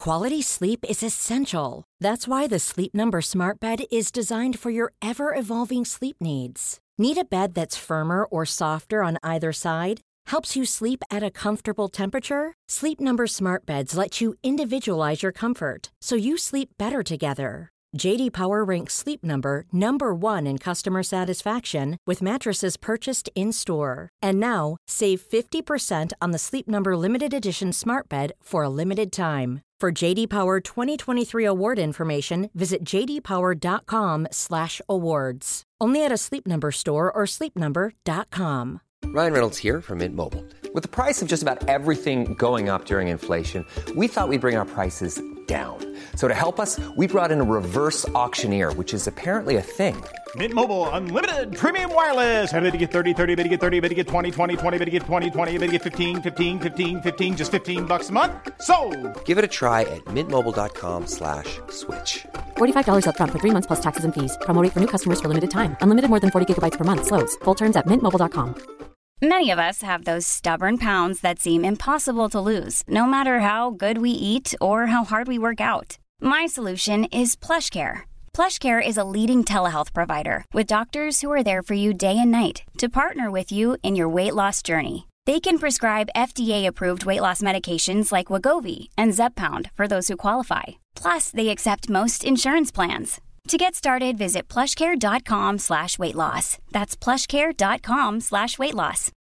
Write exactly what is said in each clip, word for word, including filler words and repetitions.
Quality sleep is essential. That's why the Sleep Number Smart Bed is designed for your ever-evolving sleep needs. Need a bed that's firmer or softer on either side? Helps you sleep at a comfortable temperature? Sleep Number Smart Beds let you individualize your comfort, so you sleep better together. J D Power ranks Sleep Number number one in customer satisfaction with mattresses purchased in-store. And now, save fifty percent on the Sleep Number Limited Edition Smart Bed for a limited time. For J D Power twenty twenty-three award information, visit j d power dot com slash awards. Only at a Sleep Number store or sleep number dot com. Ryan Reynolds here from Mint Mobile. With the price of just about everything going up during inflation, we thought we'd bring our prices down. So to help us, we brought in a reverse auctioneer, which is apparently a thing. Mint Mobile Unlimited Premium Wireless. How to get thirty, thirty, how to get thirty, how to get twenty, twenty, twenty, how to get twenty, twenty, how to get fifteen, fifteen, fifteen, fifteen, just fifteen bucks a month? Sold! Give it a try at mintmobile.com slash switch. forty-five dollars up front for three months plus taxes and fees. Promo rate for new customers for limited time. Unlimited more than forty gigabytes per month. Slows full terms at mint mobile dot com. Many of us have those stubborn pounds that seem impossible to lose, no matter how good we eat or how hard we work out. My solution is PlushCare. PlushCare is a leading telehealth provider with doctors who are there for you day and night to partner with you in your weight loss journey. They can prescribe F D A-approved weight loss medications like Wegovy and Zepbound for those who qualify. Plus, they accept most insurance plans. To get started, visit plushcare.com slash weight loss. That's plushcare.com slash weight loss.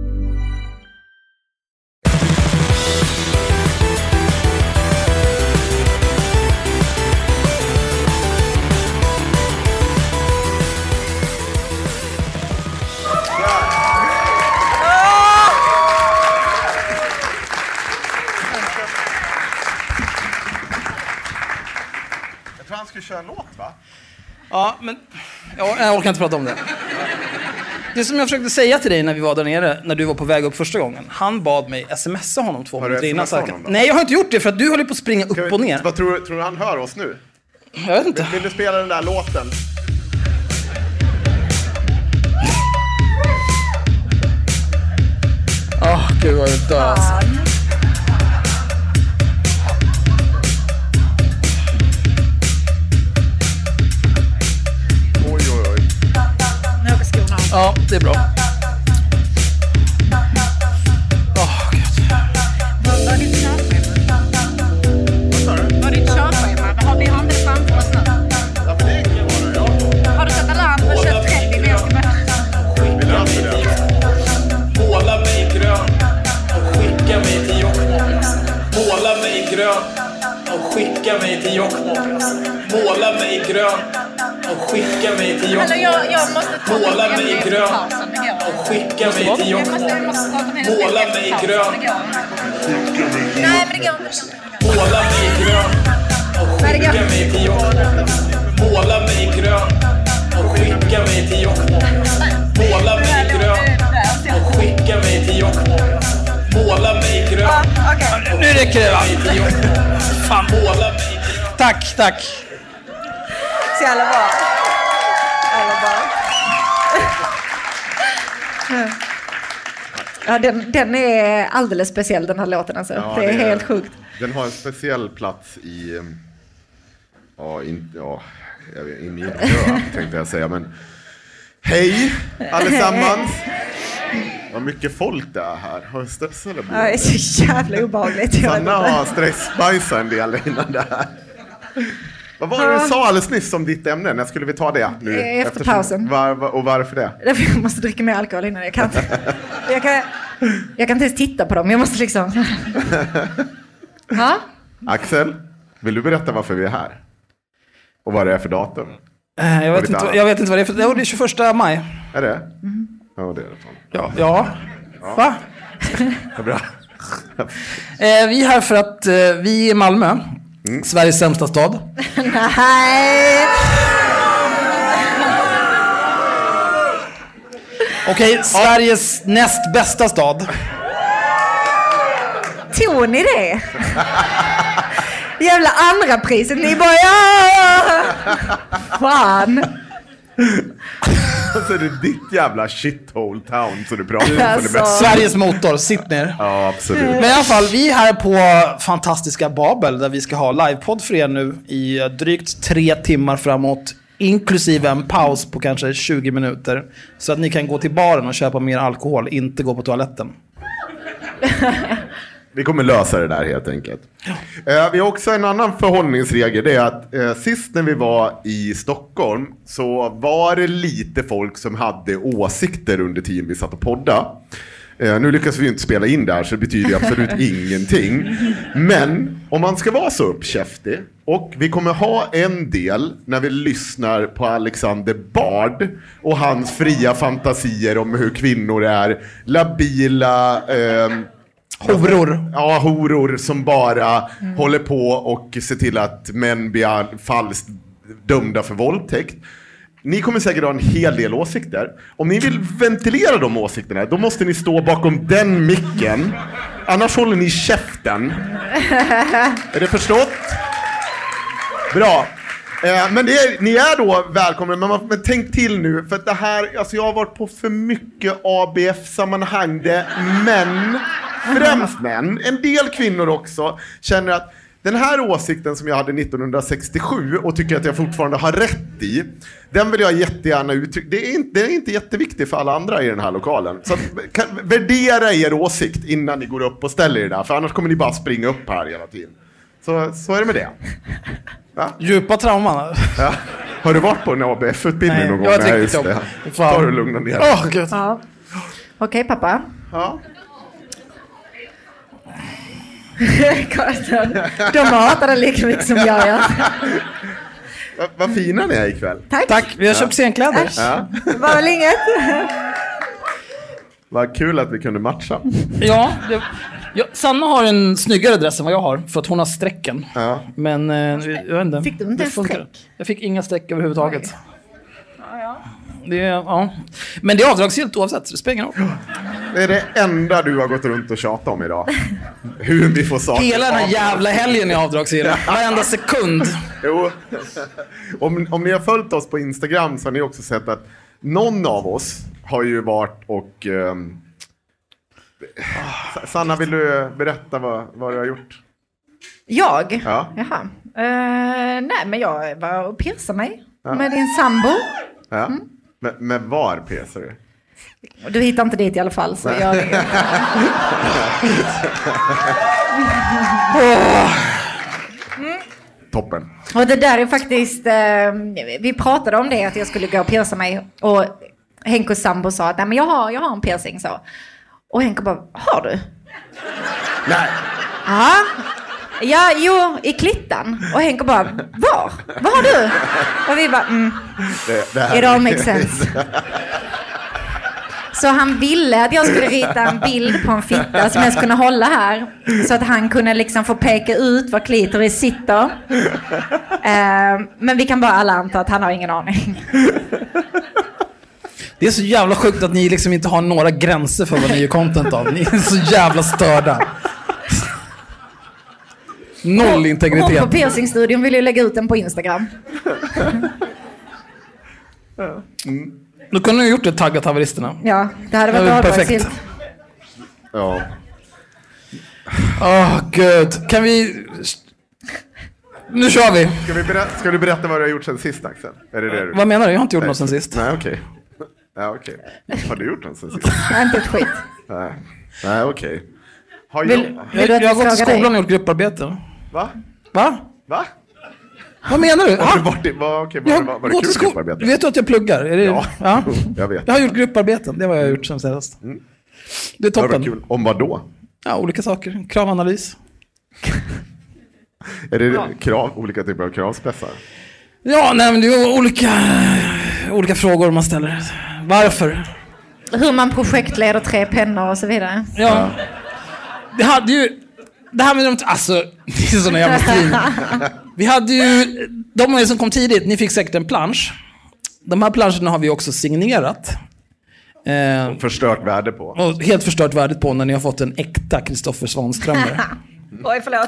Jag tror han skulle köra en låt, va? Ja, men ja, jag orkar inte prata om det. Det som jag försökte säga till dig när vi var där nere, när du var på väg upp första gången. Han bad mig smsa honom två minuter innan. Honom, Nej, jag har inte gjort det för att du håller på att springa upp vi, och ner. Vad tror, tror du han hör oss nu? Jag vet inte. Vill, vill du spela den där låten? Åh, oh, gud vad jag dör alltså. Oj, oj, oj. Nu åker skorna av. Ja, det är bra. Åh, oh, gud. Vad var ditt körschema? Vad sa du? Vad var ditt körschema? Har vi har inte det framför oss nu? Ja, men det är inget bara, ja. Har du satt alarm för kört trettio när jag ska börja? Vi löser det. Måla mig grön och skicka mig till Jokkmokk. Måla mig grön och skicka mig till Jokkmokk. Måla mig grön och skicka mig till Jokkmokk. Eller jag, jag måste ta Måla mig grön och skicka mig till Jokkmokk. Måla mig grön. Nej, men det går inte. Måla mig grön och skicka mig till Jokkmokk. Måla mig grön och skicka mig till Jokkmokk. Måla mig grön och skicka mig till Jokkmokk. Måla mig grön. Ja, okej. Nu räcker det, va? Fan, måla mig grön. Tack, tack. Så jävla bra. Jävla bra. Ja, den, den är alldeles speciell, den här låten alltså. Ja, det är det är- helt sjukt. Den har en speciell plats i... um, Ja, in, ja jag vet, i min död, tänkte jag säga. Men hej allesammans. Vad mycket folk det är här. Har jag stressat eller? Ja, det är så jävla obehagligt. Jag vet Sanna inte. har stressbajsat en del innan det här. Vad var det du sa alldeles nyss om ditt ämne? När skulle vi ta det nu? Efter Eftersom- pausen. Var, var, och varför det? Därför jag måste dricka mer alkohol innan. Jag kan inte, jag kan, jag kan inte ens titta på dem. Jag måste liksom... Ja? Axel, vill du berätta varför vi är här? Och vad det är för datum? Eh, Jag vet, lite inte, annat. jag vet inte vad det är för... Det är tjugoförsta maj. Är det? Ja, det är det. Fan. Ja. Ja. Va? Ja, bra. Eh, vi är här för att eh, vi är i Malmö. Mm. Sveriges sämsta stad. Nej! Okej, Sveriges näst bästa stad. Tog ni det? Jävla andra priset. Ni bara ja! Fan. Alltså det är ditt jävla shithole town så du pratar om Alltså. det bästa. Sveriges motor, sitt ner. Ja, absolut. Men i alla fall, vi är här på fantastiska Babel där vi ska ha livepodd för er nu i drygt tre timmar framåt, inklusive en paus på kanske tjugo minuter, så att ni kan gå till baren och köpa mer alkohol, inte gå på toaletten. Vi kommer lösa det där helt enkelt. Eh, vi har också en annan förhållningsregel. Det är att eh, sist när vi var i Stockholm så var det lite folk som hade åsikter under tiden vi satt och podda. Eh, nu lyckas vi inte spela in där så det betyder absolut ingenting. Men om man ska vara så uppkäftig, och vi kommer ha en del när vi lyssnar på Alexander Bard och hans fria fantasier om hur kvinnor är labila... Eh, Horor. Ja, horor som bara mm. håller på och ser till att män blir falskt dömda för våldtäkt. Ni kommer säkert ha en hel del åsikter. Om ni vill ventilera de åsikterna, då måste ni stå bakom den micken. Annars håller ni käften. Är det förstått? Bra. Eh, men det är, ni är då välkomna, men, man, men tänk till nu, för att det här, alltså jag har varit på för mycket A B F-sammanhang där män, främst män, en del kvinnor också, känner att den här åsikten som jag hade nittonhundrasextiosju och tycker att jag fortfarande har rätt i, den vill jag jättegärna uttrycka. Det är inte, det är inte jätteviktigt för alla andra i den här lokalen. Så att, kan, värdera er åsikt innan ni går upp och ställer er där, för annars kommer ni bara springa upp här hela tiden. Så, så är det med det. Ja. Djupa trauman. Ja. Har du varit på en A B F-utbildning någon gång? Jag Nej, just det. Ta du lugna ner. Oh, Gud. Ja. Okej, okay, pappa. Ja. Karsten, de hatar det lika mycket som jag gör. Vad va fina ni är ikväll. Tack. Tack, vi har köpt scenkläder. Ja. Det var väl inget. Vad kul att vi kunde matcha. Ja, det, ja, Sanna har en snyggare dress än vad jag har, för att hon har strecken. Ja. Men eh, jag vet inte. Fick du inte en streck? Jag fick inga streck överhuvudtaget. Ja, ja. Det, ja. Men det är avdragsgillt oavsett, det spelar ingen roll. Det är det enda du har gått runt och tjatat om idag. Hur vi får saker. Hela den här jävla helgen är avdragsgill. Varenda sekund. Jo. Om, om ni har följt oss på Instagram så har ni också sett att någon av oss har ju varit och... Um... Sanna, vill du berätta vad, vad du har gjort? Jag? Ja. Jaha. Uh, nej, men jag var och piercade mig ja. med din sambo. Ja. Mm. Men, men var piercar du? Du hittar inte dit i alla fall, så jag... mm. Toppen. Och det där är faktiskt... Eh, vi pratade om det, att jag skulle gå och pierca mig. Och Henko sambo sa att nej, men jag har, jag har en piercing, så. Och Henko bara, har du? Nej. Ja. Ja, jo, i klittan. Och Henko bara, var? Vad har du? Och vi bara, mm. Det, det här It all makes sense. Så han ville att jag skulle rita en bild på en fitta som jag skulle hålla här. Så att han kunde liksom få peka ut var klitoris sitter. Uh, men vi kan bara alla anta att han har ingen aning. Det är så jävla sjukt att ni liksom inte har några gränser för vad ni gör content av. Ni är så jävla störda. Noll integritet. Hon på piercingstudion vill ju lägga ut den på Instagram. Mm. Då kunde du gjort det, taggat haveristerna. Ja, det hade varit avdragsgillt. Ja. Åh, oh, gud. Kan vi... Nu kör vi. Ska, vi berätta, ska du berätta vad du har gjort sen sist, Axel? Är det det du... Vad menar du? Jag har inte gjort Nej. något sen sist. Nej, okej. Okay. Ja, okej. Okay. Har du gjort något sen sist? Nej, inte ett skit. Nej, Nej okej. Okay. Har Vill, jag... vill jag, jag har gått till skolan dig? och gjort grupparbete. Va? Va? Va? Vad menar du? Har du varit i, var, okay, var, jag var, var det kul grupparbete? Vet du att jag pluggar? Är det... Ja, ja, jag vet. Jag har gjort grupparbeten, det var jag gjort som senast. Mm. Det är toppen. Var det kul? Om vad då? Ja, olika saker. Kravanalys. Är det ja. krav, olika typer av kravspetsar? Ja, nej, men det är olika, olika frågor man ställer. Varför? Hur man projektleder tre pennor och så vidare. Ja. ja. Det hade ju... Det här med de... Alltså, det är såna jävla strid. Vi hade ju... De som kom tidigt, ni fick säkert en plansch. De här planscherna har vi också signerat. Eh, förstört värde på. Och helt förstört värdet på när ni har fått en äkta Kristoffer Svanströmer. Oj, förlåt.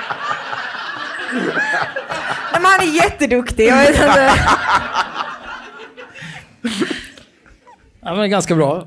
Men han är jätteduktig. Jag vet inte. Ja, men ganska bra.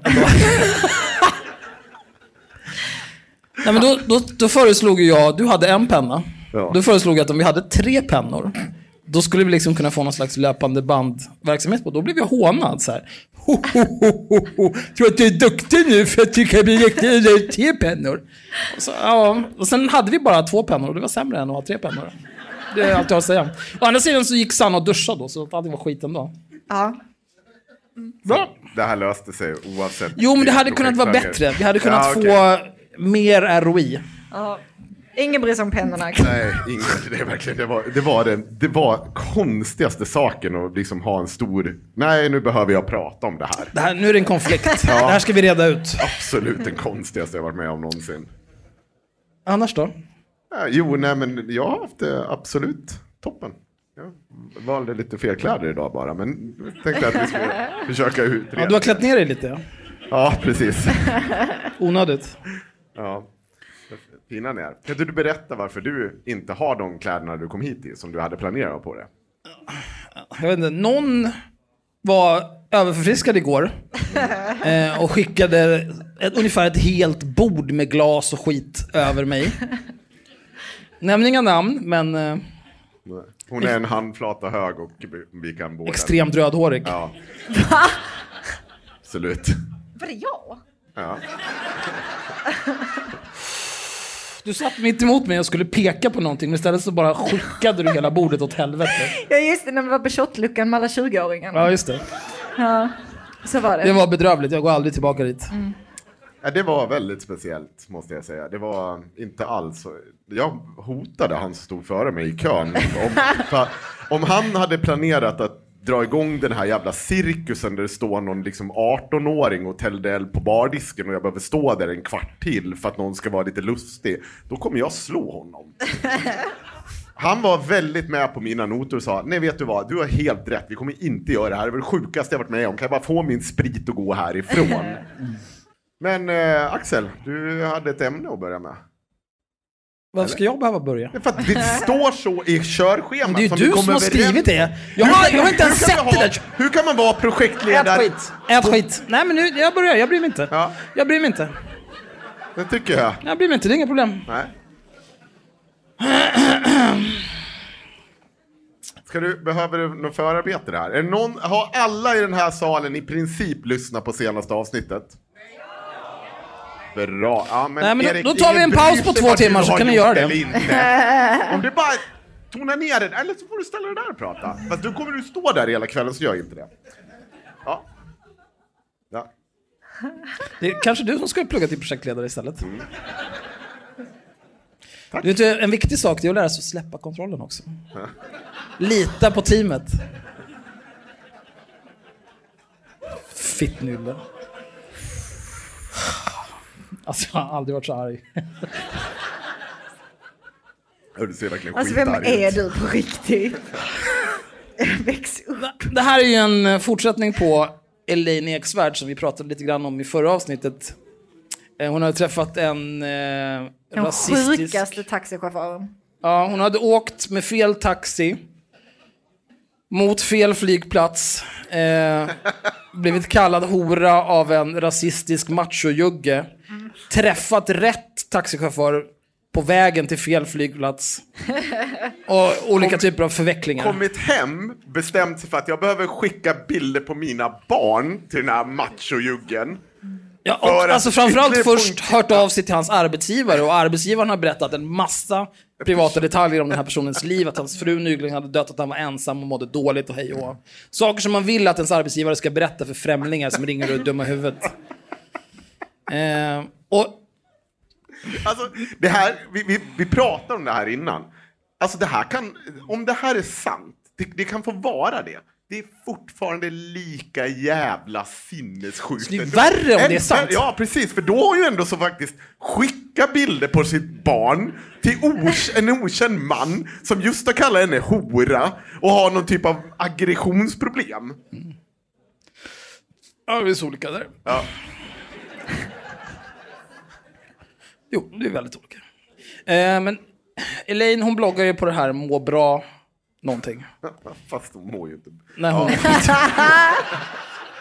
Nej, men då, då, då föreslog jag, du hade en penna. Ja. Då föreslog jag att om vi hade tre pennor, då skulle vi liksom kunna få någon slags löpande bandverksamhet på. Då blev jag hånad så här. Ho, ho, ho, ho, ho. Tror att du är duktig nu för att du kan bli riktigt tre pennor. Och, så, ja. Och sen hade vi bara två pennor och det var sämre än att ha tre pennor. Det är allt jag har att säga. Å andra sidan så gick Sanna och duschade då, så att det var skiten då. Ja. Bra. Det här löste sig oavsett. Jo, men det hade kunnat vara bättre. Vi hade kunnat ja, okay. få mer R O I. Ja. Ingen bryr sig om pennorna. Nej, ingen. Det, är verkligen, det, var, det, var den, det var konstigaste saken att liksom ha en stor... Nej, nu behöver jag prata om det här. Det här nu är det en konflikt. Ja. Det här ska vi reda ut. Absolut den konstigaste jag varit med om någonsin. Annars då? Ja, jo, nej, men jag har haft det absolut toppen. Jag valde lite fel kläder idag bara, men jag tänkte att vi skulle försöka utreda. Ja, du har klätt ner dig lite, ja. Ja, precis. Onödigt. Ja. Fina ner. Kan du berätta varför du inte har de kläderna du kom hit i som du hade planerat på det? Jag vet inte, någon var överförfriskad igår eh, och skickade ett, ungefär ett helt bord med glas och skit över mig. Nämn inga namn, men... Eh, Hon är en handflata hög och vi kan båda... Extremt rödhårig. Ja. Va? Absolut. Var det jag? Ja. Du satt mitt emot mig och skulle peka på någonting, men istället så bara skickade du hela bordet åt helvete. Ja, just det, när vi var på shotluckan med alla tjugo-åringarna. Ja, just det. Ja, så var det. Det var bedrövligt, jag går aldrig tillbaka dit. Mm. Ja, det var väldigt speciellt, måste jag säga. Det var inte alls... Jag hotade han som stod före mig i kön. Om, för, om han hade planerat att dra igång den här jävla cirkusen där det står någon liksom arton-åring och tällde eld på bardisken och jag behöver stå där en kvart till för att någon ska vara lite lustig, då kommer jag slå honom. Han var väldigt med på mina noter och sa, nej vet du vad, du har helt rätt, vi kommer inte göra det här, det var det sjukaste jag varit med om, kan jag bara få min sprit och gå härifrån? Men eh, Axel, du hade ett ämne att börja med. Varför ska jag behöva börja? Det är för att det står så i körschemat. Det är ju du som har skrivit det. Jag har, jag har inte ens sett det där. Hur kan man vara projektledare? Ät skit. Ät skit. Nej, men nu, jag börjar. Jag bryr mig inte. Ja. Jag bryr mig inte. Det tycker jag. Jag bryr mig inte, det är inga problem. Nej. Ska du, behöver du något förarbete där? Är någon, har alla i den här salen i princip lyssnat på senaste avsnittet? Bra. Ja, men Nej, men Erik, då, då tar vi en paus på två timmar så kan ni göra det. Om du bara tonar ner det, eller så får du ställa dig där och prata. Fast då kommer du stå där hela kvällen, så gör jag inte det. Ja. Ja. Det är kanske du som ska plugga till projektledare istället. Mm. Du vet, en viktig sak är att lära sig att släppa kontrollen också. Ja. Lita på teamet. Fittnulle. Alltså jag har aldrig varit så arg. Du ser verkligen alltså vem är du på riktigt? Väx upp. Det här är ju en fortsättning på Elaine Eksvärd som vi pratade lite grann om i förra avsnittet. Hon hade träffat en eh, Den rasistisk... sjukaste taxichauffören. Ja, hon hade åkt med fel taxi mot fel flygplats. Eh, blivit kallad hora av en rasistisk machojugge. Mm. Träffat rätt taxichaufför på vägen till fel flygplats. Och olika Kom, typer av förvecklingar. Kommit hem, bestämt sig för att jag behöver skicka bilder på mina barn till den här machojuggen. Ja, och, alltså framförallt först hört av sig till hans arbetsgivare. Och arbetsgivaren har berättat en massa privata detaljer om den här personens liv. Att hans fru nyligen hade dött, att han var ensam och mådde dåligt och hej och saker som man vill att ens arbetsgivare ska berätta för främlingar som ringer och är dumma i huvudet. Eh, och Alltså, det här, vi, vi, vi pratade om det här innan. Alltså det här kan, om det här är sant, det, det kan få vara det. Det är fortfarande lika jävla sinnessjukt. Det är värre om det är sant. Ja, precis. För då har ju ändå så faktiskt skicka bilder på sitt barn till os- en okänd man som just har kallat henne hora och har någon typ av aggressionsproblem. Mm. Ja, vi är så olika där. Ja. Jo, det är väldigt olika. Eh, men Elaine, hon bloggar ju på det här må bra någonting. Fast hon mår ju inte. Nej, hon ja.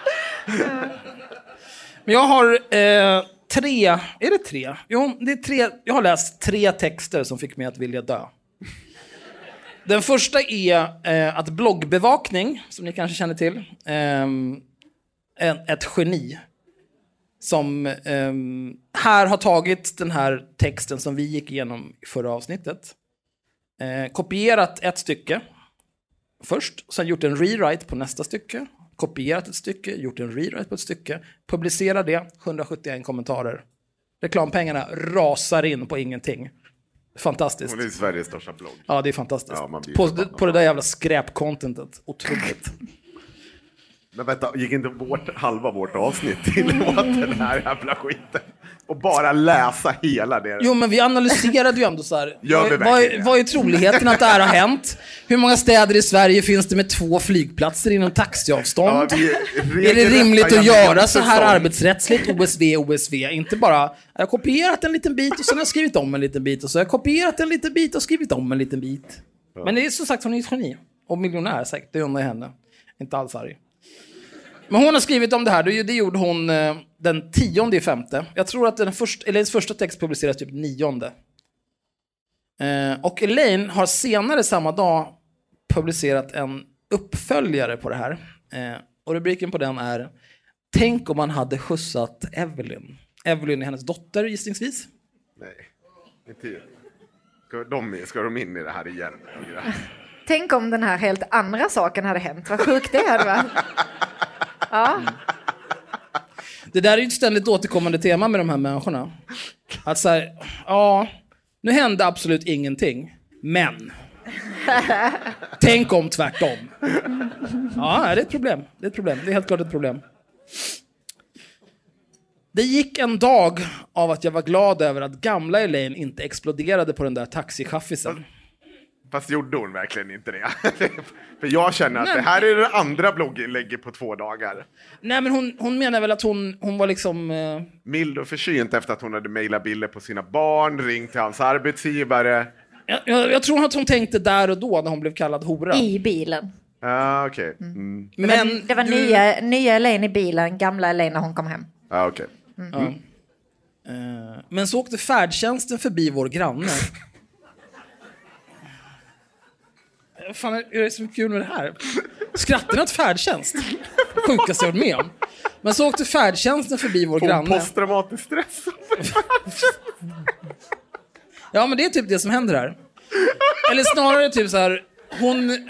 Men jag har eh, tre, är det tre? Jo, det är tre. Jag har läst tre texter som fick mig att vilja dö. Den första är eh, att bloggbevakning, som ni kanske känner till, eh, en, ett geni som eh, här har tagit den här texten som vi gick igenom i förra avsnittet, eh, kopierat ett stycke först, sen gjort en rewrite på nästa stycke, kopierat ett stycke, gjort en rewrite på ett stycke, publicerar det, hundrasjuttioen kommentarer. Reklampengarna rasar in på ingenting. Fantastiskt. Och det är Sveriges största blogg. Ja, det är fantastiskt. Ja, på, på det där jävla skräpcontentet. Otroligt. Men vänta, gick inte vårt, halva vårt avsnitt till åt den här jävla skiten? Och bara läsa hela det. Jo, men vi analyserade ju ändå så här. Gör vi vad, är, vad är troligheten att det här har hänt? Hur många städer i Sverige finns det med två flygplatser inom taxiavstånd? Ja, är, är det rimligt att göra så här arbetsrättsligt? O S V, O S V. Inte bara, jag har kopierat en liten bit och sen har jag skrivit om en liten bit. Och så har jag kopierat en liten bit och skrivit om en liten bit. Ja. Men det är som sagt, hon är ett geni. Och miljonär säkert, det undrar henne. Inte alls arg. Men hon har skrivit om det här, det gjorde hon eh, den tionde i femte. Jag tror att den första, Elaines första text publiceras typ nionde. Eh, och Elaine har senare samma dag publicerat en uppföljare på det här. Eh, och rubriken på den är: Tänk om man hade skjutsat Evelyn. Evelyn är hennes dotter gissningsvis. Nej, inte. Ska de, ska de in i det här igen? Tänk om den här helt andra saken hade hänt. Vad sjukt det hade varit. Ja. Mm. Det där är ju ett ständigt återkommande tema med de här människorna. Att så här, ja, nu hände absolut ingenting. Men tänk om tvärtom. Ja, det är ett problem. Det är ett problem. Det är helt klart ett problem. Det gick en dag av att jag var glad över att gamla Elaine inte exploderade på den där taxichaffisen. Fast gjorde hon verkligen inte det. För jag känner att Nej, det här är det andra blogginlägget på två dagar. Nej, men hon, hon menar väl att hon, hon var liksom... Eh... mild och försynt efter att hon hade mejlat bilder på sina barn, ringt till hans arbetsgivare. Jag, jag, jag tror att hon tänkte där och då när hon blev kallad hora. I bilen. Ja, ah, okej. Okay. Mm. Men det var, det var du... nya, nya Elaine i bilen, gamla Elaine när hon kom hem. Ja, ah, okej. Okay. Mm. Mm. Mm. Uh, men så åkte färdtjänsten förbi vår granne. Fan, är det så kul med det här? Skrattar åt färdtjänst. Sjukaste jag varit med om. Men så åkte färdtjänsten förbi vår På granne. Posttraumatisk stress. Ja, men det är typ det som händer här. Eller snarare typ så här, hon...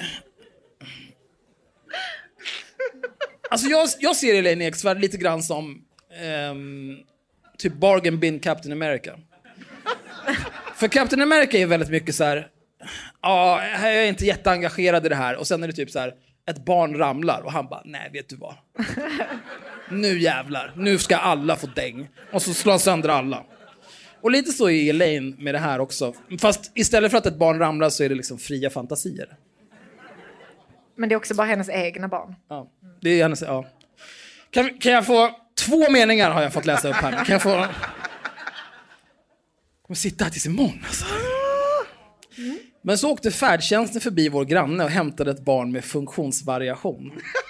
Alltså jag, jag ser Elaine Eksvärd lite grann som um, typ bargain bin Captain America. För Captain America är väldigt mycket så här: ja, jag är inte jätteengagerad i det här. Och sen är det typ så här, ett barn ramlar och han bara, nej, vet du vad? Nu jävlar, nu ska alla få däng. Och så slår han sönder alla. Och lite så är Elaine med det här också. Fast istället för att ett barn ramlar så är det liksom fria fantasier. Men det är också bara hennes egna barn. Ja, det är hennes, ja. Kan, kan jag få, två meningar har jag fått läsa upp här. Kan jag få... Jag kommer sitta här tills imorgon alltså. Mm. Men så åkte färdtjänsten förbi vår granne och hämtade ett barn med funktionsvariation.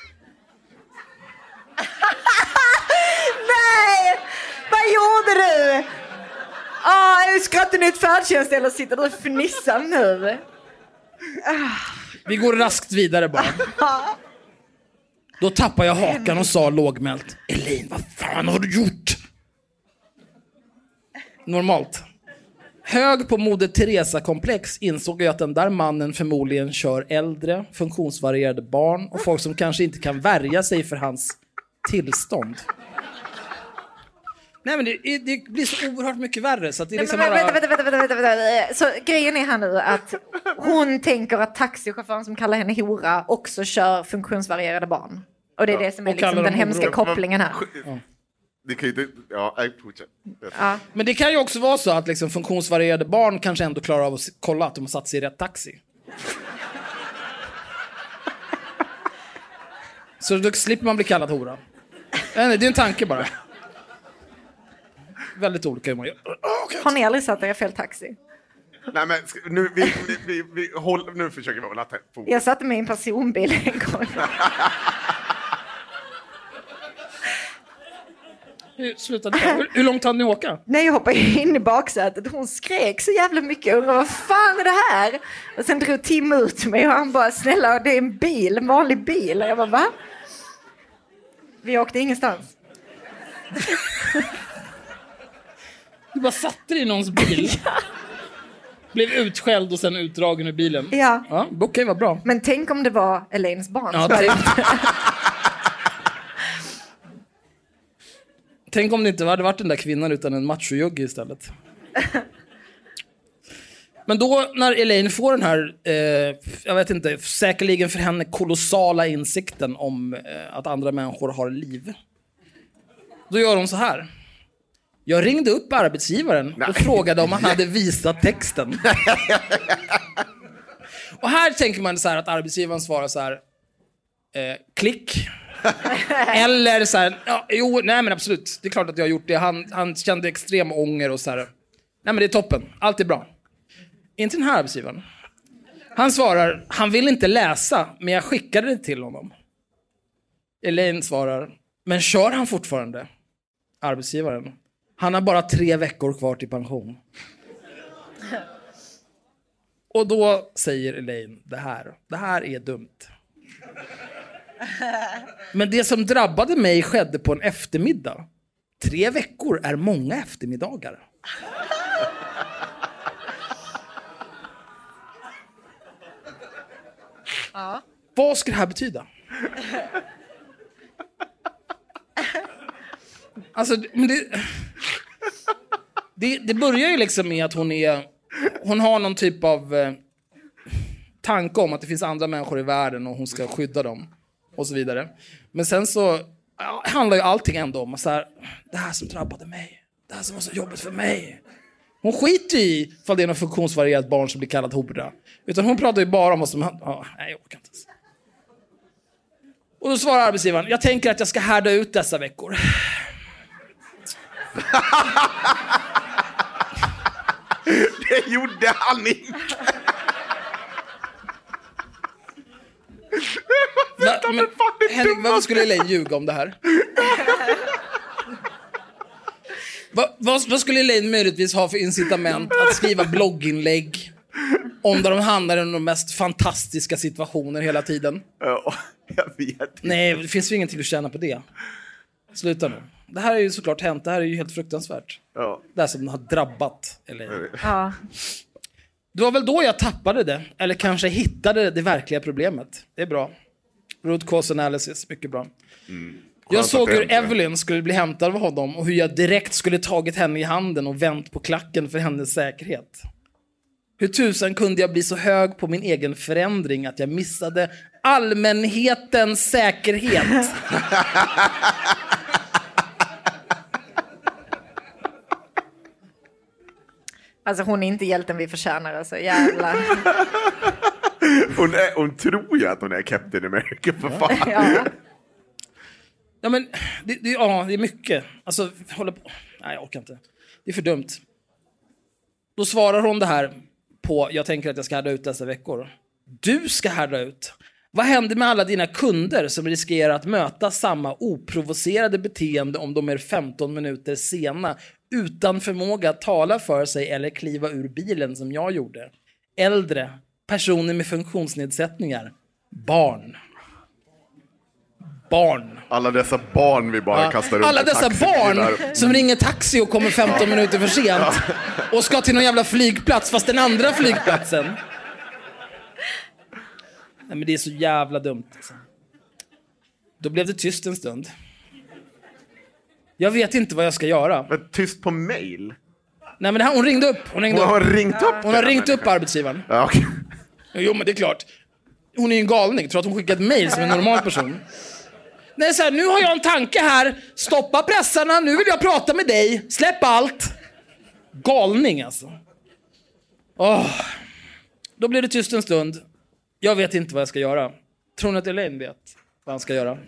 Nej! Vad gjorde du? Ah, skrattar ni ut färdtjänst eller sitter du och fnissar nu? Ah. Vi går raskt vidare bara. Då tappade jag hakan och sa lågmält: Elaine, vad fan har du gjort? Normalt. Hög på Moder Teresa-komplex insåg jag att den där mannen förmodligen kör äldre, funktionsvarierade barn och folk som kanske inte kan värja sig för hans tillstånd. Nej, men det, det blir så oerhört mycket värre så att det är liksom Nej, men, bara... vänta, vänta, vänta, vänta, vänta. Så grejen är här nu att hon tänker att taxichauffören som kallar henne hora också kör funktionsvarierade barn. Och det är ja, det som är liksom den hemska kopplingen här. Ja. Det kan ju inte... Ja, jag fortsätter. Ja. Men det kan ju också vara så att liksom funktionsvarierade barn kanske ändå klarar av att kolla att de har satt sig i rätt taxi. Så då slipper man bli kallad hora. Nej, det är en tanke bara. Väldigt olika hur man gör. Har ni aldrig satt er i fel taxi? Nej, men nu, vi, vi, vi, vi håll, nu försöker vi hålla fokus. Jag satte mig i en personbil en gång. Hur slutade det? Hur, hur långt hann ni åka? När jag hoppade in i baksätet, hon skrek så jävla mycket. Jag undrade, vad fan är det här? Och sen drog Tim ut mig och han bara, snälla, det är en bil, en vanlig bil. Och jag bara, va? Vi åkte ingenstans. Du bara satte dig i någons bil. Ja. Blev utskälld och sen utdragen ur bilen. Ja. Ja, okej, okay, vad bra. Men tänk om det var Elaines barn. Ja, tänk... tänk om det inte hade varit den där kvinnan utan en machojugge istället. Men då när Elaine får den här, eh, jag vet inte, säkerligen för henne kolossala insikten om eh, att andra människor har liv. Då gör hon så här. Jag ringde upp arbetsgivaren och frågade om han hade visat texten. Och här tänker man så här att arbetsgivaren svarar så här, eh, klick. Eller så här, ja, jo, nej men absolut, det är klart att jag har gjort det. Han, han kände extrem ånger och så här. Nej men det är toppen, allt är bra. Inte den här arbetsgivaren. Han svarar, han vill inte läsa, men jag skickade det till honom. Elaine svarar, men kör han fortfarande? Arbetsgivaren. Han har bara tre veckor kvar till pension. Och då säger Elaine det här. Det här är dumt. Men det som drabbade mig skedde på en eftermiddag. Tre veckor är många eftermiddagar. Ja. Vad ska det här betyda? Alltså, det, det, det börjar ju liksom med att hon är, hon har någon typ av eh, tanke om att det finns andra människor i världen och hon ska skydda dem och så vidare. Men sen så ja, handlar ju allting ändå om så här, det här som drabbade mig, det här som var så jobbigt för mig. Hon skiter i ifall det är någon funktionsvarierat barn som blir kallad hora. Utan hon pratar ju bara om vad som... Ja, nej, jag orkar inte. Och då svarar arbetsgivaren, jag tänker att jag ska härda ut dessa veckor. Det gjorde han inte. Va, men, Henrik, varför skulle Elaine ljuga om det här? Va, vad, vad skulle Elaine möjligtvis ha för incitament att skriva blogginlägg om där de hamnar i de mest fantastiska situationer hela tiden? Ja, jag vet inte. Nej, det finns ju ingenting att tjäna på det. Sluta nu. Det här är ju såklart hänt. Det här är ju helt fruktansvärt. Ja. Det här som har drabbat Elaine. Ja. Det var väl då jag tappade det. Eller kanske hittade det verkliga problemet. Det är bra. Root cause analysis, mycket bra. Mm. Jag såg hur Evelyn skulle bli hämtad av honom och hur jag direkt skulle tagit henne i handen och vänt på klacken för hennes säkerhet. Hur tusan kunde jag bli så hög på min egen förändring att jag missade allmänhetens säkerhet? Alltså hon är inte hjälten vi förtjänar, alltså jävlar. Hon, är, hon tror ju att hon är Captain America, för fan. Ja. Ja, men det, det, ja, det är mycket. Alltså, hålla på. Nej, jag orkar inte. Det är för dumt. Då svarar hon det här på, jag tänker att jag ska härda ut dessa veckor. Du ska härda ut. Vad händer med alla dina kunder som riskerar att möta samma oprovocerade beteende om de är femton minuter sena utan förmåga att tala för sig eller kliva ur bilen som jag gjorde? Äldre, personer med funktionsnedsättningar, barn. Barn. Alla dessa barn vi bara ja. kastar ut. Alla dessa barn som ringer taxi och kommer femton ja. minuter för sent ja. och ska till någon jävla flygplats fast den andra flygplatsen. Nej, men det är så jävla dumt. Alltså. Då blev det tyst en stund. Jag vet inte vad jag ska göra. Men tyst på mail? Nej, men det här, hon ringde upp. Hon, ringde hon har upp. ringt upp Hon har ringt upp arbetsgivaren. Ja, okay. Jo, men det är klart. Hon är ju en galning. Tror att hon skickat mail som en normal person. Nej, så här, nu har jag en tanke här. Stoppa pressarna. Nu vill jag prata med dig. Släpp allt. Galning, alltså. Åh. Då blev det tyst en stund. Jag vet inte vad jag ska göra. Tror ni att Elaine vet vad han ska göra?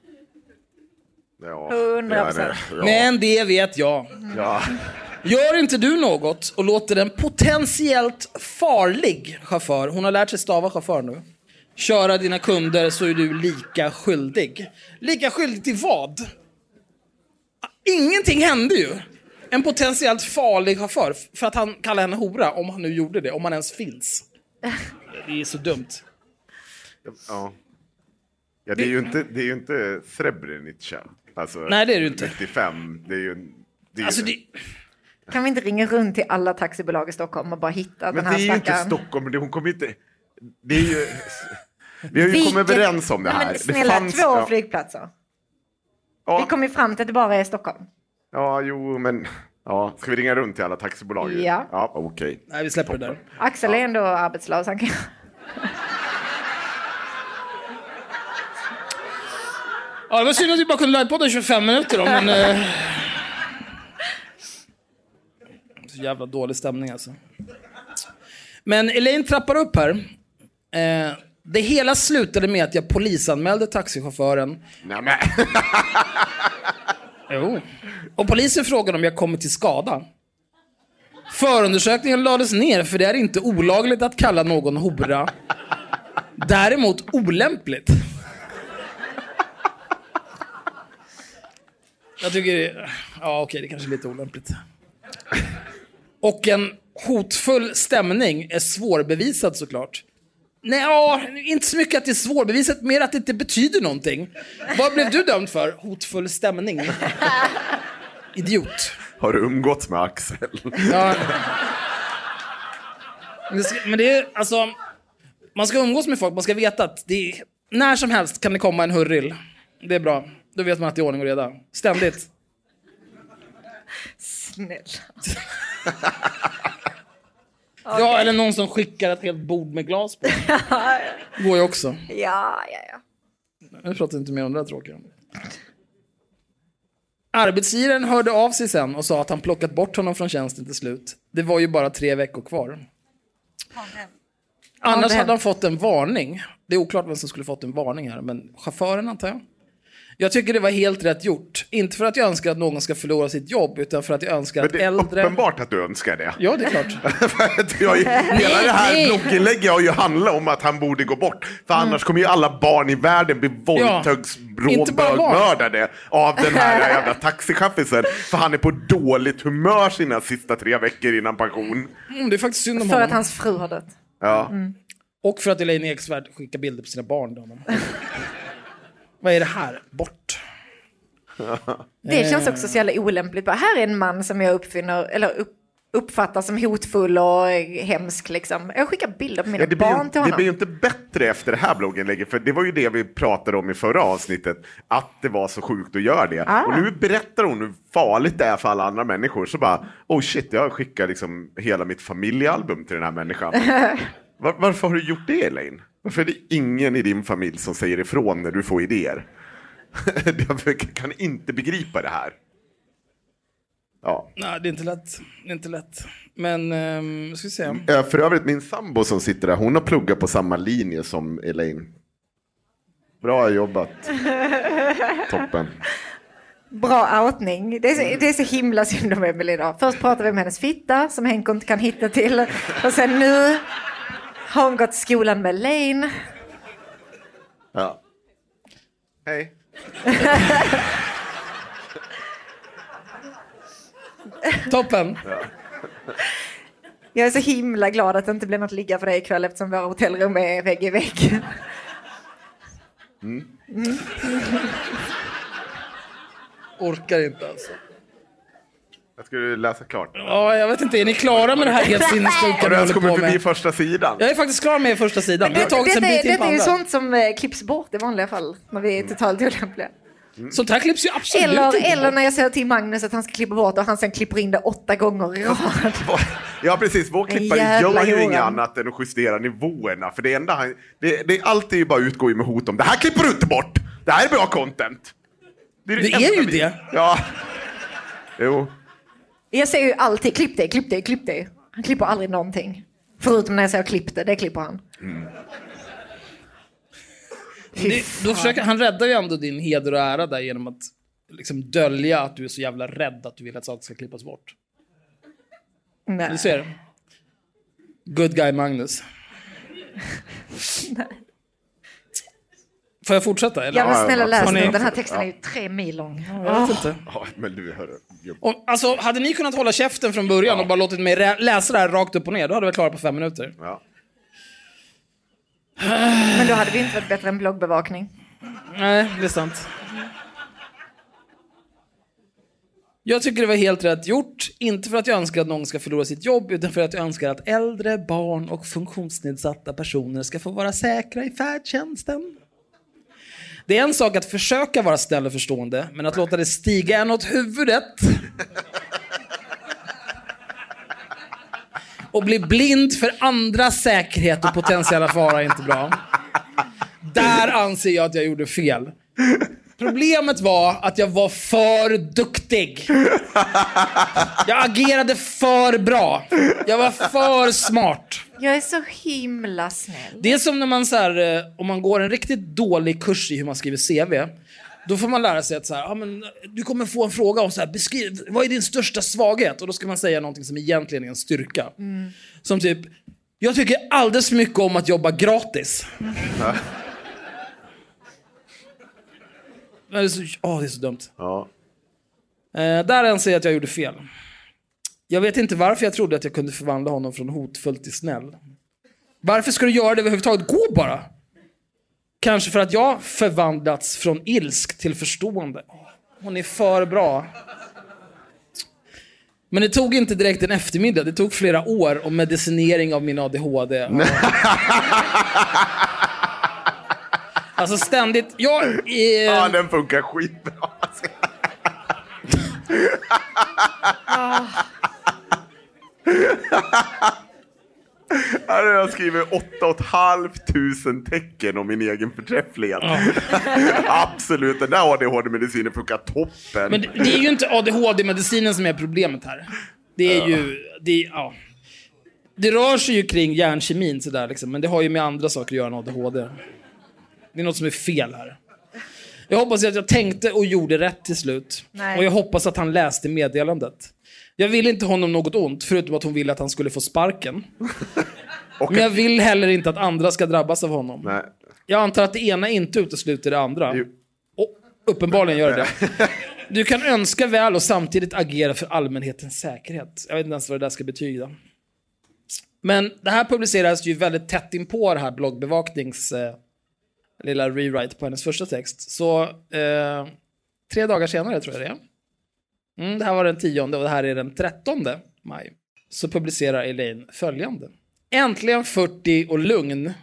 Ja, hundra procent. Ja. Men det vet jag. Ja. Gör inte du något och låter en potentiellt farlig chaufför, hon har lärt sig stava chaufför nu, köra dina kunder, så är du lika skyldig. Lika skyldig till vad? Ingenting hände ju. En potentiellt farlig chaufför för att han kallar henne hora, om han nu gjorde det, om han ens finns. Det är så dumt. Ja. Ja, det är ju inte, det är ju inte Srebrenica. Alltså, nej, det är det inte. nittiofem, det är ju... Det är alltså, ju... Det... Kan vi inte ringa runt till alla taxibolag i Stockholm och bara hitta men den här det är ju inte stackaren? Stockholm, det, hon kommer inte... Det är ju... Vi har ju Vilket... kommit överens om det här. Men snälla, det fanns... två ja. flygplatser. Ja. Vi kom ju fram till att det bara är Stockholm. Ja, jo, men... Ja, ska vi ringa runt till alla taxibolag? Ja. Ja, okej. Okay. Nej, vi släpper det där. Axel är ja. ändå arbetslös, han kan... Ja, det var synd att vi bara kunde livepodda i tjugofem minuter då, men... Eh... Så jävla dålig stämning alltså. Men Elaine trappar upp här. Eh, det hela slutade med att jag polisanmälde taxichauffören. Nej, men... Jo. Och polisen frågade om jag kommit till skada. Förundersökningen lades ner för det är inte olagligt att kalla någon hora. Däremot olämpligt. Jag tycker... Ja, okej, det kanske är lite olämpligt. Och en hotfull stämning är svårbevisad såklart. Nej, ja, inte så mycket att det är svårbevisat, mer att det inte betyder någonting. Vad blev du dömd för? Hotfull stämning. Idiot. Har du umgått med Axel? Ja. Men det är, alltså... Man ska umgås med folk, man ska veta att det är, när som helst kan det komma en hurril. Det är bra. Då vet man att det är ordning och reda. Ständigt. Snälla. Okay. Ja, eller någon som skickar ett helt bord med glas på. Går ju också. Ja, ja, ja. Jag pratar inte mer om det där tråkiga. Arbetsgivaren hörde av sig sen och sa att han plockat bort honom från tjänsten till slut. Det var ju bara tre veckor kvar. Annars hade han fått en varning. Det är oklart vem som skulle fått en varning här, men chauffören antar jag. Jag tycker det var helt rätt gjort. Inte för att jag önskar att någon ska förlora sitt jobb, utan för att jag önskar att äldre... Men det är uppenbart att du önskar det. Ja, det är klart. jag, hela nej, det här blogginlägget har ju handlat om att han borde gå bort. För mm. annars kommer ju alla barn i världen bli våldtäktsbrådmördade ja, av den här jävla taxichaffisen. För han är på dåligt humör sina sista tre veckor innan pension. Mm, det är faktiskt synd om För honom. att hans fru har dött. Ja. Mm. Och för att Elaine Eksvärd skickar bilder på sina barn. Då. Vad är det här? Bort. Det känns också så jävla olämpligt. Bara, här är en man som jag uppfinner, eller upp, uppfattar som hotfull och hemsk. Liksom. Jag skickar bilder på mina ja, barn ju, till honom. Det blir ju inte bättre efter det här blogginlägget. För det var ju det vi pratade om i förra avsnittet. Att det var så sjukt att göra det. Ah. Och nu berättar hon hur farligt det är för alla andra människor. Så bara, oh shit, jag skickar liksom hela mitt familjealbum till den här människan. Var, varför har du gjort det, Elaine? Varför är det ingen i din familj som säger ifrån när du får idéer? Jag kan inte begripa det här. Ja. Nej, det är inte lätt. Det är inte lätt. Men, um, ska vi se. För övrigt, min sambo som sitter där, hon har pluggat på samma linje som Elaine. Bra jobbat. Toppen. Bra outning. Det är, så, det är så himla synd om Emelie idag. Först pratar vi om hennes fitta som Henko inte kan hitta till. Och sen nu har hon gått till skolan med Elaine. Ja. Hej. Toppen. Ja. Jag är så himla glad att det inte blir något ligga för dig ikväll eftersom våra hotellrum är vägg i vägg. Mm. Mm. Orkar inte alltså. Jag ska du läsa klart. Ja, jag vet inte. Är ni klara med det här helt sinnessjuka? Har du ens kommit förbi första sidan? Jag är faktiskt klar med första sidan. Det, det, det, det, det, det är ju andra. sånt som eh, klipps bort i vanliga fall när vi är totalt olämpliga. Mm. Sånt här klipps ju absolut eller, inte. Eller när jag säger till Magnus att han ska klippa bort och han sen klipper in det åtta gånger i rad. Ja, precis. Vår klippare gör ju inget annat än att justera nivåerna. För det enda han... Det, det är alltid bara utgå med hot om det här klipper du inte bort. Det här är bra content. Det är, det det är ju vi... det. Ja. Jo. Jag säger ju alltid klipp det, klipp det, klipp det. Han klipper aldrig någonting. Förutom när jag säger klipp det, det klipper han. Mm. Det, då försöker, han räddar ju ändå din heder och ära där genom att liksom dölja att du är så jävla rädd att du vill att saker ska klippas bort. Nej. Du ser. Good guy Magnus. Nej. Får jag fortsätta? Eller? Ja, men snälla läs Har nu. ni- Den här texten är ju tre mil lång. Jag vet inte. Ja, men du hör. Och, alltså, hade ni kunnat hålla käften från början och bara låtit mig rä- läsa det här rakt upp och ner, då hade vi klarat på fem minuter. Ja. Men då hade vi inte varit bättre än bloggbevakning. Nej, det är sant. Jag tycker det var helt rätt gjort. Inte för att jag önskar att någon ska förlora sitt jobb, utan för att jag önskar att äldre, barn och funktionsnedsatta personer ska få vara säkra i färdtjänsten. Det är en sak att försöka vara snäll och förstående, men att låta det stiga en åt huvudet och bli blind för andras säkerhet och potentiella fara är inte bra. Där anser jag att jag gjorde fel. Problemet var att jag var för duktig. Jag agerade för bra. Jag var för smart. Jag är så himla snäll. Det är som när man så här, eh, om man går en riktigt dålig kurs i hur man skriver C V. Då får man lära sig att så här, ja, men, du kommer få en fråga om så här, beskriv, vad är din största svaghet? Och då ska man säga någonting som egentligen är en styrka. Mm. Som typ, jag tycker alldeles för mycket om att jobba gratis. Mm. Det är så, åh, det är så dumt. Ja. Eh, där anser jag att jag gjorde fel. Jag vet inte varför jag trodde att jag kunde förvandla honom från hotfull till snäll. Varför ska du göra det överhuvudtaget? Gå bara. Kanske för att jag förvandlats från ilsk till förstående. Hon är för bra. Men det tog inte direkt en eftermiddag. Det tog flera år om medicinering av min A D H D. Alltså ständigt. Jag är... Ja, den funkar skitbra. Här har jag skrivit åtta och ett halvt tusen tecken om min egen förträfflighet. Ja. Absolut, den där A D H D-medicinen funkar toppen. Men det, det är ju inte A D H D-medicinen som är problemet här. Det är ja. ju... Det, ja. det rör sig ju kring hjärnkemin sådär liksom, men det har ju med andra saker att göra än A D H D. Det är något som är fel här. Jag hoppas att jag tänkte och gjorde rätt till slut. Nej. Och jag hoppas att han läste meddelandet. Jag vill inte honom något ont, förutom att hon ville att han skulle få sparken. Men jag vill heller inte att andra ska drabbas av honom. Nej. Jag antar att det ena inte utesluter det andra. Jo. Och uppenbarligen gör det. Du kan önska väl och samtidigt agera för allmänhetens säkerhet. Jag vet inte ens vad det där ska betyda. Men det här publiceras ju väldigt tätt in på det här bloggbevaknings... Eh, lilla rewrite på hennes första text. Så eh, tre dagar senare tror jag det är. Mm, det här var den tionde och det här är den trettonde maj. Så publicerar Elaine följande. Äntligen fyrtio och lugn.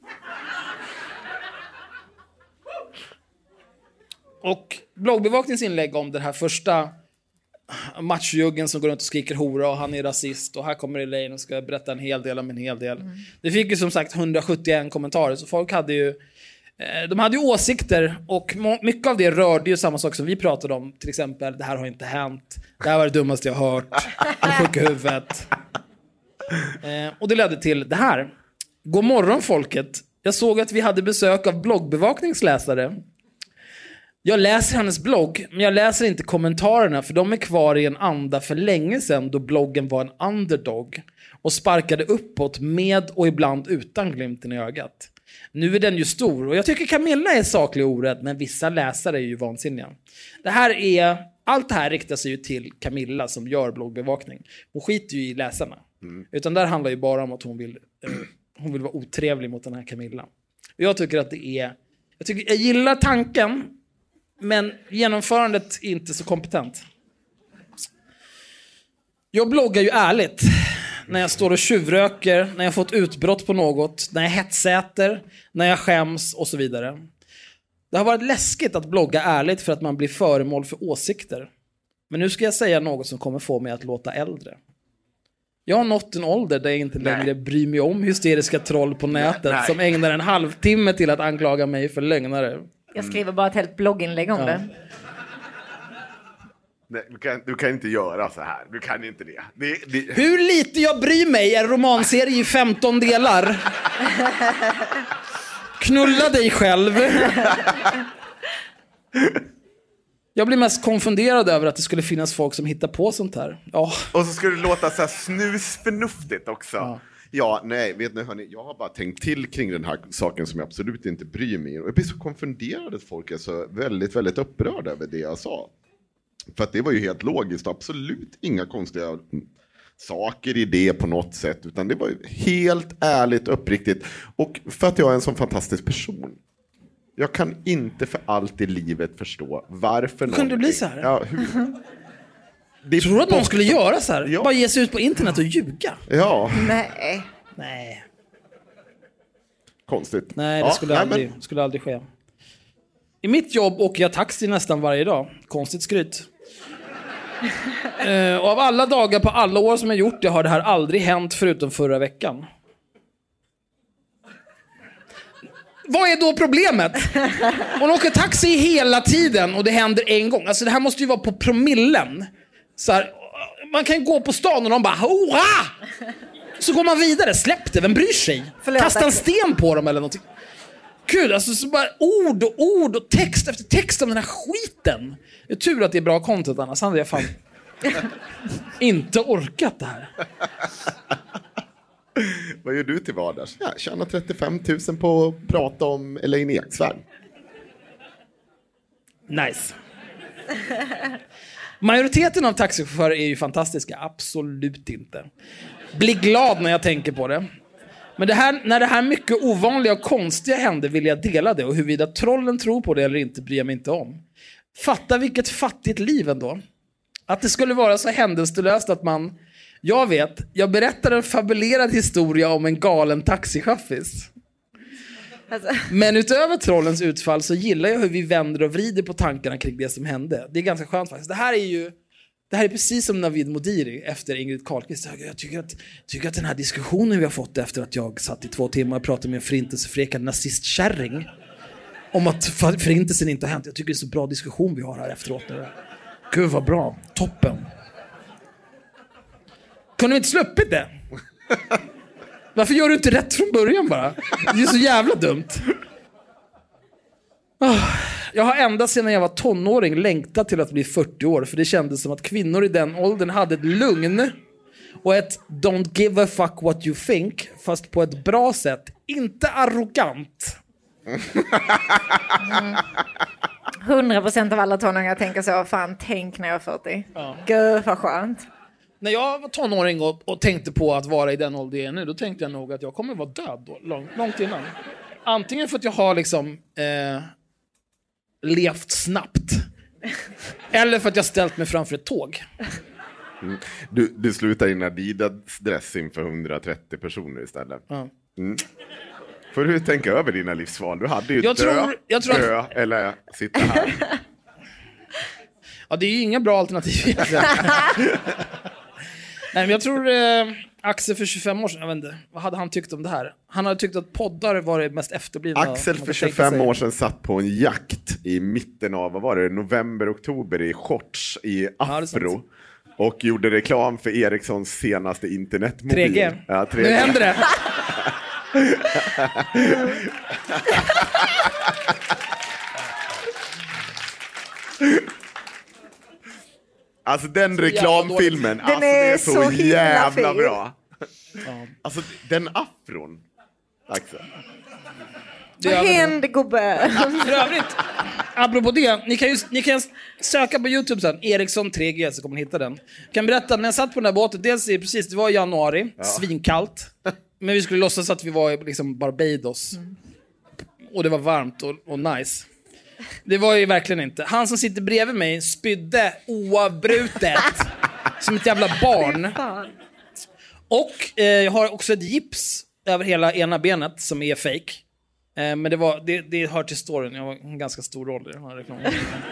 Och bloggbevakningsinlägg om den här första matchjuggen som går runt och skriker hora och han är rasist och här kommer Elaine och ska berätta en hel del om en hel del. Mm. Det fick ju som sagt hundrasjuttioen kommentarer så folk hade ju de hade ju åsikter och mycket av det rörde ju samma sak som vi pratade om. Till exempel, det här har inte hänt. Det här var det dummaste jag hört. Han är sjuk i huvudet. Eh, och det ledde till det här. God morgon folket. Jag såg att vi hade besök av bloggbevakningsläsare. Jag läser hennes blogg, men jag läser inte kommentarerna för de är kvar i en anda för länge sedan då bloggen var en underdog och sparkade uppåt med och ibland utan glimten i ögat. Nu är den ju stor och jag tycker Camilla är saklig och orädd, men vissa läsare är ju vansinniga. Det här är, allt det här riktar sig ju till Camilla som gör bloggbevakning. Hon skiter ju i läsarna. Mm. Utan där handlar ju bara om att hon vill, eh, hon vill vara otrevlig mot den här Camilla. Och jag tycker att det är, jag, tycker, jag gillar tanken, men genomförandet är inte så kompetent. Jag bloggar ju ärligt. När jag står och tjuvröker, när jag fått utbrott på något, när jag hetsäter, när jag skäms och så vidare. Det har varit läskigt att blogga ärligt för att man blir föremål för åsikter. Men nu ska jag säga något som kommer få mig att låta äldre. Jag har nått en ålder där jag inte längre Nej. bryr mig om hysteriska troll på nätet Nej. som ägnar en halvtimme till att anklaga mig för lögnare. Jag skriver bara ett helt blogginlägg om ja. det. Nej, du, kan, du kan inte göra så här. Du kan inte det. det, det... Hur lite jag bryr mig är en romanserie i femton delar. Knulla dig själv. Jag blir mest konfunderad över att det skulle finnas folk som hittar på sånt här. Oh. Och så skulle det låta så här snusförnuftigt också. Ja. Ja, nej, vet ni hörni, jag har bara tänkt till kring den här saken som jag absolut inte bryr mig om. Jag blir så konfunderad att folk är så väldigt, väldigt upprörda över det jag sa. För att det var ju helt logiskt, absolut inga konstiga saker i det på något sätt. Utan det var ju helt ärligt, uppriktigt. Och för att jag är en sån fantastisk person. Jag kan inte för allt i livet förstå varför någon... Kan du bli så här? Ja, hur... Det Tror du att någon skulle göra så här? Ja. Bara ge sig ut på internet och ljuga? Ja. Nej. Nej. Konstigt. Nej, det ja, skulle, nej, aldrig, men... skulle aldrig ske. I mitt jobb åker jag taxi nästan varje dag. Konstigt skryt. uh, och av alla dagar på alla år som jag gjort det har det här aldrig hänt förutom förra veckan. Vad är då problemet? Hon åker taxi hela tiden och det händer en gång. Alltså det här måste ju vara på promillen. Så här, man kan gå på stan och de bara hurra! Så går man vidare, släpp det, vem bryr sig? Förlåt, Kasta en sten på dem eller någonting. Gud, alltså så bara ord och ord och text efter text om den här skiten. Det är tur att det är bra content, annars hade jag fan inte orkat det här. Vad gör du till vardags? Ja, tjänar trettiofem tusen på att prata om Elaine Eksvärd. Nice. Majoriteten av taxichaufförer är ju fantastiska. Absolut inte. Blir glad när jag tänker på det. Men det här, när det här mycket ovanliga och konstiga hände vill jag dela det. Och huruvida trollen tror på det eller inte bryr jag mig inte om. Fatta vilket fattigt liv ändå. Att det skulle vara så händelselöst att man... Jag vet, jag berättar en fabulerad historia om en galen taxichaffis. Alltså. Men utöver trollens utfall så gillar jag hur vi vänder och vrider på tankarna kring det som hände. Det är ganska skönt faktiskt. Det här är ju det här är precis som Navid Modiri efter Ingrid Carlqvist. Jag tycker att, tycker att den här diskussionen vi har fått efter att jag satt i två timmar och pratade med en förintelsefrekad nazistkärring om att förintelsen inte har hänt. Jag tycker det är så bra diskussion vi har här efteråt. Gud vad bra. Toppen. Kunde vi inte sluppit det? Varför gör du inte rätt från början bara? Det är så jävla dumt. Jag har ända sedan jag var tonåring längtat till att bli fyrtio år. För det kändes som att kvinnor i den åldern hade ett lugn och ett don't give a fuck what you think, fast på ett bra sätt. Inte arrogant. hundra procent av alla tonåringar tänker så, fan tänk när jag är fyrtio. Ja. Gud vad skönt. När jag var tonåring och, och tänkte på att vara i den ålder jag är nu, då tänkte jag nog att jag kommer vara död då, lång, långt innan. Antingen för att jag har liksom eh, levt snabbt eller för att jag ställt mig framför ett tåg. Mm. Du, du slutar in Adidas-dress inför hundratrettio personer istället. Ja. Mm. Får du tänka över dina livsval. Du hade ju jag dö, tror, jag tror dö att... eller sitta här. Ja, det är ju inga bra alternativ. Nej, men jag tror eh, Axel för tjugofem år sedan, jag vet inte, vad hade han tyckt om det här? Han hade tyckt att poddar var det mest efterblivna. Axel för tjugofem år sedan satt på en jakt i mitten av, vad var det, november, oktober i shorts i afro. Ja, och gjorde reklam för Ericssons senaste internetmobil. tre G. Ja, tre G. Nu händer det. Alltså den reklamfilmen, den alltså, är, det är så, så jävla fin. bra. Alltså den afron, Axel. Vad händer gubbe? För övrigt, apropå det, ni kan ju ni kan söka på YouTube sen, Ericsson tre G, så kommer ni hitta den. Jag kan berätta, när jag satt på den här båten, dels är precis, det var i januari, ja. Svinkallt. Men vi skulle låtsas att vi var i liksom Barbados. Mm. Och det var varmt och, och nice. Det var ju verkligen inte. Han som sitter bredvid mig spydde oavbrutet som ett jävla barn. Och eh, jag har också ett gips över hela ena benet som är fake. Eh, men det, var, det, det hör till storyn. Jag var en ganska stor roll i den här reklamen.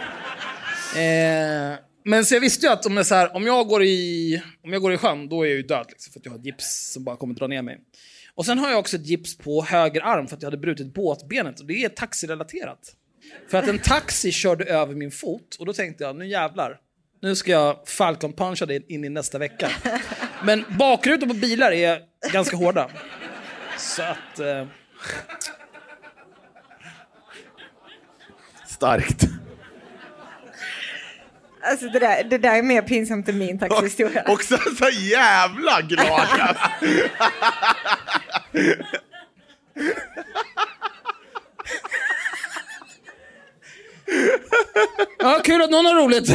eh, men så jag visste ju att om, det så här, om, jag går i, om jag går i sjön, då är jag ju död. Liksom, för att jag har ett gips som bara kommer dra ner mig. Och sen har jag också ett gips på höger arm för att jag hade brutit båtbenet. Och det är taxirelaterat. För att en taxi körde över min fot. Och då tänkte jag, nu jävlar. Nu ska jag Falcon puncha det in i nästa vecka. Men bakrutor på bilar är ganska hårda. Så att... Eh... Starkt. Alltså det där, det där är mer pinsamt än min taxihistoria. Och, och så, så jävla glad. Ja, kul att någon har roligt.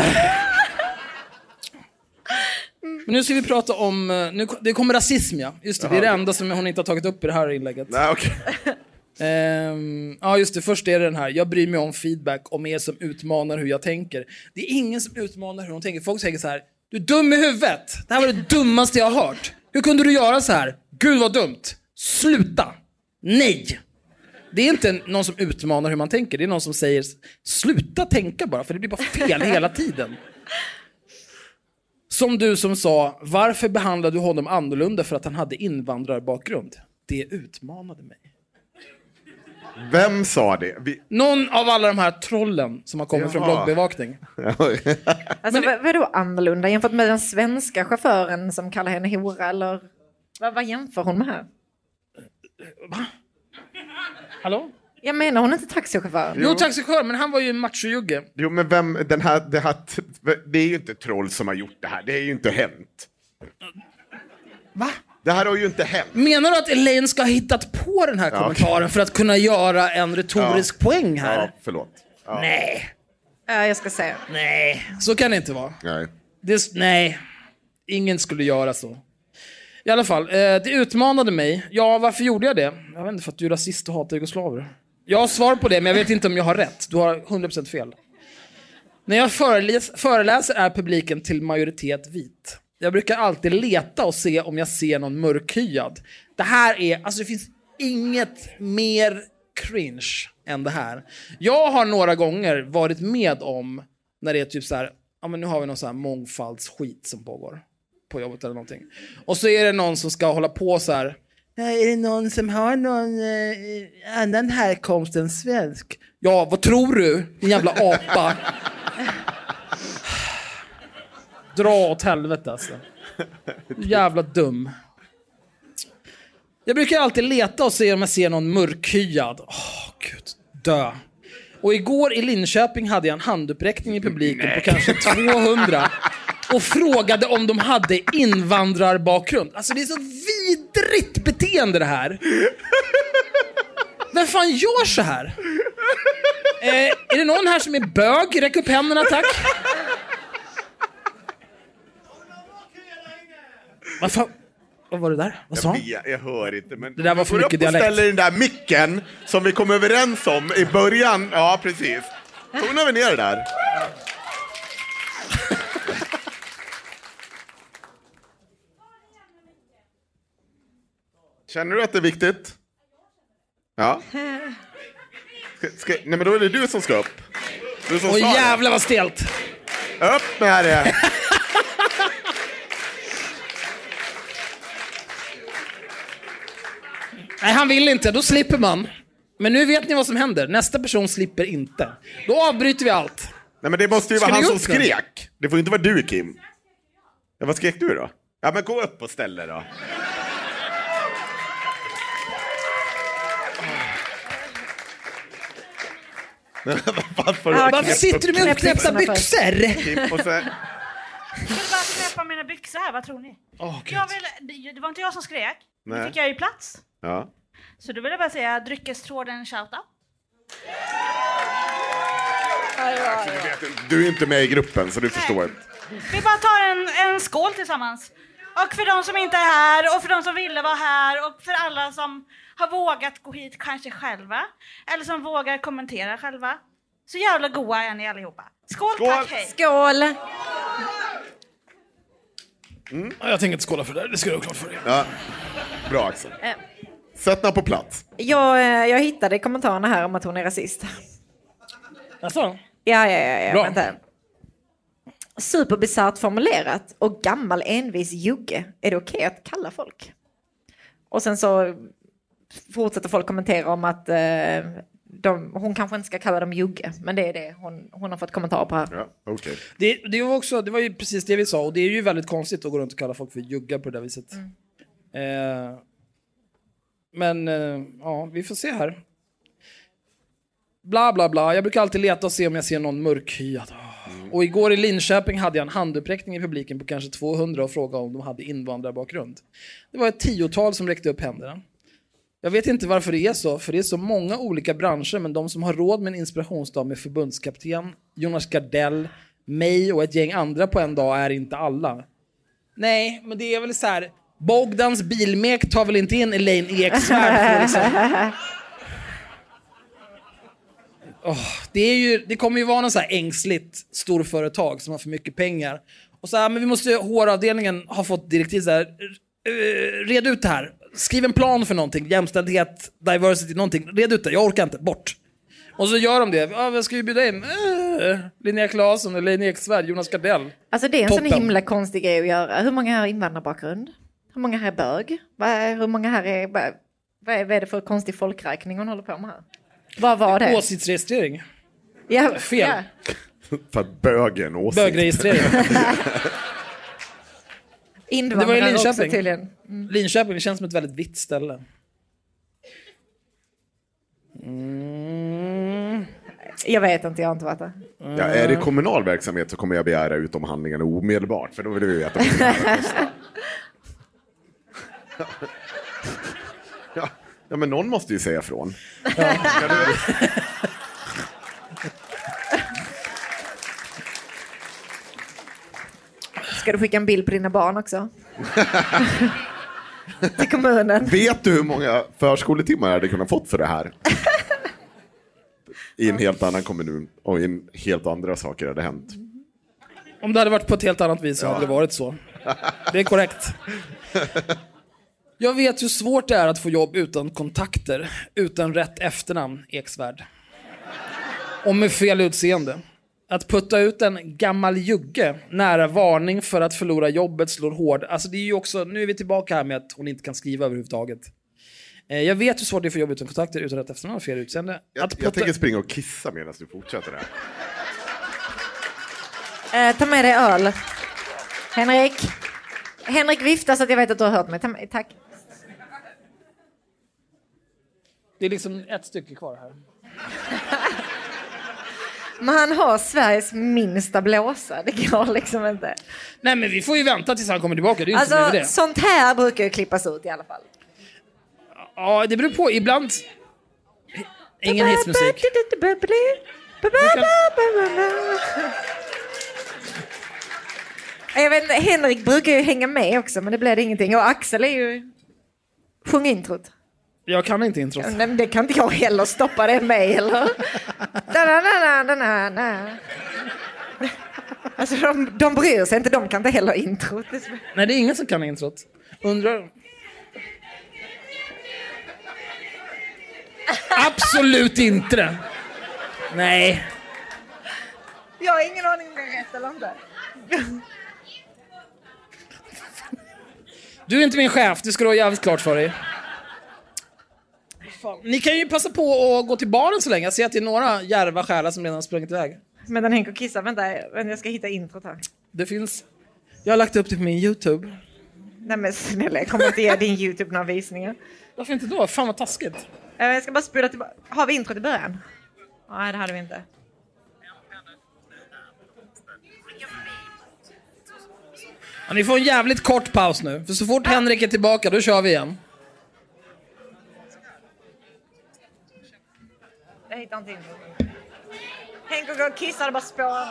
Men nu ska vi prata om... Nu, det kommer rasism, ja. Just det, det är det enda som hon inte har tagit upp i det här inlägget. Nej, okej. Um, ja, just det. Först är det den här. Jag bryr mig om feedback om er som utmanar hur jag tänker. Det är ingen som utmanar hur hon tänker. Folk säger så här: du är dum i huvudet. Det här var det dummaste jag har hört. Hur kunde du göra så här? Gud vad dumt. Sluta. Nej. Det är inte någon som utmanar hur man tänker. Det är någon som säger sluta tänka bara. För det blir bara fel hela tiden. Som du som sa, varför behandlade du honom annorlunda för att han hade invandrarbakgrund? Det utmanade mig. Vem sa det? Vi... Någon av alla de här trollen som har kommit Jaha. från bloggbevakning. Alltså det... vadå annorlunda jämfört med den svenska chauffören som kallar henne hora? Eller vad, vad jämför hon med här? Va? Hallå? Jag menar hon är inte taxichaufför. Jo, jo taxichaufför, men han var ju en machojugge. Jo, men vem, den här, det här, det är ju inte troll som har gjort det här. Det är ju inte hänt. Va? Det här har ju inte hänt. Menar du att Elaine ska ha hittat på den här kommentaren ja. för att kunna göra en retorisk ja. poäng här? Ja, förlåt. Ja. Nej. Ja, jag ska säga. Nej, så kan det inte vara. Nej. Det, nej, ingen skulle göra så. I alla fall, eh, det utmanade mig. Ja, varför gjorde jag det? Jag vet inte, för att du är rasist och hatar jugoslaver. Jag har svar på det, men jag vet inte om jag har rätt. Du har hundra procent fel. När jag föreläs, föreläser är publiken till majoritet vit. Jag brukar alltid leta och se om jag ser någon mörkhyad. Det här är, alltså det finns inget mer cringe än det här. Jag har några gånger varit med om när det är typ så här, ja men nu har vi någon så här mångfaldsskit som pågår på jobbet eller någonting. Och så är det någon som ska hålla på så här, är det någon som har någon eh, annan härkomst än svensk? Ja, vad tror du? Din jävla apa. Dra åt helvete alltså. Jävla dum. Jag brukar alltid leta och se om jag ser någon mörkhyad. Åh, oh, gud. Dö. Och igår i Linköping hade jag en handuppräckning i publiken Nej. på kanske tvåhundra. Och frågade om de hade invandrarbakgrund. Alltså det är så vidrigt beteende det här. Vem fan gör så här? Eh, är det någon här som är bög? Räck upp händerna, tack. Vad fan? Vad var det där? Vad sa han? Jag, jag hör inte, men det där var för mycket dialekt. Ställer den där micken som vi kom överens om i början. Ja, precis. Tonar vi ner det där. Känner du att det är viktigt? Ja. Ska, ska, nej, men då är det du som ska upp. Du som Åh jävlar vad stelt. Upp med det. Nej, han vill inte. Då slipper man. Men nu vet ni vad som händer. Nästa person slipper inte. Då avbryter vi allt. Nej, men det måste ju vara han som skrek. Det får inte vara du, Kim. Ja, vad skrek du då? Ja, men gå upp och ställ dig då. Varför, ja, Varför sitter du med uppknäppta byxor? Kim, och så... Jag vill bara knäppa mina byxor här, vad tror ni? Oh, jag vill, det var inte jag som skrek. Nu fick jag ju plats. Ja. Så då vill jag bara säga dryckestråden shoutout. Alltså, du, vet, du är inte med i gruppen så du Nej. förstår inte. Vi bara tar en, en skål tillsammans. Och för de som inte är här och för de som ville vara här och för alla som har vågat gå hit kanske själva eller som vågar kommentera själva. Så jävla goa är ni allihopa. Skål, Skål. tack, hej. Skål. Mm. Jag tänker inte skåla för det, det ska du ha klart för dig. Ja. Bra, Axel. Äh. Sätt den på plats. Jag, jag hittade i kommentarerna här om att hon är rasist. Alltså? Ja, ja, ja. ja. Bra. Vänta. Superbisarrt formulerat och gammal envis jugge. Är det okej att kalla folk? Och sen så fortsätter folk kommentera om att eh, de, hon kanske inte ska kalla dem jugge, men det är det hon, hon har fått kommentarer på här. Ja, okay. det, det, var också, det var ju precis det vi sa, och det är ju väldigt konstigt att gå runt och kalla folk för juggar på det där viset. Mm. Eh, men eh, ja, vi får se här. Bla bla bla, jag brukar alltid leta och se om jag ser någon mörkhyad. Oh. Och igår i Linköping hade jag en handuppräckning i publiken på kanske tvåhundra och frågade om de hade invandrarbakgrund. Det var ett tiotal som räckte upp händerna. Jag vet inte varför det är så, för det är så många olika branscher, men de som har råd med en inspirationsdag med förbundskapten, Jonas Gardell, mig och ett gäng andra på en dag är inte alla. Nej, men det är väl så här, Bogdans bilmek tar väl inte in Elaine Eksvärd liksom. Oh, det, är ju, det kommer ju vara någon så här ängsligt storföretag som har för mycket pengar. Och så här, men vi måste, H R-avdelningen har fått direktiv så här, uh, red ut det här. Skriv en plan för någonting, jämställdhet, diversity, någonting. Red ut det, jag orkar inte, bort. Och så gör de det. Ja, vad ska vi bjuda in? Uh, Linnea Claesson, Elaine Eksvärd, Jonas Gardell. Alltså det är en Toppen. sån himla konstig grej att göra. Hur många här har invandrarbakgrund? Hur många här är bög? Vad är, hur många här är... Vad är, vad är det för konstig folkräkning hon håller på med här? Vad var det? Åsiktsregistrering. Ja, fel. Ja. För att bögen åsikt. Bögregistrering. Det var i Linköping. Mm. Linköping, det känns som ett väldigt vitt ställe. Mm. Jag vet inte, jag har inte varit där. Ja, är det kommunal verksamhet så kommer jag begära ut de handlingarna omedelbart. För då vill vi veta vad det kostar. Ja. Ja, men någon måste ju säga från. Ja. Kan du... Ska du skicka en bild på dina barn också? Till kommunen. Vet du hur många förskoletimmar jag hade kunnat fått för det här? I en helt annan kommun och i en helt andra saker hade hänt. Om det hade varit på ett helt annat vis så ja. hade det varit så. Det är korrekt. Jag vet hur svårt det är att få jobb utan kontakter, utan rätt efternamn, Eksvärd. Och med fel utseende. Att putta ut en gammal jugge nära varning för att förlora jobbet slår hård. Alltså det är ju också, nu är vi tillbaka här med att hon inte kan skriva överhuvudtaget. Jag vet hur svårt det är för jobb utan kontakter, utan rätt efternamn och fel utseende. Jag, att putta... jag tänker springa och kissa medan du fortsätter det här. Eh, ta med dig öl. Henrik. Henrik viftar så att jag vet att du har hört mig. Ta med, tack. Det är liksom ett stycke kvar här. Men han har Sveriges minsta blåsa. Det går liksom inte. Nej, men vi får ju vänta tills han kommer tillbaka. Det är alltså, inte det. Sånt här brukar ju klippas ut i alla fall. Ja, det beror på. Ibland... Ingen hissmusik. Jag vet inte, Henrik brukar ju hänga med också, men det blev det ingenting. Och Axel är ju... Sjung introt. Jag kan inte introt. Ja, men det kan inte jag heller stoppa det med, eller? Alltså de, de bryr sig inte, de kan inte heller introt. Nej, det är ingen som kan introt. Undrar... Absolut inte. Nej. Jag har ingen aning om det är rätt eller inte. Du är inte min chef, det ska du ha jävligt klart för dig. Fan. Ni kan ju passa på att gå till baren så länge. Jag ser att det är några järva själar som redan har sprungit iväg. Men den Henk och kissar, vänta, jag ska hitta introt här. Det finns... Jag har lagt upp det på min YouTube. Nej men snälla, jag kommer inte ge din YouTube några visningar. Varför inte då? Fan vad taskigt. Jag ska bara spela tillbaka. Har vi introt i början? Nej, det hade vi inte. Ja, ni får en jävligt kort paus nu. För så fort Henrik är tillbaka, då kör vi igen. Jag hittar inte introt. Henk och går och kissar och bara spårar.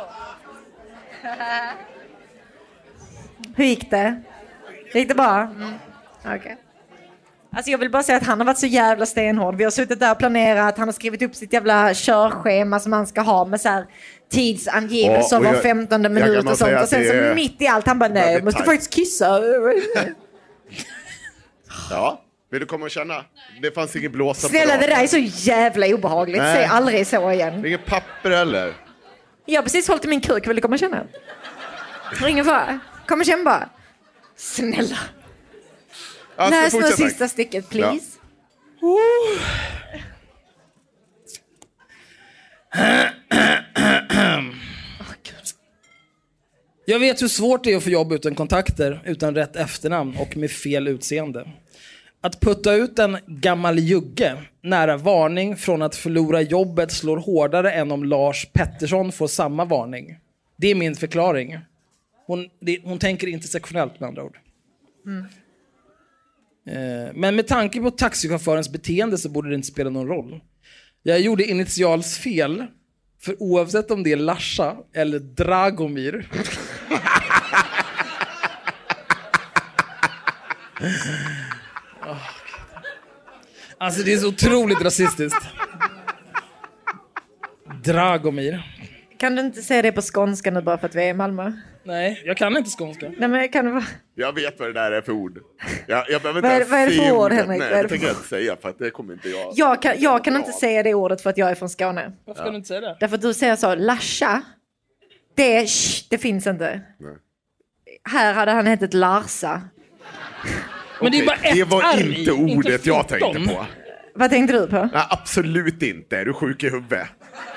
Hur gick det? Gick det bra? Mm. Okej. Okay. Alltså jag vill bara säga att han har varit så jävla stenhård. Vi har suttit där och planerat. Han har skrivit upp sitt jävla körschema som man ska ha med så här tidsangivelser var femtonde minut och sånt. Och sen så mitt i allt han bara, nej, måste faktiskt kissa. Ja, vill du komma och känna? Det fanns ingen blåsa. Snälla, det där är så jävla obehagligt. Nej. Säg aldrig så igen. Det är inget papper heller. Jag har precis hållit i min kuk. Vill du komma och känna? Ingen fara. Kom och känn bara. Snälla. Ja, läs nu sista stycket, please. Ja. Oh. Jag vet hur svårt det är att få jobb utan kontakter, utan rätt efternamn och med fel utseende. Att putta ut en gammal jugge nära varning från att förlora jobbet slår hårdare än om Lars Pettersson får samma varning. Det är min förklaring. Hon, det, hon tänker inte sexuellt med andra ord. Mm. Eh, men med tanke på taxichaufförens beteende så borde det inte spela någon roll. Jag gjorde initials fel. För oavsett om det är Larsa eller Dragomir. oh, alltså det är så otroligt rasistiskt. Dragomir. Kan du inte säga det på skånska nu bara för att vi är i Malmö? Nej, jag kan inte skånska. Nej, men kan du bara... Jag vet vad det där är för ord. Jag, jag behöver inte vad, är, vad är det för ord, Henrik? Nej, det tänker jag inte säga för att det kommer inte jag... Jag kan, jag kan inte säga det ordet för att jag är från Skåne. Varför kan du inte säga det? Därför att du säger så, Larsa. Det, sh, det finns inte. Nej. Här hade han hetat Larsa. Men det är bara ett det var R inte ordet inte jag tänkte på. Vad tänkte du på? Nej, absolut inte. Är du sjuk i huvudet?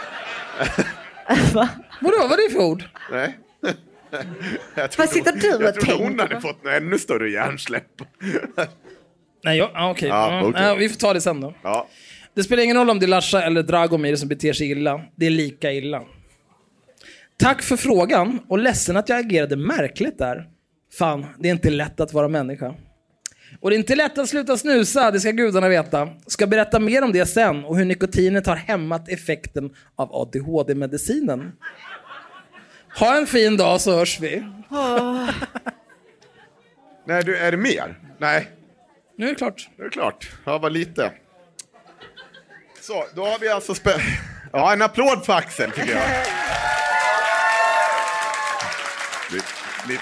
Va? Vadå, vad är det för ord? Nej. Vad sitter du och Jag trodde tänker hon hade på? fått en ännu större hjärnsläpp. Nej, ja, ah, okej. Ja, Ja, okej. ja, vi får ta det sen då. Ja. Det spelar ingen roll om det är Larsa eller Dragomir som beter sig illa. Det är lika illa. Tack för frågan och ledsen att jag agerade märkligt där. Fan, det är inte lätt att vara människa. Och det är inte lätt att sluta snusa, det ska gudarna veta. Ska berätta mer om det sen och hur nikotinet har hämmat effekten av A D H D-medicinen. Ha en fin dag så hörs vi. Oh. Nej, du, är det mer? Nej. Nu är det klart. Nu är det klart. Ja, vad lite. Så, då har vi alltså spä... Ja, en applåd för Axel tycker jag. Lite, lite.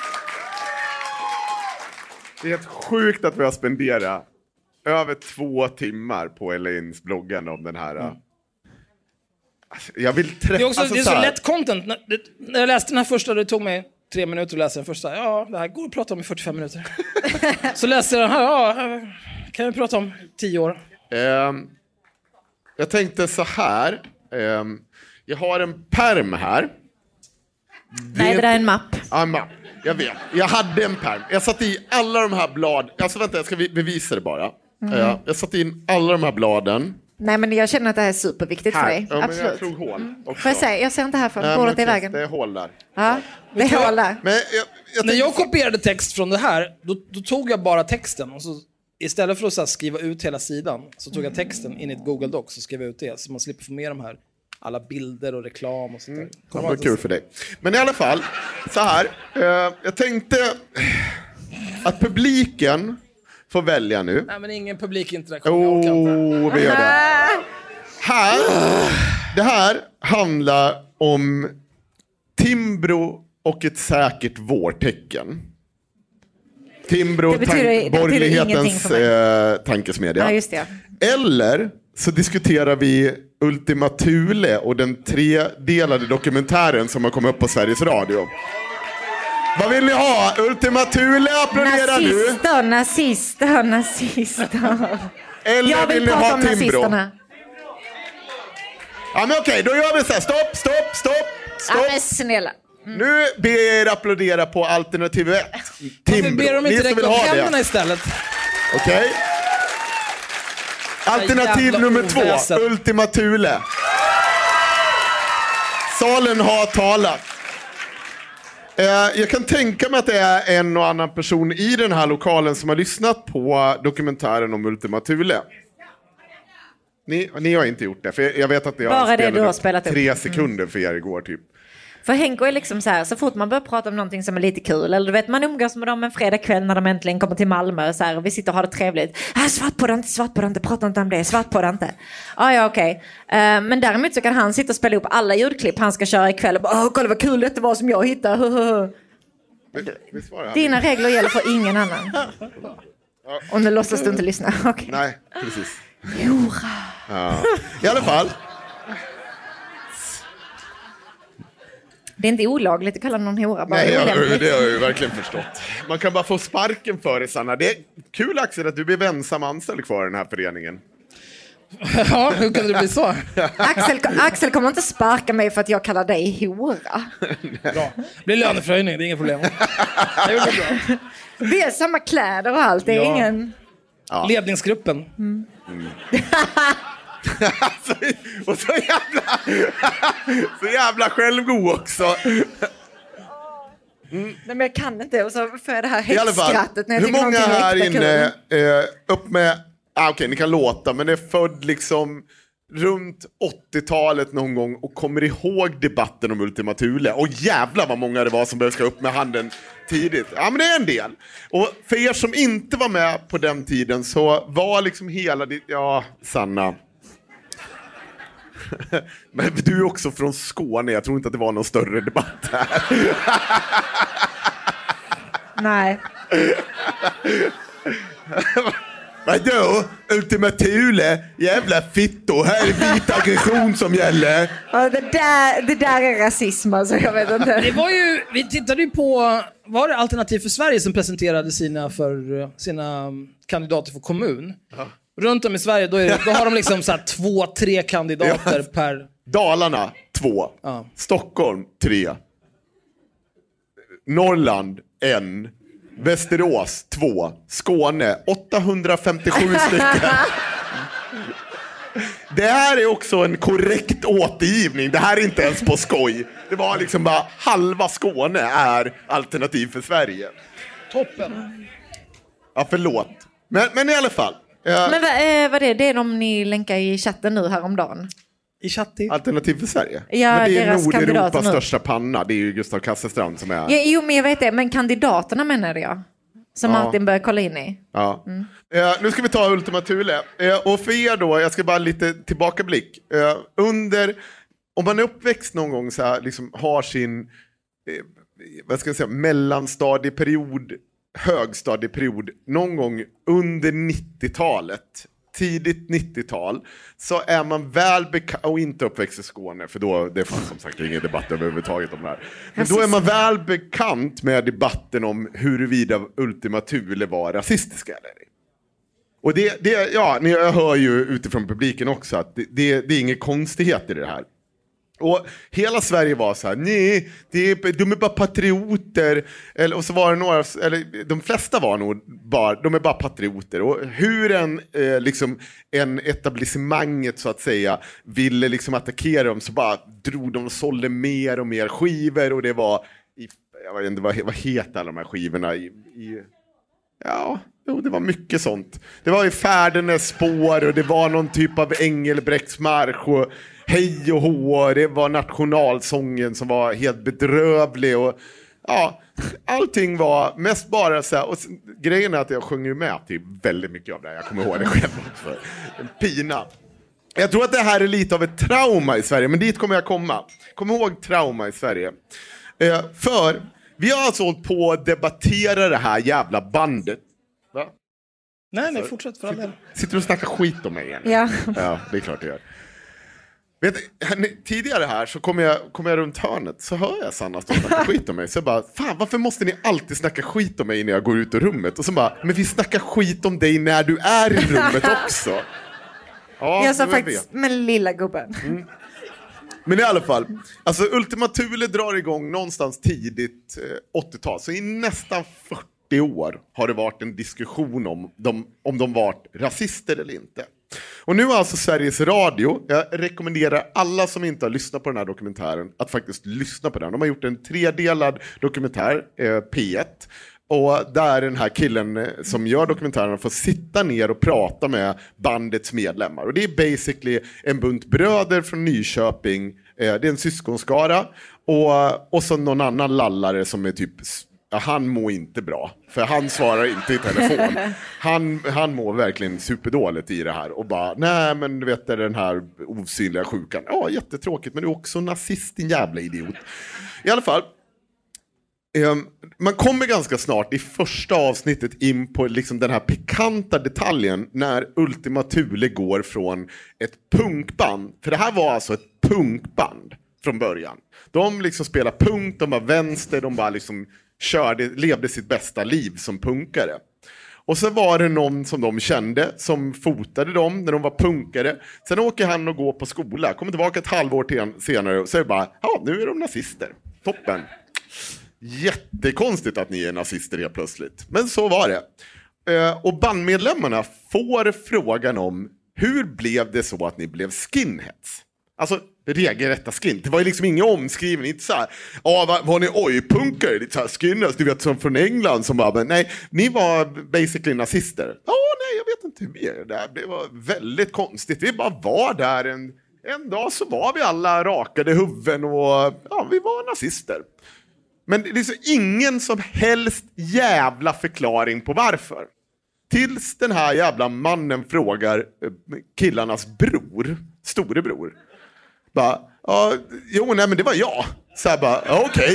Det är helt sjukt att vi har spenderat över två timmar på Elaines bloggande om den här. Mm. Alltså, jag vill träffa... Det är, också, alltså, det är så, så här... lätt content. När, det, när jag läste den här första, det tog mig tre minuter att läsa den första. Ja, det här går att prata om i fyrtiofem minuter. Så läste jag den här, ja, kan vi prata om tio år. Um, jag tänkte så här. Um, jag har en perm här. Nej, det där är en mapp. Ja, en mapp. Jag vet. Jag hade en perm. Jag satte i alla de här blad. Alltså vänta, jag ska bevisa det bara. Mm. Uh, jag satte in alla de här bladen. Nej, men jag känner att det här är superviktigt här. för dig. Ja, men absolut. jag slog hål också. Får jag säga, jag ser inte här för Nej, bordet i men vägen. det är hål där. Ja, det är hål där. Men jag, jag När jag kopierade text från det här, då, då tog jag bara texten och så istället för att så här, skriva ut hela sidan så tog jag texten in i ett Google Docs och skrev ut det så man slipper få med de här alla bilder och reklam och sånt där. Mm, det var kul för dig. Men i alla fall, så här. Eh, jag tänkte att publiken får välja nu. Nej, men ingen publikinteraktion. Åh, oh, vi gör det. Här, det här handlar om Timbro och ett säkert vårtecken. Timbro, Det betyder- det tank, betyder ingenting borgerlighetens för eh, tankesmedja. Ja, just det. Eller så diskuterar vi Ultima Thule och den tredelade dokumentären som har kommit upp på Sveriges Radio. Vad vill ni ha? Ultima Thule, applådera nu. Nazister, nazister, nazister. Eller Jag vill vill ni prata ha om Timbro? nazisterna. Ja, men okej, då gör vi så här. Stopp, stopp, stopp, stopp. Ja, men snälla. Nu ber jag er applådera på alternativ ett. Timbro. Varför ber de inte Ni som räcka vill upp ha händerna det. istället? Okej. Alternativ Jävla nummer oväsen. två. Ultima Thule. Salen har talat. Eh, jag kan tänka mig att det är en och annan person i den här lokalen som har lyssnat på dokumentären om Ultima Thule. Ni, ni har inte gjort det, för jag vet att ni Bara har det du har spelat upp. tre sekunder för er igår typ. För Henko är liksom så här, så fort man börjar prata om någonting som är lite kul, eller du vet, man umgås med dem en fredag kväll när de äntligen kommer till Malmö, så här, och vi sitter och har det trevligt. Ah, svart på det inte, svart på det inte, prata inte om det, svart på det inte. Ah, ja, okej. Okay. Uh, men däremot så kan han sitta och spela upp alla ljudklipp han ska köra ikväll och bara, åh, kolla vad kul detta var som jag hittade. Dina regler gäller för ingen annan. Och nu låtsas du inte lyssna. Okay. Nej, precis. Jora. Ja. I alla fall. Det är inte olagligt att kalla någon hora. Bara Nej, jag, olämpligt. det har jag ju verkligen förstått. Man kan bara få sparken för det, Sanna. Det är kul, Axel, att du blev ensam anställd kvar i den här föreningen. Ja, hur kan det bli så? Axel, Axel kommer inte sparka mig för att jag kallar dig hora. Bra. Det blir löneförhöjning, det är inget problem. Det är bra. Vi har samma kläder och allt, det är Ja. ingen... Ja. Ledningsgruppen. Mm. Mm. Och så jävla så jävla självgod också. Mm. Nej, men jag kan inte. Och så får jag det här I alla fall, häxskrattet. När jag hur många här inne eh, upp med... Ah, Okej, okay, ni kan låta, men det är född liksom runt åttiotalet någon gång och kommer ihåg debatten om Ultima Thule. Och jävla vad många det var som började ska upp med handen tidigt. Ja, men det är en del. Och för er som inte var med på den tiden så var liksom hela... Ja, Sanna... Men du är också från Skåne. Jag tror inte att det var någon större debatt här. Nej. Vadå? Ultima Thule? Jävla fitto. Här är vit aggression som gäller. Ja, det, där, det där är rasism, alltså. Jag vet inte. Det var ju, vi tittade ju på, var det Alternativ för Sverige som presenterade sina, för, sina kandidater för kommun? Ja. Runt om i Sverige, då, är det, då har de liksom så här två, tre kandidater ja. per... Dalarna, två. Ja. Stockholm, tre. Norrland, en. Västerås, två. Skåne, åttahundrafemtiosju stycken. Det här är också en korrekt återgivning. Det här är inte ens på skoj. Det var liksom bara halva Skåne är Alternativ för Sverige. Toppen. Ja, förlåt. Men, men i alla fall. Ja. Men vad är, vad är det? Det är de ni länkar i chatten nu häromdagen. I chatten? Alternativ för Sverige. Ja, men det är Nordeuropas nu. största panna. Det är ju Gustav Kasselstrand som är... Ja, jo, men jag vet det. Men kandidaterna menade jag. Som ja. Martin börjar kolla in i. Ja. Mm. Uh, nu ska vi ta Ultima Thule. Uh, och för er då, jag ska bara lite tillbakablick. Uh, under... Om man är uppväxt någon gång så här, liksom har sin... Uh, vad ska jag säga? Mellanstadieperiod... högstadieperiod någon gång under nittiotalet, tidigt nittiotal, så är man väl bekant, och inte uppväxt i Skåne, för då det fanns som sagt ingen debatt överhuvudtaget om det här. Men då är man väl bekant med debatten om huruvida Ultima Thule var rasistiska eller ej. Och det, det, ja, ni hör ju utifrån publiken också att det, det, det är inga konstigheter i det här. Och hela Sverige var så här, nej, det är, de är bara patrioter. Eller, och så var det några, eller de flesta var nog bara, de är bara patrioter. Och hur en, eh, liksom, en etablissemanget så att säga ville liksom attackera dem, så bara drog de och sålde mer och mer skivor. Och det var, i, jag vet inte vad, vad heter alla de här skivorna i... i ja... Jo, det var mycket sånt. Det var i Färdernes spår och det var någon typ av Engelbrektsmarsch och hej och hå. Det var nationalsången som var helt bedrövlig och ja, allting var mest bara så här. Och grejen är att jag sjunger med till väldigt mycket av det. Jag kommer ihåg det själv också. En pina. Jag tror att det här är lite av ett trauma i Sverige, men dit kommer jag komma. Kom ihåg trauma i Sverige. Eh, för vi har alltså hållit på att debattera det här jävla bandet. Va? Nej, nej, fortsätt för alla. Sitter du och snackar skit om mig igen? Ja. Ja, det är klart det gör. Vet, tidigare här så kommer jag, kom jag runt hörnet, så hör jag Sanna stå och snacka skit om mig. Så jag bara, fan, varför måste ni alltid snacka skit om mig när jag går ut ur rummet? Och så bara, men vi snackar skit om dig när du är i rummet också. Ja, jag sa faktiskt, men lilla gubben. Mm. Men i alla fall, alltså Ultima Thule drar igång någonstans tidigt eh, åttiotal. Så i nästan fyrtio år har det varit en diskussion om de, om de varit rasister eller inte. Och nu har alltså Sveriges Radio, jag rekommenderar alla som inte har lyssnat på den här dokumentären att faktiskt lyssna på den. De har gjort en tredelad dokumentär, eh, P ett. Och där den här killen som gör dokumentären får sitta ner och prata med bandets medlemmar. Och det är basically en bunt bröder från Nyköping. Eh, det är en syskonskara. Och, och så någon annan lallare som är typ... Ja, han mår inte bra. För han svarar inte i telefon. Han, han mår verkligen superdåligt i det här. Och bara, nej men du vet, det är den här osynliga sjukan. Ja, jättetråkigt, men du är också nazist, din jävla idiot. I alla fall... Um, man kommer ganska snart i första avsnittet in på liksom den här pikanta detaljen när Ultima Thule går från ett punkband. För det här var alltså ett punkband från början. De liksom spelade punk, de var vänster, de bara liksom körde, levde sitt bästa liv som punkare. Och så var det någon som de kände som fotade dem när de var punkare. Sen åker han och går på skola, kommer tillbaka ett halvår till senare och säger bara, ja, nu är de nazister. Toppen. Jättekonstigt att ni är nazister helt plötsligt. Men så var det. Och bandmedlemmarna får frågan om hur blev det så att ni blev skinheads? Alltså regelrätta skin. Det var ju liksom ingen omskrivning, inte så här. Ja, var, var ni oj-punkare? Lite så här skinheads, du vet, som från England som bara, men nej, ni var basically nazister. Ja, nej, jag vet inte hur vi är det. Det var väldigt konstigt. Vi bara var där en, en dag så var vi alla rakade huvuden och ja, vi var nazister. Men det är så ingen som helst jävla förklaring på varför. Tills den här jävla mannen frågar killarnas bror, storebror. Bara, ja, jo, nej, men det var jag. Så här bara, ja, okej.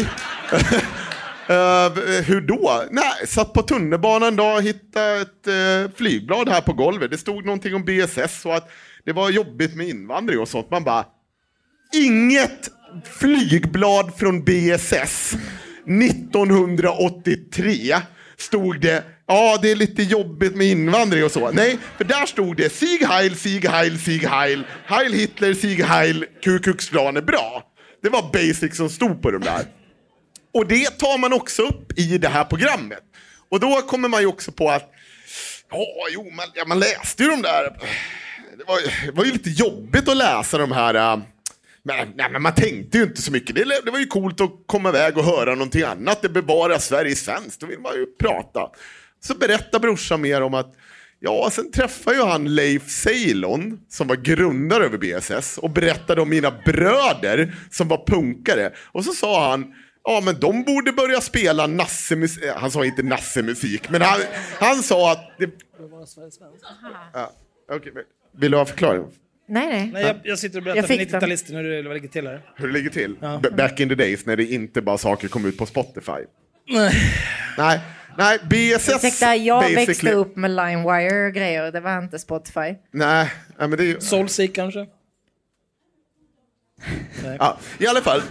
uh, hur då? Nej, satt på tunnelbanan en dag och hittade ett uh, flygblad här på golvet. Det stod någonting om B S S och att det var jobbigt med invandring och sånt. Man bara, inget flygblad från B S S nittonhundraåttiotre stod det, ja, det är lite jobbigt med invandring och så. Nej, för där stod det Sieg Heil, Sieg Heil, Sieg Heil, Heil Hitler, Sieg Heil, Ku Klux Klan är bra. Det var basic som stod på de där. Och det tar man också upp i det här programmet. Och då kommer man ju också på att ja, jo, man, ja, man läste ju de där. Det var, det var ju lite jobbigt att läsa de här. Men, nej, men man tänkte ju inte så mycket. Det, det var ju coolt att komma iväg och höra någonting annat. Det bevarar Sverige svenskt. Då vill man ju prata. Så berättar brorsan mer om att ja, sen träffade ju han Leif Ceylon som var grundare över B S S och berättade om mina bröder som var punkare. Och så sa han, ja, men de borde börja spela nassemusik. Han sa inte nassemusik, men han, han sa att det... Ja, okay, vill du ha förklaring? Nej, nej. nej jag, jag sitter och berättar för nittio-talister hur det ligger till här. Hur det ligger till? Ja. B- back in the days när det inte bara saker kom ut på Spotify. Nej. Nej, nej, B S S... Ursäkta, jag basically... växte upp med LimeWire och grejer. Det var inte Spotify. Nej, men det är ju... Soulseek kanske? Nej. Ja, i alla fall.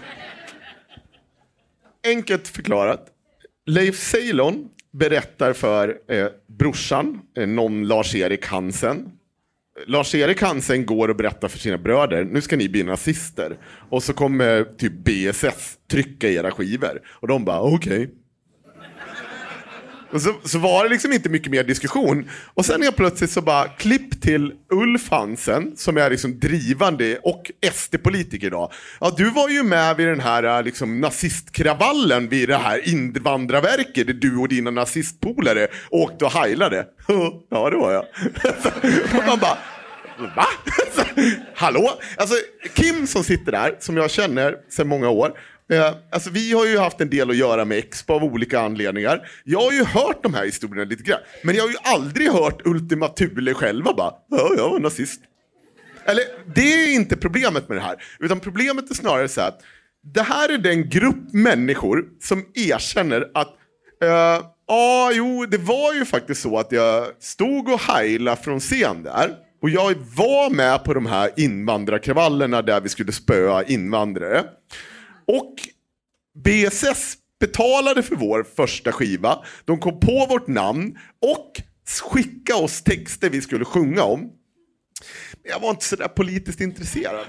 Enkelt förklarat. Leif Ceylon berättar för eh, brorsan, eh, någon Lars-Erik Hansen. Lars-Erik Hansen går och berättar för sina bröder, nu ska ni bli nazister. Och så kommer typ B S S trycka era skivor. Och de bara, okej. Okay. Och så, så var det liksom inte mycket mer diskussion. Och sen är plötsligt så bara klipp till Ulf Hansen, som är liksom drivande och S D-politiker idag. Ja, du var ju med vid den här liksom nazistkravallen vid det här invandrarverket där du och dina nazistpolare åkte och heilade. Ja, det var jag. Och man bara, va? Hallå? Alltså, Kim som sitter där, som jag känner sedan många år. Eh, alltså vi har ju haft en del att göra med Expo av olika anledningar. Jag har ju hört de här historierna lite grann. Men jag har ju aldrig hört Ultima Thule själva bara, ja, jag var nazist. Eller, det är inte problemet med det här. Utan problemet är snarare så här att det här är den grupp människor som erkänner att ja, uh, ah, jo, det var ju faktiskt så att jag stod och heila från scen där. Och jag var med på de här invandrarkravallerna där vi skulle spöa invandrare. Och B S S betalade för vår första skiva. De kom på vårt namn och skickade oss texter vi skulle sjunga om. Men jag var inte så där politiskt intresserad.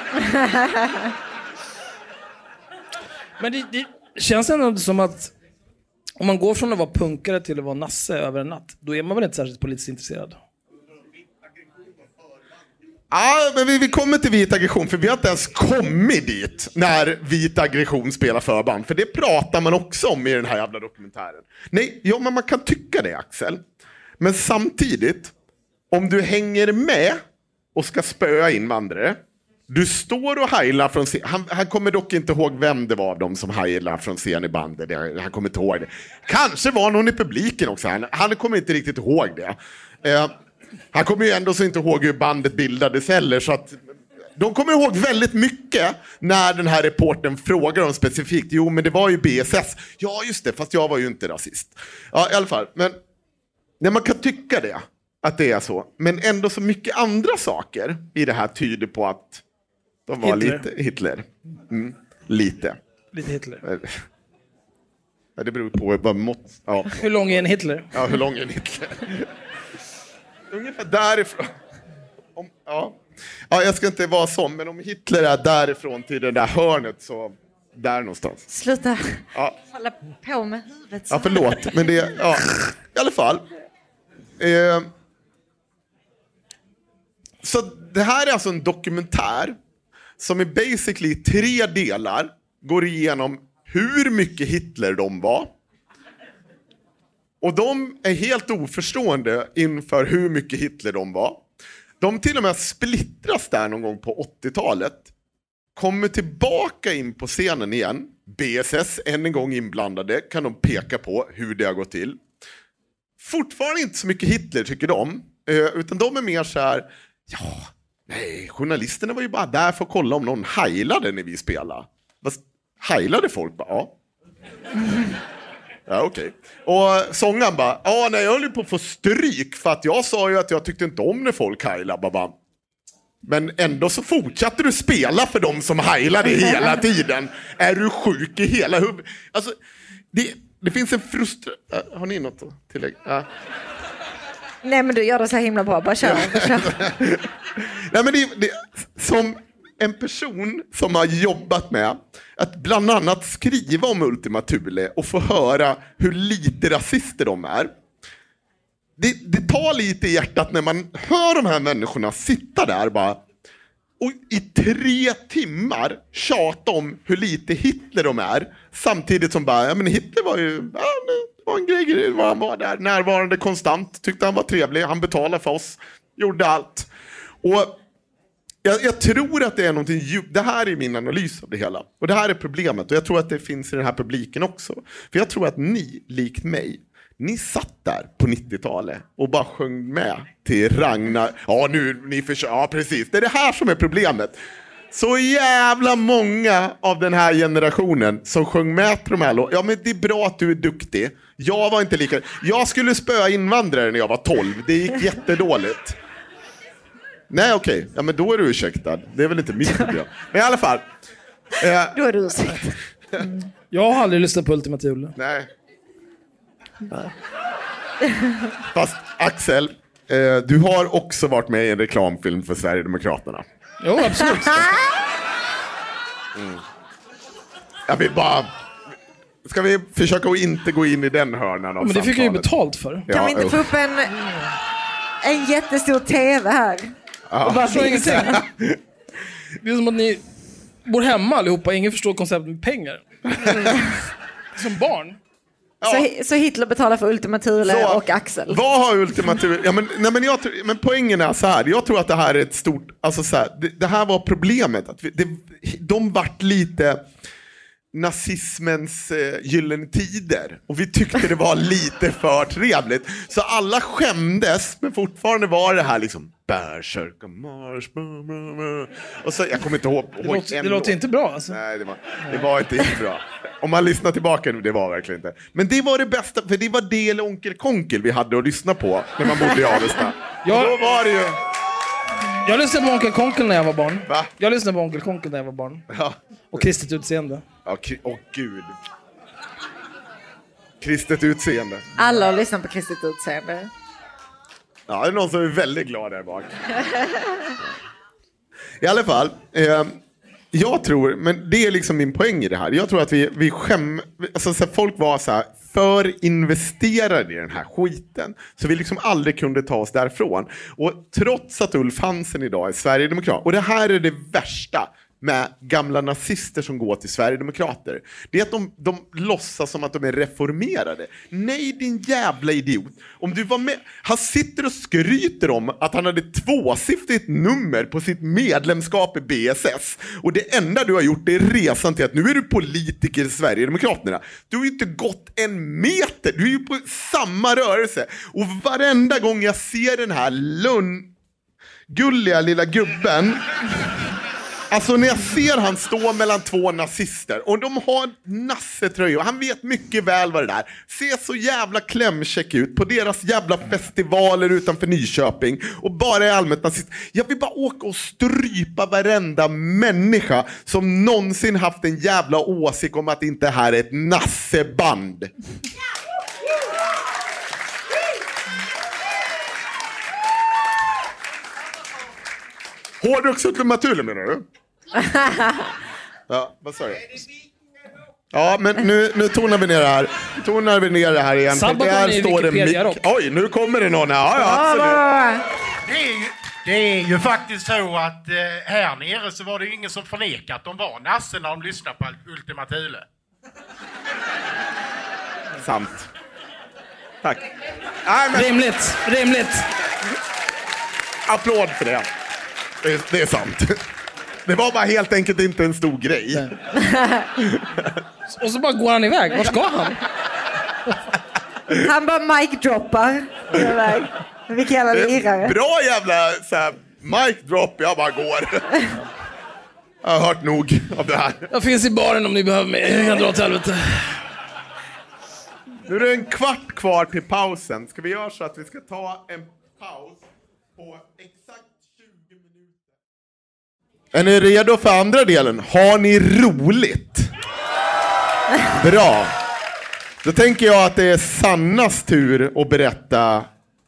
Men det, det känns ändå som att om man går från att vara punkare till att vara nasse över en natt, då är man väl inte särskilt politiskt intresserad? Ja, men vi, vi kommer till vit aggression, för vi har inte ens kommit dit när vit aggression spelar förband. För det pratar man också om i den här jävla dokumentären. Nej, ja, men man kan tycka det, Axel. Men samtidigt, om du hänger med och ska spöa invandrare, du står och heilar från scen. Han, han kommer dock inte ihåg vem det var av dem som heilar från scen i bandet. Det, han kommer inte ihåg det. Kanske var någon i publiken också. Han, han kommer inte riktigt ihåg det. Eh, Han kommer ju ändå så inte ihåg hur bandet bildades heller, så att de kommer ihåg väldigt mycket när den här reporten frågar dem specifikt. Jo, men det var ju B S S. Ja, just det, fast jag var ju inte rasist. Ja, i alla fall. Men när man kan tycka det, att det är så. Men ändå så mycket andra saker i det här tyder på att de var Hitler. lite Hitler. Mm, lite. Lite Hitler. Ja, det beror på vad mått... Ja. Hur lång är en Hitler? Ja, hur lång är en Hitler? Ungefär därifrån. Om, ja. ja, jag ska inte vara sån, men om Hitler är därifrån till det där hörnet, så där någonstans. Sluta ja. falla på med huvudet. Ja, förlåt. Men det, ja, i alla fall. Eh, Så det här är alltså en dokumentär som är basically tre delar går igenom hur mycket Hitler de var. Och de är helt oförstående inför hur mycket Hitler de var. De till och med splittras där någon gång på åttiotalet. Kommer tillbaka in på scenen igen. B S S än en gång inblandade. Kan de peka på hur det har gått till. Fortfarande inte så mycket Hitler tycker de. Utan de är mer så här. Ja, nej, journalisterna var ju bara där för att kolla om någon heilade när vi spelade. Fast heilade folk bara, ja. Ja, okej. Okay. Och sångaren bara, ja, nej, jag höll ju på att få stryk för att jag sa ju att jag tyckte inte om när folk heilade, bara. Men ändå så fortsatte du spela för dem som heilade hela tiden. Är du sjuk i hela huvudet? Alltså, det, det finns en frustration. Uh, har ni något att tillägga? Uh. Nej, men du gör det så himla bra. Bara kör. Bara kör. Nej, men det, det som en person som har jobbat med att bland annat skriva om Ultima Thule och få höra hur lite rasister de är. Det, det tar lite i hjärtat när man hör de här människorna sitta där bara och i tre timmar tjata om hur lite Hitler de är. Samtidigt som bara, ja men Hitler var ju, ja, det var en grej, grej var han var där närvarande konstant, tyckte han var trevlig, han betalade för oss, gjorde allt. Och jag, jag tror att det är någonting djupt, det här är min analys av det hela. Och det här är problemet och jag tror att det finns i den här publiken också. För jag tror att ni, likt mig, ni satt där på nittiotalet och bara sjöng med till Ragnar. Ja, nu, ni försöker, ja precis, det är det här som är problemet. Så jävla många av den här generationen som sjöng med på de här låtarna. Ja, men det är bra att du är duktig. Jag var inte lika, jag skulle spöa invandrare när jag var tolv, det gick jättedåligt. Nej, okej. Okay. Ja, men då är du ursäktad. Det är väl inte mitt problem. Men i alla fall. Eh... Då är du ursäktad. Mm. Jag har aldrig lyssnat på Ultima Thule. Nej. Nej. Fast Axel, eh, du har också varit med i en reklamfilm för Sverigedemokraterna. Jo, absolut. Mm. Jag vill bara... Ska vi försöka att inte gå in i den hörnan av men det fick jag ju betalt för. Ja, kan vi inte få upp en, en jättestor tv här? Ja. Och bara så ingenting. Det är som att ni bor hemma allihopa. Ingen förstår konceptet med pengar. Mm. Som barn. Ja. Så, så Hitler betalar för Ultima Thule så, och Axel. Vad har Ultima Thule? Ja, men, nej, men, jag, men poängen är så här. Jag tror att det här är ett stort... Alltså så här, det, det här var problemet. Att vi, det, de vart lite... nazismens eh, gyllene tider och vi tyckte det var lite för trevligt så alla skämdes men fortfarande var det här liksom bärsärka mars och så jag kommer inte ihåg det, låter, det låter inte bra alltså. Nej, det var, det var inte, inte bra om man lyssnar tillbaka nu, det var verkligen inte men det var det bästa, för det var del Onkel Konkel vi hade att lyssna på när man bodde i Avesta. Ja. Då var det ju jag lyssnade på Onkel Konkel när jag var barn. Va? Jag lyssnade på Onkel Konkel när jag var barn. Ja. Och kristet utseende. Ja, åh oh, gud. Kristet utseende. Alla har lyssnat på kristet utseende. Ja, det är någon som är väldigt glad där bak. I alla fall, eh, jag tror, men det är liksom min poäng i det här. Jag tror att vi, vi skäm... Alltså så folk var så här för investerade i den här skiten. Så vi liksom aldrig kunde ta oss därifrån. Och trots att Ulf Hansen idag är Sverigedemokrat. Och det här är det värsta med gamla nazister som går till Sverigedemokrater. Det är att de, de låtsas som att de är reformerade. Nej, din jävla idiot. Om du var med, han sitter och skryter om att han hade tvåsiffrigt nummer på sitt medlemskap i B S S. Och det enda du har gjort är resan till att nu är du politiker i Sverigedemokraterna. Du har ju inte gått en meter. Du är ju på samma rörelse. Och varenda gång jag ser den här lun gulliga lilla gubben... Alltså när jag ser han stå mellan två nazister och de har nassetröjor, han vet mycket väl vad det där. Ser så jävla klämcheck ut på deras jävla festivaler utanför Nyköping och bara är allmänt nazist. Jag vill bara åka och strypa varenda människa som någonsin haft en jävla åsikt om att det inte här är ett nasseband. Hårdrock Ultima Thule menar du? Ja, vad sa du? Ja, men nu, nu tonar vi ner det här. Tonar vi ner det här igen. Sabaton där står det mick. Oj, nu kommer det någon här. Ja, ja, absolut. Det är ju, Det är ju faktiskt så att eh, här nere så var det ju ingen som förnekat att de var nasse när de lyssnade på Ultima Thule. Sant. Tack. Nej, men... Rimligt, rimligt. Applåd för det. Det är, det är sant. Det var bara helt enkelt inte en stor grej. Och så bara går han iväg. Var ska han? Han bara mic-droppar iväg. Vilka jävla lirare. Bra jävla så här, mic-drop, jag bara går. Jag har hört nog av det här. Jag finns i baren om ni behöver mig. Jag kan dra till helvete. Nu är det en kvart kvar till pausen. Ska vi göra så att vi ska ta en paus på exakt tjugo minuter? Är ni redo för andra delen? Har ni roligt? Bra. Då tänker jag att det är Sannas tur att berätta.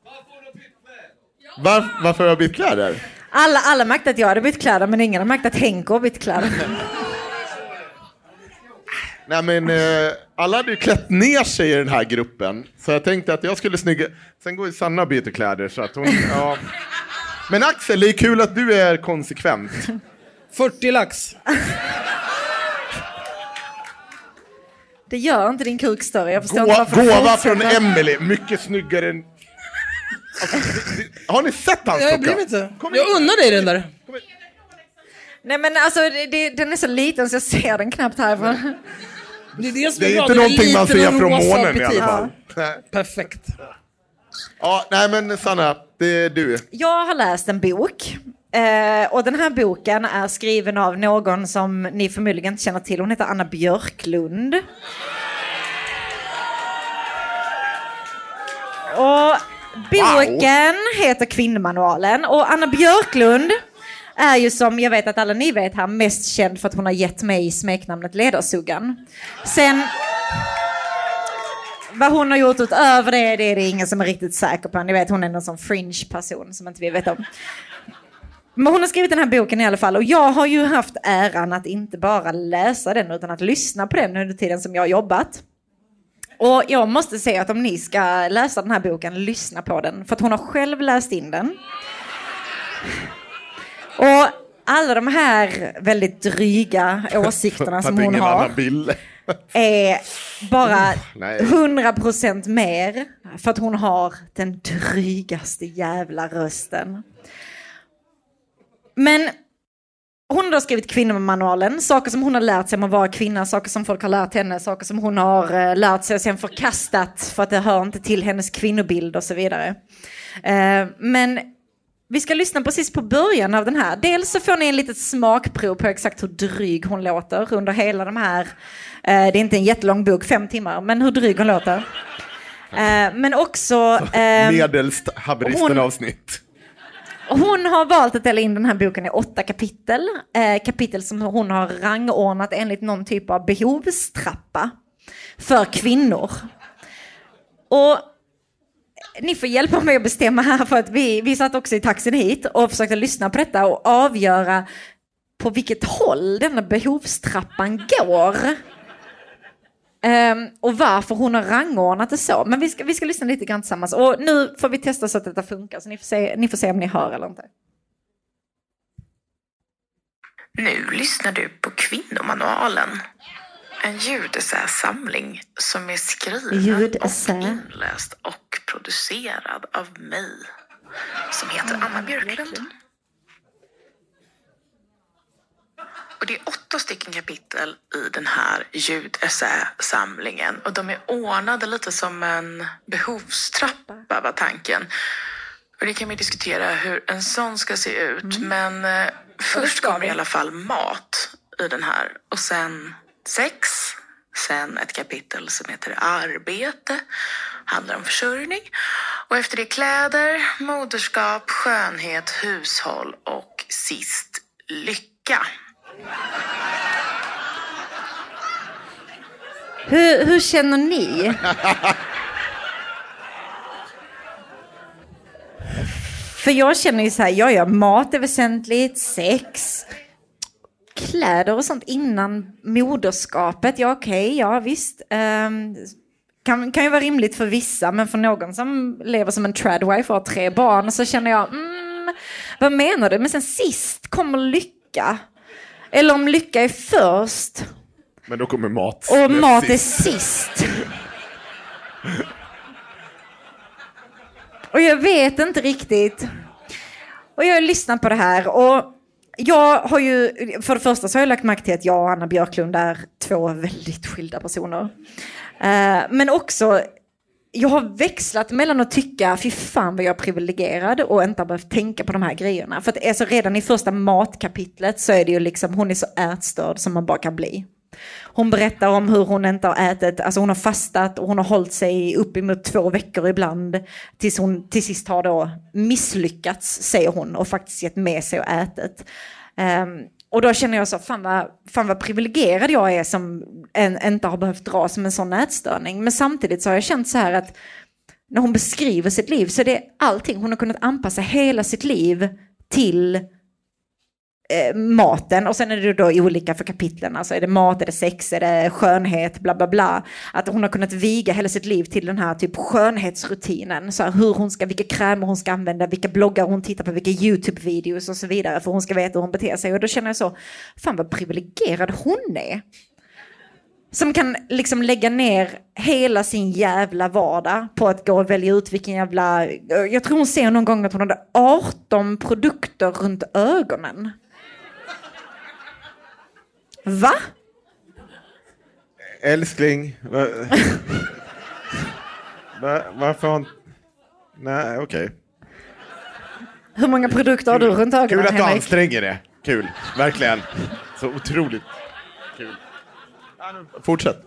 Var, varför har jag bytt kläder? Alla, alla märkte att jag hade bytt kläder, men ingen har märkt att Henke har bytt kläder. Nej men eh, alla hade ju klätt ner sig i den här gruppen. Så jag tänkte att jag skulle snygga. Sen går ju Sanna och byter kläder så att hon, ja. Men Axel, det är kul att du är konsekvent. fyrtio lax. Det gör inte din kuk större. Jag förstår Gå, inte varför gåva från Emily, mycket snyggare än... Alltså, det, har ni sett hans Jag bryr mig inte. Jag unnar dig den där. Nej men alltså det, det, den är så liten så jag ser den knappt härifrån. Det är, det som det är bra. inte Det är någonting man ser från rosa månen i alla fall. Ja. Perfekt. Ja, nej men Sanna, det är du. Jag har läst en bok. Eh, och den här boken är skriven av någon som ni förmodligen inte känner till. Hon heter Anna Björklund. Och boken wow. heter Kvinnomanualen. Och Anna Björklund är ju, som jag vet att alla ni vet här, mest känd för att hon har gett mig smeknamnet Ledarsuggan. Sen vad hon har gjort utöver det, det är det ingen som är riktigt säker på. Ni vet, hon är någon sån fringe-person som inte vi vet om. Men hon har skrivit den här boken i alla fall. Och jag har ju haft äran att inte bara läsa den utan att lyssna på den under tiden som jag har jobbat. Och jag måste säga att om ni ska läsa den här boken, lyssna på den. För att hon har själv läst in den. Och alla de här väldigt dryga åsikterna som hon har är bara hundra procent mer för att hon har den drygaste jävla rösten. Men hon har då skrivit Kvinnomanualen, saker som hon har lärt sig om att vara kvinna, saker som folk har lärt henne, saker som hon har uh, lärt sig och sen förkastat för att det hör inte till hennes kvinnobild och så vidare. Uh, men vi ska lyssna precis på början av den här. Dels så får ni en litet smakprov på exakt hur dryg hon låter under hela de här, uh, det är inte en jättelång bok, fem timmar, men hur dryg hon låter. Uh, men också... Uh, Medelst haveristen avsnitt. Hon har valt att dela in den här boken i åtta kapitel. Eh, kapitel som hon har rangordnat enligt någon typ av behovstrappa för kvinnor. Och ni får hjälpa mig att bestämma här, för att vi, vi satt också i taxin hit och försökte lyssna på detta och avgöra på vilket håll denna behovstrappan går. Um, och varför hon har rangordnat det så. Men vi ska, vi ska lyssna lite grann tillsammans. Och nu får vi testa så att detta funkar. Så ni får se, ni får se om ni hör eller inte. Nu lyssnar du på Kvinnomanualen. En ljudessäsamling som är skriven Ljudessä. och inläst och producerad av mig. Som heter Anna Björklund. Och det är åtta stycken kapitel i den här ljudessäsamlingen. Och de är ordnade lite som en behovstrappa, var tanken. Och det kan vi diskutera hur en sån ska se ut. Mm. Men eh, först kommer i alla fall mat i den här. Och sen sex. Sen ett kapitel som heter arbete. Handlar om försörjning. Och efter det kläder, moderskap, skönhet, hushåll och sist lycka. Hur, hur känner ni? För jag känner ju så här, ja, ja, mat är väsentligt, sex, kläder och sånt innan moderskapet, ja okej, okay, ja visst. Um, kan, kan ju vara rimligt för vissa, men för någon som lever som en tradwife och har tre barn så känner jag, mm, fan, vad menar du? Men sen sist kommer lycka. Eller om lycka är först. Men då kommer mat. Och mat är sist. Och jag vet inte riktigt. Och jag har lyssnat på det här. Och jag har ju, för det första så har jag lagt märke till att jag och Anna Björklund är två väldigt skilda personer. Uh, men också, jag har växlat mellan att tycka, fy fan vad jag är privilegierad och inte har behövt tänka på de här grejerna. För att alltså, redan i första matkapitlet så är det ju liksom, hon är så ätstörd som man bara kan bli. Hon berättar om hur hon inte har ätit, alltså hon har fastat och hon har hållit sig uppemot två veckor ibland tills hon till sist har då misslyckats, säger hon, och faktiskt gett med sig och ätit. Um, och då känner jag så, fan vad, fan vad privilegierad jag är som en, inte har behövt dra som en sån ätstörning. Men samtidigt så har jag känt så här att när hon beskriver sitt liv så är det allting, hon har kunnat anpassa hela sitt liv till maten, och sen är det då olika för kapitlen, alltså är det mat, är det sex, är det skönhet, bla bla bla, att hon har kunnat viga hela sitt liv till den här typ skönhetsrutinen, så här, hur hon ska, vilka krämer hon ska använda, vilka bloggar hon tittar på, vilka YouTube-videos och så vidare, för hon ska veta hur hon beter sig. Och då känner jag så, fan vad privilegierad hon är som kan liksom lägga ner hela sin jävla vardag på att gå och välja ut vilken jävla, jag tror hon ser någon gång att hon hade arton produkter runt ögonen. Va? Älskling. Va... Va... Varför har hon... Nej, okej. Okay. Hur många produkter har du runt ögonen, Kul att du Henrik? anstränger det. Kul, verkligen. Så otroligt kul. Fortsätt.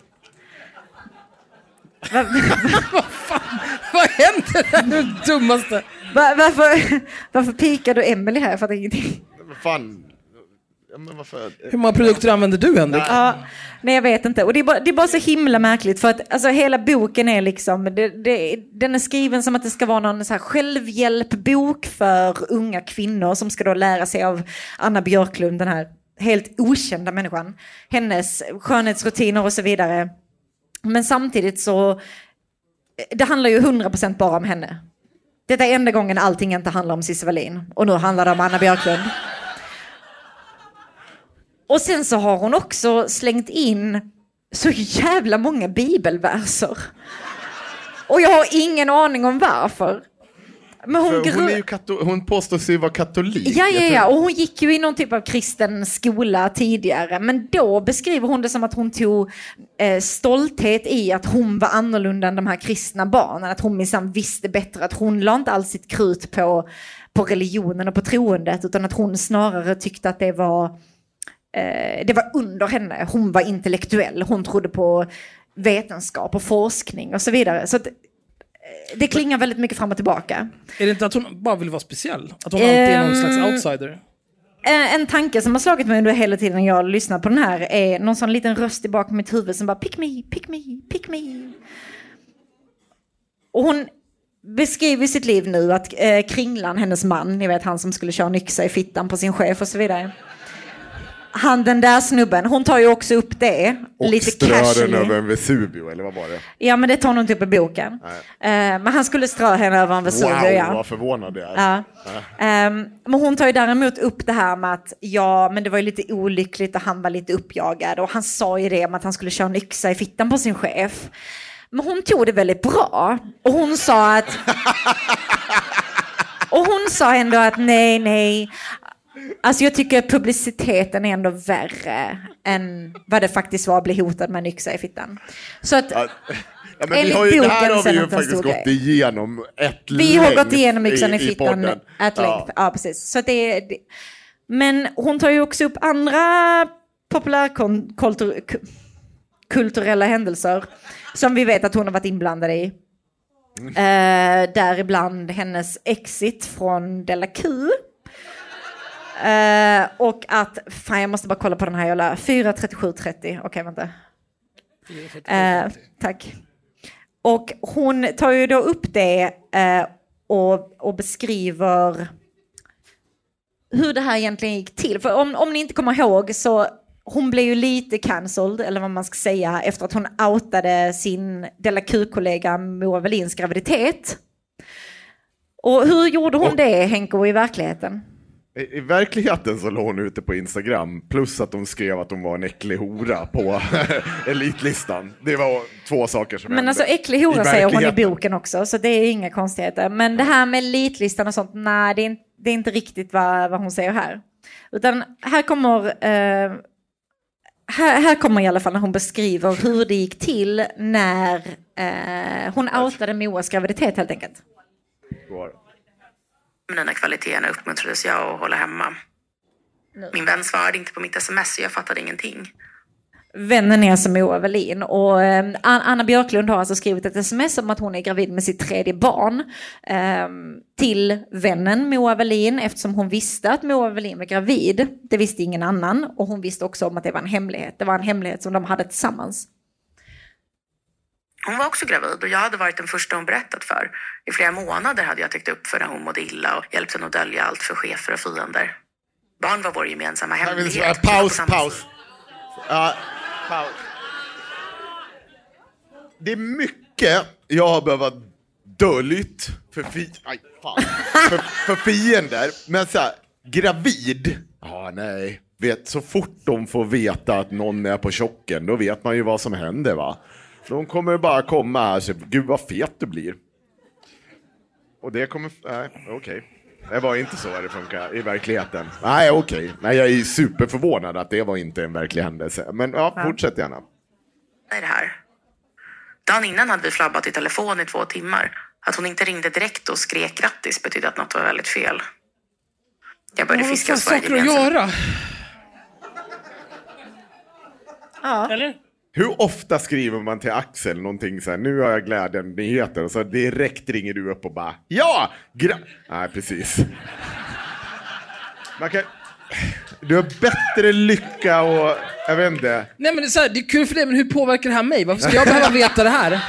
Va... Vad fan? Vad hände där? Det dummaste. Va, varför, varför pikar du Emily här? Jag fattar ingenting. Men fan... Ja, men varför? Hur många produkter använder du, Henrik? Ja, nej, jag vet inte. Och det är, bara, det är bara så himla märkligt. För att alltså, hela boken är liksom... Det, det, den är skriven som att det ska vara någon så här självhjälpbok för unga kvinnor som ska då lära sig av Anna Björklund, den här helt okända människan. Hennes skönhetsrutiner och så vidare. Men samtidigt så... Det handlar ju hundra procent bara om henne. Detta är enda gången allting inte handlar om Cissi Wallin. Och nu handlar det om Anna Björklund. Och sen så har hon också slängt in så jävla många bibelverser. Och jag har ingen aning om varför. Men hon, hon, är ju kato- hon påstår sig vara katolik. Ja, ja, ja. Och hon gick ju i någon typ av kristen skola tidigare. Men då beskriver hon det som att hon tog eh, stolthet i att hon var annorlunda än de här kristna barnen. Att hon minsann visste bättre. Att hon la inte alls sitt krut på, på religionen och på troendet. Utan att hon snarare tyckte att det var, eh, det var under henne. Hon var intellektuell. Hon trodde på vetenskap och forskning och så vidare. Så att, det klingar väldigt mycket fram och tillbaka. Är det inte att hon bara vill vara speciell? Att hon alltid är någon slags outsider? En, en tanke som har slagit mig under hela tiden jag lyssnar på den här är någon sån liten röst i bak mitt huvud som bara pick me, pick me, pick me. Och hon beskriver sitt liv nu att eh, Kringlan, hennes man, ni vet han som skulle köra en yxa i fittan på sin chef och så vidare. Han, den där snubben, hon tar ju också upp det. Och lite strör den över en Vesuvio, eller vad var det? Ja, men det tar hon inte upp i boken. Uh, men han skulle strö henne över en Vesuvio, wow, ja. vad förvånad det är. Ja. Um, men hon tar ju däremot upp det här med att ja, men det var ju lite olyckligt och han var lite uppjagad. Och han sa ju det om att han skulle köra en yxa i fittan på sin chef. Men hon tog det väldigt bra. Och hon sa att... och hon sa ändå att nej, nej... Alltså jag tycker publiciteten är ändå värre än vad det faktiskt var att bli hotad med en yxa i fittan. Så att ja, ja, men vi har ju, det här har vi ju faktiskt gått igenom ett Vi har gått igenom yxan i, i fittan ett ja. längd. Ja, precis. Så det, det. Men hon tar ju också upp andra populärkulturella händelser som vi vet att hon har varit inblandad i. Mm. Uh, däribland hennes exit från Della Q. Uh, och att, fan jag måste bara kolla på den här jävla fyra trettiosju trettio, okej okay, vänta. Uh, tack. Och hon tar ju då upp det uh, och, och beskriver hur det här egentligen gick till. För om, om ni inte kommer ihåg så hon blev ju lite cancelled, eller vad man ska säga, efter att hon outade sin Della Q-kollega Moa Wallins graviditet. Och hur gjorde hon och, det, Henko, i verkligheten? I, I verkligheten så låg hon ute på Instagram, plus att hon skrev att hon var en äcklig hora på elitlistan. Det var två saker som Men hände. alltså äcklig hora säger hon i boken också, så det är inga konstigheter. Men det här med elitlistan och sånt, nej, det är inte, det är inte riktigt vad, vad hon säger här. Utan här kommer... Eh, Här, här kommer i alla fall när hon beskriver hur det gick till när eh, hon outade Moas graviditet helt enkelt. Med den här kvaliteterna uppmuntrades jag att hålla hemma. Min vän svarade inte på mitt sms och jag fattade ingenting. Vännen är som Moa Wallin och eh, Anna Björklund har alltså skrivit ett sms om att hon är gravid med sitt tredje barn eh, till vännen Moa Wallin eftersom hon visste att Moa Wallin var gravid. Det visste ingen annan och hon visste också om att det var en hemlighet. Det var en hemlighet som de hade tillsammans. Hon var också gravid och jag hade varit den första hon berättat för. I flera månader hade jag täckt upp för när hon mådde illa och hjälpt henne att dölja allt för chefer och fiender. Barn var vår gemensamma hemlighet. Paus, paus. Uh, paus. Det är mycket jag har behövt döljt för, fi- Aj, fan. för, för fiender. Men så här, gravid. Ja, ah, nej. Vet, så fort de får veta att någon är på chocken, då vet man ju vad som händer, va? För de kommer bara komma här och säga, gud vad fet du blir. Och det kommer, nej, okej. Okay. Det var inte så det funkar i verkligheten. Nej, okej. Okay. Nej, jag är superförvånad att det var inte en verklig händelse. Men ja, ja. Fortsätt gärna. Nej, det här. Dagen innan hade vi flabbat i telefon i två timmar. Att hon inte ringde direkt och skrek grattis betydde att något var väldigt fel. Jag började ja, fiska vad saker att göra? Ja. Eller? Hur ofta skriver man till Axel någonting så här, nu har jag glädjen nyheter, och så direkt ringer du upp och bara, ja! Gra- Nej, precis. Man kan... Du har bättre lycka och, jag vet inte. Nej, men det är, så här, det är kul för dig, men hur påverkar det här mig? Varför ska jag behöva veta det här?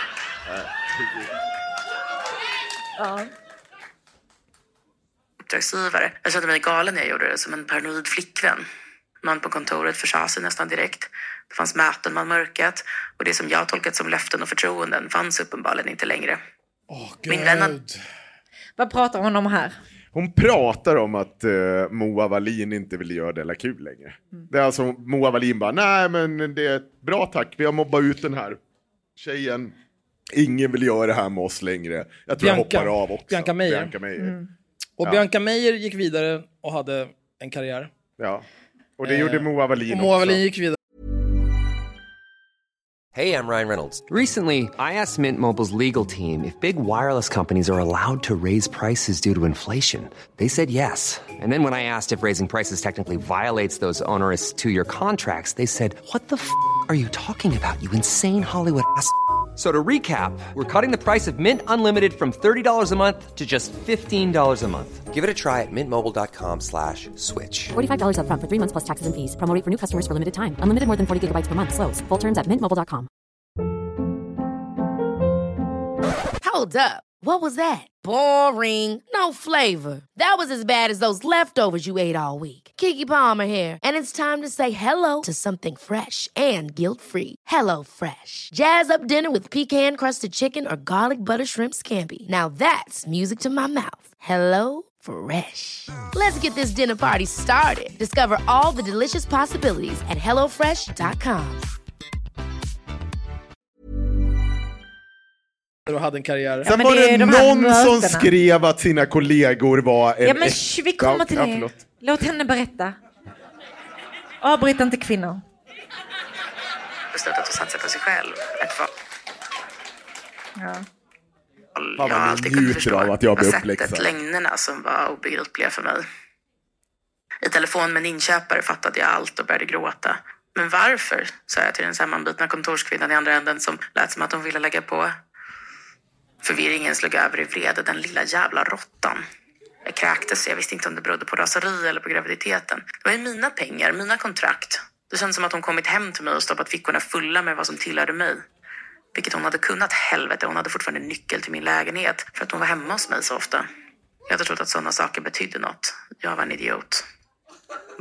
Ja. Uppdragsgivare. Jag kände mig galen när jag gjorde det, som en paranoid flickvän. Man på kontoret försade sig nästan direkt. Det fanns möten man mörkat. Och det som jag tolkat som löften och förtroenden fanns uppenbarligen inte längre. Åh, Min vän... Vad pratar hon om här? Hon pratar om att uh, Moa Wallin inte vill göra det eller kul längre. Mm. Det är alltså Moa Wallin bara, nej men det är bra tack, vi har mobbat ut den här tjejen. Ingen vill göra det här med oss längre. Jag tror Bianca, jag hoppar av också. Bianca Meijer. Bianca Meijer. Mm. Och ja. Bianca Meijer gick vidare och hade en karriär. Ja, och det eh, gjorde Moa Wallin och Moa Wallin också. gick vidare. Hey, I'm Ryan Reynolds. Recently, I asked Mint Mobile's legal team if big wireless companies are allowed to raise prices due to inflation. They said yes. And then when I asked if raising prices technically violates those onerous two-year contracts, they said, what the f*** are you talking about, you insane Hollywood ass f- So to recap, we're cutting the price of Mint Unlimited from thirty dollars a month to just fifteen dollars a month. Give it a try at mintmobile.com slash switch. forty-five dollars up front for three months plus taxes and fees. Promo rate for new customers for limited time. Unlimited more than forty gigabytes per month. Slows full terms at mint mobile dot com. Hold up. What was that? Boring. No flavor. That was as bad as those leftovers you ate all week. Keke Palmer here, and it's time to say hello to something fresh and guilt-free. Hello Fresh. Jazz up dinner with pecan-crusted chicken or garlic butter shrimp scampi. Now that's music to my mouth. Hello Fresh. Let's get this dinner party started. Discover all the delicious possibilities at hello fresh dot com. Och hade en karriär. Sen ja, var det, det någon som skrev att sina kollegor var en... Ja, men sh, vi kommer ja, till ja, det. Förlåt. Låt henne berätta. Avbryt inte kvinnor. Beslutat att satsa på sig själv. Ett val. Ja. Jag har alltid kunnat förstå av att jag blev sättet längderna som var obegripliga för mig. I telefon med en inköpare fattade jag allt och började gråta. Men varför, sa jag till den sammanbitna kontorskvinnan i andra änden som lät som att hon ville lägga på. Förvirringen slog över i vrede, den lilla jävla råttan. Jag kräktes, jag visste inte om det berodde på raseri eller på graviditeten. Det var ju mina pengar, mina kontrakt. Det kändes som att hon kommit hem till mig och stoppat fickorna fulla med vad som tillhörde mig. Vilket hon hade kunnat, helvete. Hon hade fortfarande nyckel till min lägenhet för att hon var hemma hos mig så ofta. Jag hade trott att sådana saker betydde något. Jag var en idiot.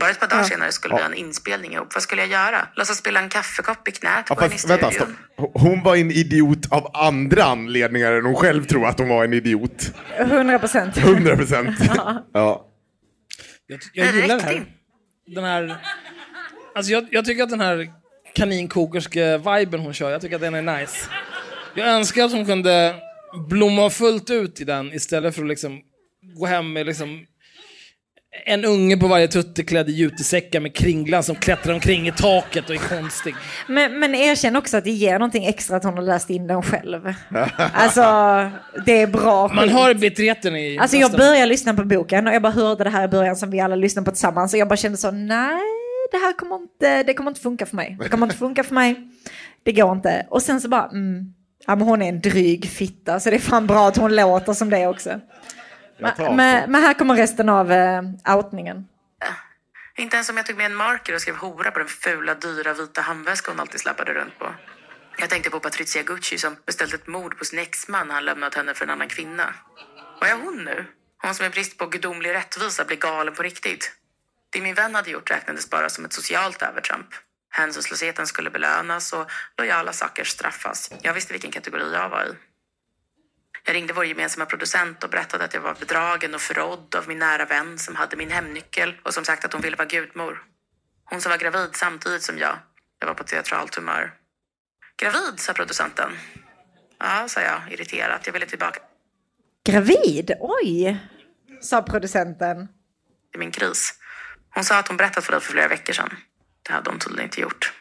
Bara ett par dagar Ja. senare skulle Ja. vi ha en inspelning ihop. Vad skulle jag göra? Låsa spela en kaffekopp i knät Ja, på en i fast, studion? vänta, stopp. Hon var en idiot av andra anledningar än hon själv tror att hon var en idiot. hundra procent. Hundra procent. Ja. Jag, jag gillar det här. Den här... Alltså jag, jag tycker att den här kaninkokerske-viben hon kör, jag tycker att den är nice. Jag önskar att hon kunde blomma fullt ut i den istället för att liksom gå hem med liksom en unge på varje tutte klädd i jutesäckar med kringlan som klättrar omkring i taket och är konstig. Men, men erkänn också att det ger någonting extra att hon har läst in den själv. Alltså, det är bra skit. Man hör bitterheten i... Alltså jag började lyssna på boken och jag bara hörde det här i början som vi alla lyssnade på tillsammans och jag bara kände så, nej, det här kommer inte, det kommer inte funka för mig. Det kommer inte funka för mig. Det går inte. Och sen så bara, mm, ja, men hon är en dryg fitta så det är fan bra att hon låter som det också. Men, men, men här kommer resten av uh, outningen. Inte ens om jag tog med en marker och skrev hora på den fula, dyra, vita handväska hon alltid släppade runt på. Jag tänkte på Patrizia Gucci som beställt ett mord på sin exman när han lämnat henne för en annan kvinna. Vad är hon nu? Hon som i brist på gudomlig rättvisa blir galen på riktigt. Det min vän hade gjort räknades bara som ett socialt övertramp. Hänsynslösheten skulle belönas och lojala saker straffas. Jag visste vilken kategori jag var i. Jag ringde vår gemensamma producent och berättade att jag var bedragen och förrådd av min nära vän som hade min hemnyckel och som sagt att hon ville vara gudmor. Hon som var gravid samtidigt som jag. Jag var på teatralt humör. Gravid, sa producenten. Ja, sa jag irriterat. Jag ville tillbaka Gravid? Oj, sa producenten. till min kris. Hon sa att hon berättat för dig för flera veckor sedan. Det hade hon tydligen inte gjort.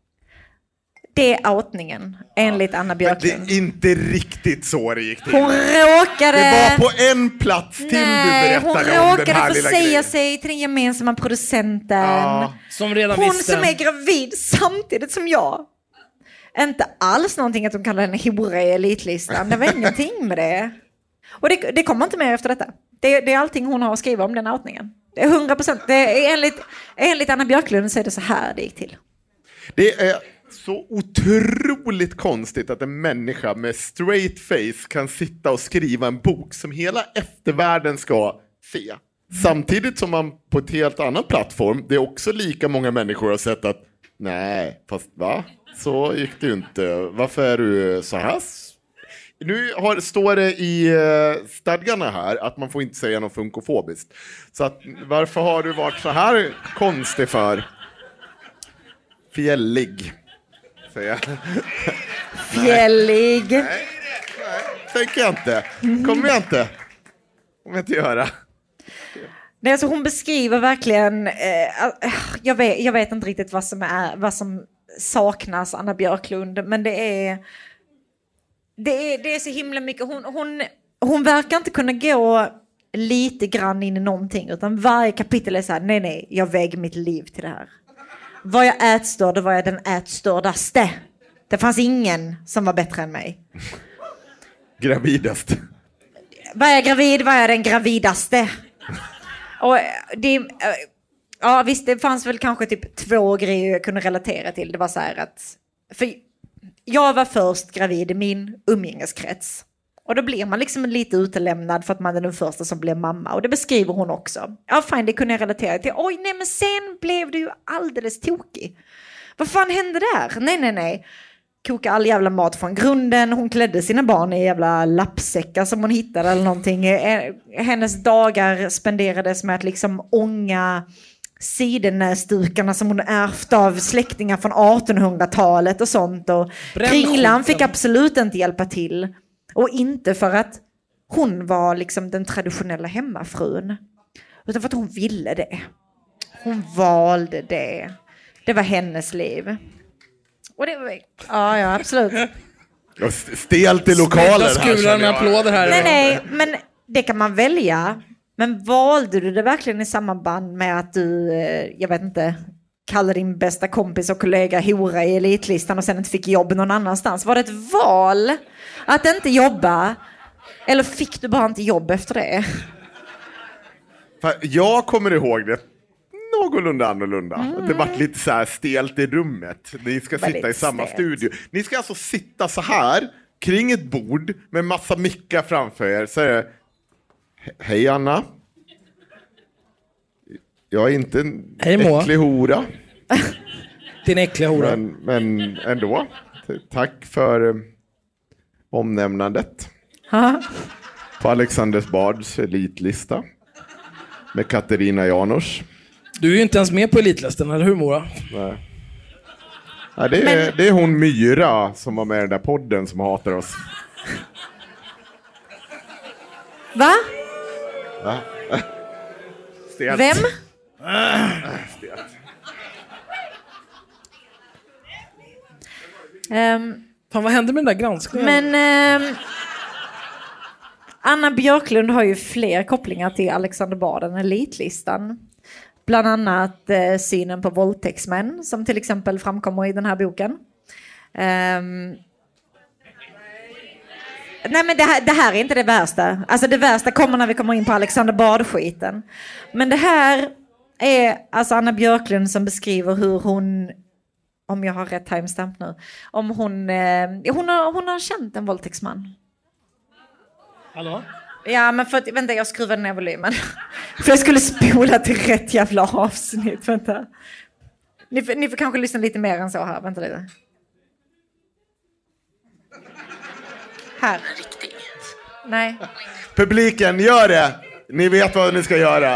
Det är outningen, enligt Anna Björklund. Det är inte riktigt så det gick till. Hon råkade... Det var på en plats till Nej, du hon berättade om den råkade här få lilla säga grejen. sig till den gemensamma producenten. Ja, som redan hon visste. som är gravid samtidigt som jag. Inte alls någonting att de kallar henne hora i elitlistan. Det var ingenting med det. Och det, det kommer inte mer efter detta. Det, det är allting hon har att skriva om den outningen. Det är hundra procent. Det är enligt, enligt Anna Björklund så är det så här det gick till. Det är så otroligt konstigt att en människa med straight face kan sitta och skriva en bok som hela eftervärlden ska se. Samtidigt som man på ett helt annan plattform, det är också lika många människor har sett att nej, fast va? Så gick det ju inte. Varför är du så här? Nu har, står det i uh, stadgarna här att man får inte säga något funkofobiskt. Så att, varför har du varit så här konstig för? Fjällig. Säger jag. Fjällig. Nej, nej, tänker jag inte. Kommer jag inte. Kommer jag inte göra. Nej, alltså hon beskriver verkligen, eh, jag, vet, jag vet inte riktigt vad som, är, vad som saknas Anna Björklund, men det är, det är, det är så himla mycket. Hon, hon, hon verkar inte kunna gå lite grann in i någonting, utan varje kapitel är så här, nej nej, jag väger mitt liv till det här. Var jag ätstörd, var jag den ätstördaste. Det fanns ingen som var bättre än mig. Gravidast. Var jag gravid, var jag den gravidaste. Och det, ja visst, det fanns väl kanske typ två grejer jag kunde relatera till. Det var så här att, för jag var först gravid i min umgängeskrets. Och då blir man liksom lite utelämnad för att man är den första som blir mamma. Och det beskriver hon också. Ja, fine, det kunde jag relatera till. Oj, nej, men sen blev du ju alldeles tokig. Vad fan hände där? Nej, nej, nej. Koka all jävla mat från grunden. Hon klädde sina barn i jävla lappsäckar som hon hittade eller någonting. Hennes dagar spenderades med att liksom ånga sidenäsdukarna som hon ärvt av släktingar från artonhundratalet och sånt. Och Kringlan fick absolut inte hjälpa till. Och inte för att hon var liksom den traditionella hemmafrun. Utan för att hon ville det. Hon valde det. Det var hennes liv. Och det var... Ja, ja, absolut. Stelt i lokalen här. Skurar med applåder här. Nej, nej, men det kan man välja. Men valde du det verkligen i samband med att du, jag vet inte, kallade din bästa kompis och kollega hora i elitlistan och sen inte fick jobb någon annanstans? Var det ett val att inte jobba? Eller fick du bara inte jobb efter det? Jag kommer ihåg det någorlunda annorlunda. Mm. Det var lite så här stelt i rummet. Ni ska Väldigt sitta i samma stelt. studio. Ni ska alltså sitta så här kring ett bord med massa mickar framför er. Så är det, hej Anna. jag är inte en Hej, Moa. äcklig hora. Din äckliga hora. Men, men ändå. Tack för eh, omnämnandet. Ha? På Alexander Bards elitlista. Med Katarina Janouch. Du är ju inte ens med på elitlistan, eller hur, Mora? Nej. Nej, det, är, Men... det är hon Myra som var med i den där podden som hatar oss. Va? Va? Stelt. Vem? Stelt. Um, Fan, vad hände med den där granskningen? men um, Anna Björklund har ju fler kopplingar till Alexander Bard än elitlistan. Bland annat eh, synen på våldtäktsmän, som till exempel framkommer i den här boken. Um, nej men det här, det här är inte det värsta. Alltså det värsta kommer när vi kommer in på Alexander Bard-skiten. Men det här är alltså Anna Björklund som beskriver hur hon, om jag har rätt timestamp nu, om hon, eh, hon, har, hon har känt en våldtäktsman. Hallå? Ja, men för att, vänta, jag skruvade ner volymen. För jag skulle spola till rätt jävla avsnitt, vänta. Ni, ni får kanske lyssna lite mer än så här, vänta lite. Här. Nej. Publiken, gör det! Ni vet vad ni ska göra.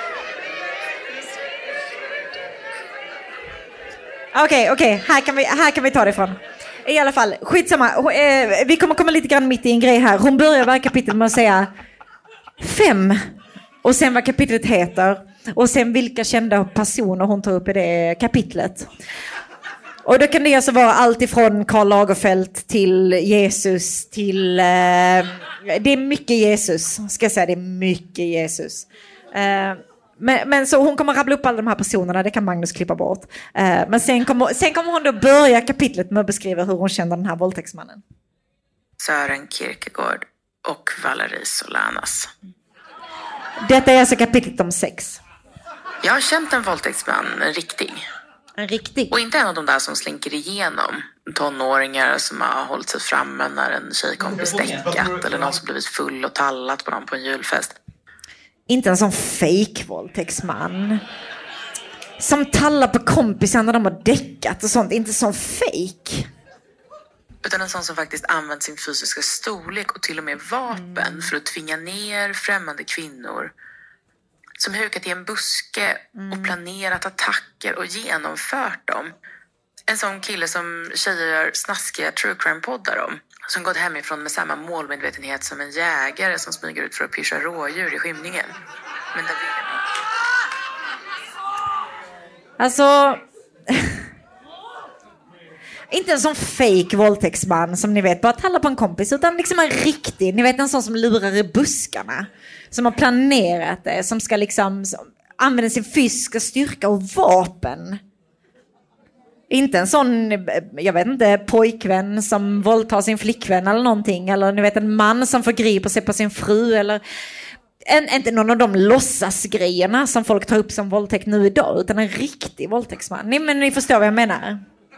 Okej, okay, okej. Okay. Här, kan vi, här kan vi ta det ifrån. I alla fall, skitsamma. Eh, vi kommer komma lite grann mitt i en grej här. Hon börjar varje kapitel med att säga fem. Och sen vad kapitlet heter. Och sen vilka kända personer hon tar upp i det kapitlet. Och då kan det alltså vara allt ifrån Karl Lagerfeld till Jesus till... Eh, det är mycket Jesus, ska jag säga. Det är mycket Jesus. Eh, men, men så hon kommer rabbla upp alla de här personerna, det kan Magnus klippa bort. Eh, men sen kommer, sen kommer hon då börja kapitlet med att beskriva hur hon kände den här våldtäktsmannen. Sören Kierkegaard och Valerie Solanas. Detta är alltså kapitlet om sex. Jag har känt en våldtäktsman, en riktig. En riktig? Och inte en av de där som slinker igenom. Tonåringar som har hållit sig framme när en tjejkompis däckat. Eller någon som blivit full och tallat på dem på en julfest. Inte en sån fake-våldtäktsman. Som tallar på kompisar när de har däckat och sånt. Inte sån fake. Utan en sån som faktiskt använt sin fysiska storlek och till och med vapen mm. för att tvinga ner främmande kvinnor. Som hukat i en buske mm. och planerat attacker och genomfört dem. En sån kille som tjejer gör snaskiga true crime-poddar om. Som gått hemifrån med samma målmedvetenhet som en jägare som smyger ut för att pyscha rådjur i skymningen. Men där vill Alltså... Inte en sån fake våldtäktsman som ni vet bara talar på en kompis, utan liksom en riktig, ni vet en sån som lurar i buskarna, som har planerat det, som ska liksom som använda sin fysiska styrka och vapen. Inte en sån, jag vet inte, pojkvän som våldtar sin flickvän eller någonting, eller ni vet en man som förgriper sig på sin fru, eller en, inte någon av de låtsasgrejerna som folk tar upp som våldtäkt nu idag, utan en riktig våldtäktsman. Ni, men ni förstår vad jag menar.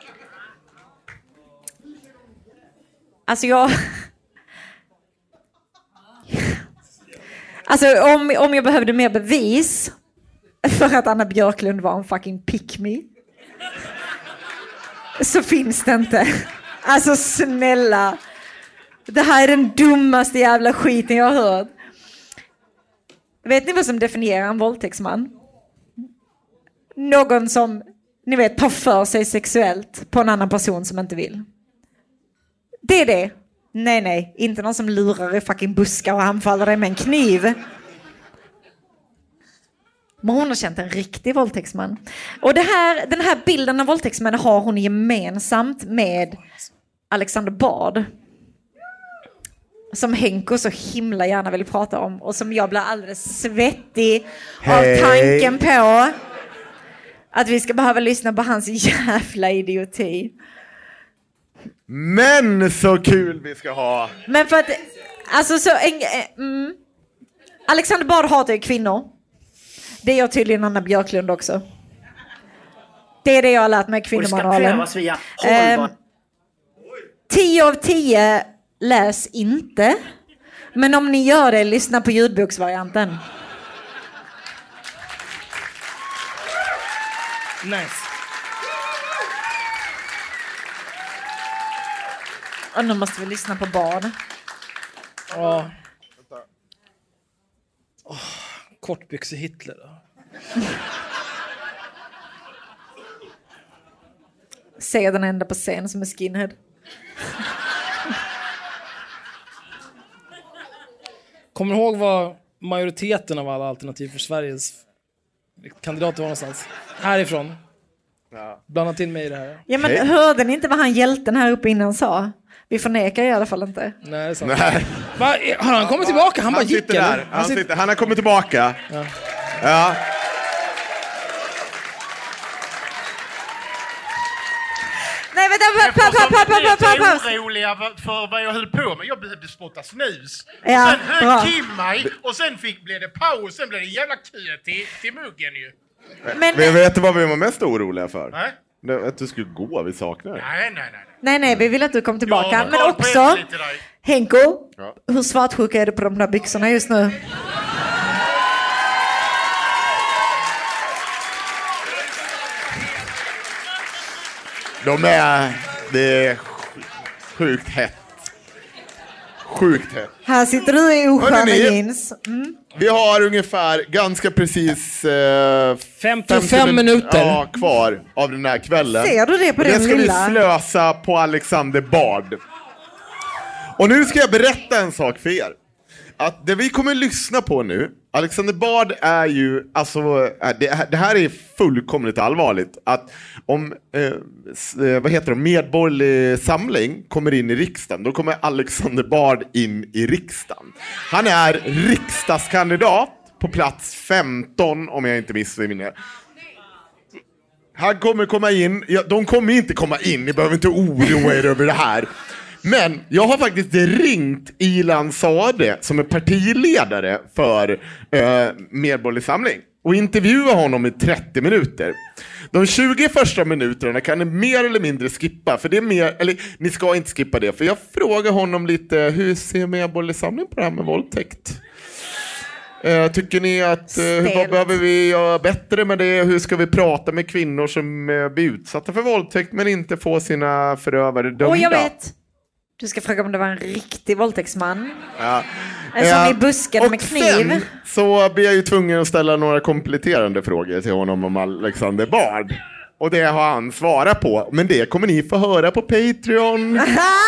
Alltså jag... Alltså om, om jag behövde mer bevis för att Anna Björklund var en fucking pick me, så finns det inte. Alltså snälla. Det här är den dummaste jävla skiten jag har hört. Vet ni vad som definierar en våldtäktsman? Någon som, ni vet, tar för sig sexuellt på en annan person som inte vill. Det är det. Nej, nej. Inte någon som lurar i fucking buskar och anfaller dig med en kniv. Men hon har känt en riktig våldtäktsman. Och det här, den här bilden av våldtäktsmän har hon gemensamt med Alexander Bard. Som Henko så himla gärna vill prata om. Och som jag blir alldeles svettig hey. av tanken på. Att vi ska behöva lyssna på hans jävla idioti. Men så kul vi ska ha. Men för att, alltså så en, mm, Alexander Bard hatar ju kvinnor. Det gör tydligen Anna Björklund också. Det är det jag har lärt mig kvinnomanualen. Eh, tio av tio läs inte. Men om ni gör det, lyssna på ljudboksvarianten. Nice. Och nu måste vi lyssna på barn. Ja. Oh, kortbyxor Hitler då. Se den enda på scen som är skinhead. Kommer du ihåg vad majoriteten av alla alternativ för Sveriges kandidater var någonstans? Härifrån. Ja. Blandat in mig i det här. Ja, men hey. Hörde ni inte vad han hjälten här uppe innan sa? Vi förnekar i alla fall inte. Nej, det är sant. Nej. Va, har han kommit tillbaka? Han, han bara gick där. Han, han, sitter, sitter, han har kommit tillbaka. Ja. Ja. Nej, vänta, paus, paus, paus, paus, paus, paus. Jag är oroliga för vad jag höll på med. Jag behövde spotta snus. Ja, sen höll Kim mig och sen fick, blev det paus. Sen blev det en jävla kö till, till muggen ju. Men, men vet du vad vi var mest oroliga för? Nej. Att du skulle gå, vi saknar det. Nej, nej, nej. Nej, nej, vi vill att du kommer tillbaka. Ja, men också, Henko, ja. Hur svartsjuka är du på de där byxorna just nu? De är, det är sjukt hett. Sjukt hett. Här sitter du i osköna jeans. Mm. Vi har ungefär ganska precis eh, femtiofem minuter ja, kvar av den här kvällen. Ser du det på och den det ska lilla? vi slösa på Alexander Bard. Och nu ska jag berätta en sak för er. Att det vi kommer lyssna på nu, Alexander Bard är ju, alltså det, det här är fullkomligt allvarligt. Att om, eh, vad heter det, medborgerlig samling kommer in i riksdagen, då kommer Alexander Bard in i riksdagen. Han är riksdagskandidat på plats femton, om jag inte missminner. Han kommer komma in, ja, de kommer inte komma in, ni behöver inte oroa er över det här. Men jag har faktiskt ringt Ilan Sade som är partiledare för eh, Medborgerlig samling och intervjuat honom i trettio minuter. De tjugo första minuterna kan ni mer eller mindre skippa, för det är mer, eller ni ska inte skippa det, för jag frågar honom lite, hur ser Medborgerlig samling på det här med våldtäkt? Uh, tycker ni att, uh, hur, vad behöver vi göra bättre med det? Hur ska vi prata med kvinnor som uh, blir utsatta för våldtäkt men inte får sina förövare dömda? Och jag vet, du ska fråga om det var en riktig våldtäktsman. Ja. En som uh, i busken med kniv. Sen så blir jag ju tvungen att ställa några kompletterande frågor till honom om Alexander Bard. Och det har han svarat på. Men det kommer ni få höra på Patreon.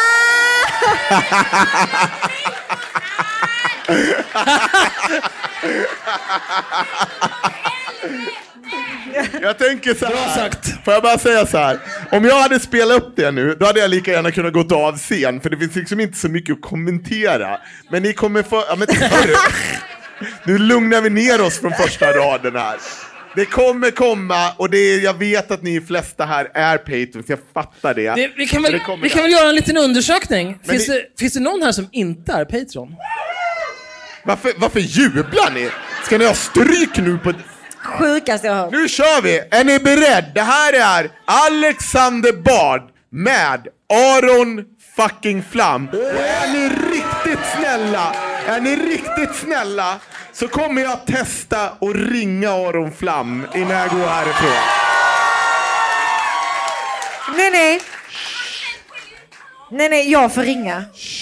Jag tänker så här. Bra sagt. Får jag bara säga så här. Om jag hade spelat upp det nu, då hade jag lika gärna kunnat gå av scen. För det finns liksom inte så mycket att kommentera. Men ni kommer få... Ja, men, nu lugnar vi ner oss från första raden här. Det kommer komma, och det är, jag vet att ni flesta här är Patreons, jag fattar det. det vi kan väl, det vi kan väl göra en liten undersökning. Finns, ni, det, finns det någon här som inte är Patreon? Varför, varför jublar ni? Ska ni ha stryk nu på... Sjukast jag har. Nu kör vi! Är ni beredd? Det här är Alexander Bard med Aron fucking Flam. Och är ni riktigt snälla, är ni riktigt snälla så kommer jag testa och ringa Aron Flam innan jag går härifrån. Nej, nej. Nej, nej, jag får ringa.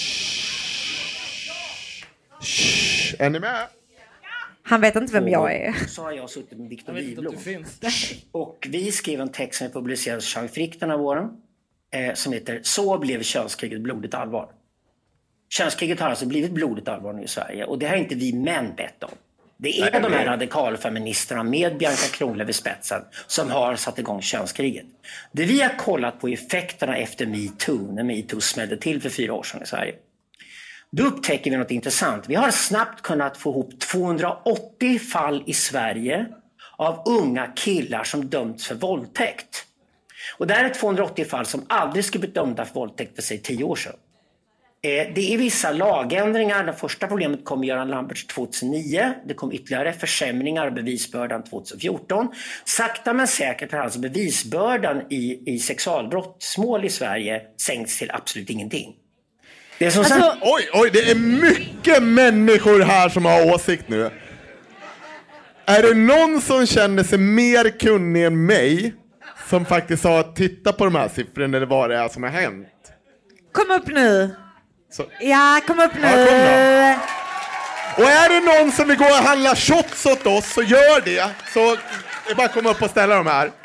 Shh. Är ni med? Han vet inte vem jag är. Så har jag suttit med Victor Wiblom. Och vi skrev en text som publicerades tjugo fjärde den här våren. Eh, som heter Så blev könskriget blodigt allvar. Könskriget har alltså blivit blodigt allvar nu i Sverige. Och det har inte vi män bett om. Det är de här radikalfeministerna med Bianca Kronlöf i spetsen som har satt igång könskriget. Det vi har kollat på effekterna efter MeToo, när MeToo smällde till för fyra år sedan i Sverige. Då upptäcker vi något intressant. Vi har snabbt kunnat få ihop tvåhundraåttio fall i Sverige av unga killar som dömts för våldtäkt. Och det här är tvåhundraåttio fall som aldrig skulle bli dömda för våldtäkt för sig tio år sedan. Det är vissa lagändringar. Det första problemet kom Göran Lamberts tjugohundranio. Det kom ytterligare försämringar av bevisbördan tjugohundrafjorton. Sakta men säkert har alltså bevisbördan i, i sexualbrottsmål i Sverige sänkts till absolut ingenting. Det är som alltså... sagt... Oj, oj, det är mycket människor här som har åsikt nu. Är det någon som känner sig mer kunnig än mig som faktiskt har tittat på de här siffrorna eller vad det är som har hänt? Kom upp nu. Så. Ja, kom upp nu. Ja, kom och är det någon som vill gå och handla shots åt oss så gör det. Så det är bara att komma upp och ställa de här.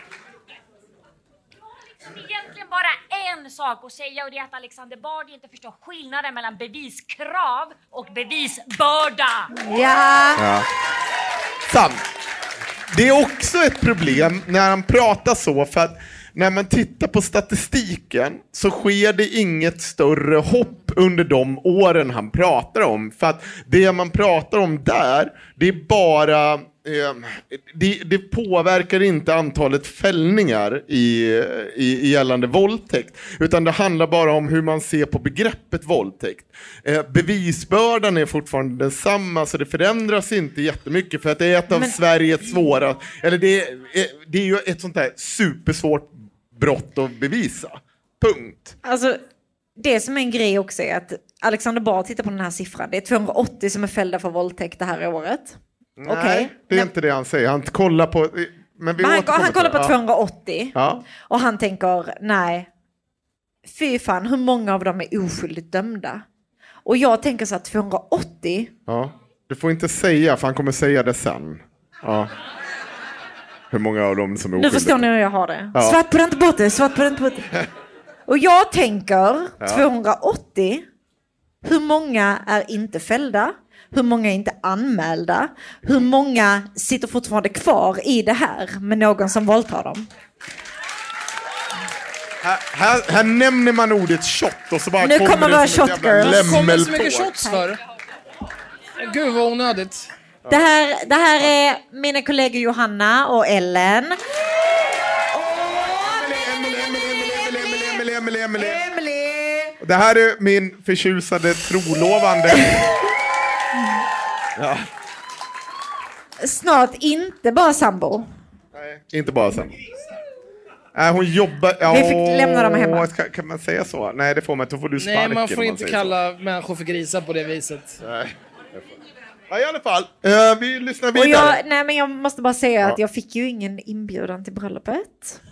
Egentligen bara en sak att säga och det är att Alexander Bard inte förstår skillnaden mellan beviskrav och bevisbörda. Ja. Ja. Sant. Det är också ett problem när han pratar så, för att när man tittar på statistiken så sker det inget större hopp under de åren han pratar om. För att det man pratar om där, det är bara... Eh, det, det påverkar inte antalet fällningar i, i, i gällande våldtäkt. Utan det handlar bara om hur man ser på begreppet våldtäkt. Eh, bevisbördan är fortfarande densamma, så det förändras inte jättemycket. För att det är ett av Men... Sveriges svåra... Eller det är, det är ju ett sånt där supersvårt brott att bevisa. Punkt. Alltså, det som är en grej också är att Alexander Bard tittar på den här siffran. Det är tvåhundraåttio som är fällda för våldtäkt det här året. Nej, okay. det är men, inte det han säger. Han kollar på... Men, vi men han, han kollar på ja. tvåhundraåttio. Ja. Och han tänker, nej. Fy fan, hur många av dem är oskyldigt dömda? Och jag tänker så att tvåhundraåttio... Ja, du får inte säga, för han kommer säga det sen. Ja. Hur många av dem som är oskyldiga? Nu förstår ni hur jag har det. Ja. Svart på den borta, svart på den borta. Och jag tänker, ja. tvåhundraåttio, hur många är inte fällda? Hur många är inte anmälda? Hur många sitter fortfarande kvar i det här med någon som våldtar dem? Här, här, här nämner man ordet shot och så bara nu kommer det vara shot girl. Vad kommer så mycket shots för? Gud vad onödigt. Det här, det här är mina kollegor Johanna och Ellen. Emily, Emily, Emily, Emily. Det här är min förtjusade trolovande. Ja. Snart inte bara sambo. Nej, inte bara sambo. Nej, hon jobbar... Ja, vi fick lämna dem hemma. Kan, kan man säga så? Nej, det får man inte. Då får du sparken. Nej, man får inte man kalla så. Människor för grisar på det viset. Nej. Ja, i alla fall. Uh, vi lyssnar vidare. Och jag, nej, men jag måste bara säga ja. att jag fick ju ingen inbjudan till bröllopet.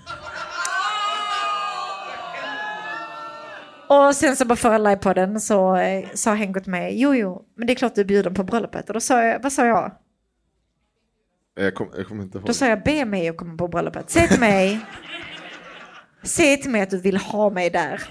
Och sen så bara förra livepodden så eh, sa Hengot till mig, jo jo, men det är klart du är bjuden på bröllopet. Och då sa jag, vad sa jag? Jag kommer jag kom inte ihåg. Då sa jag, be mig att komma på bröllopet. Säg till mig, säg till mig att du vill ha mig där.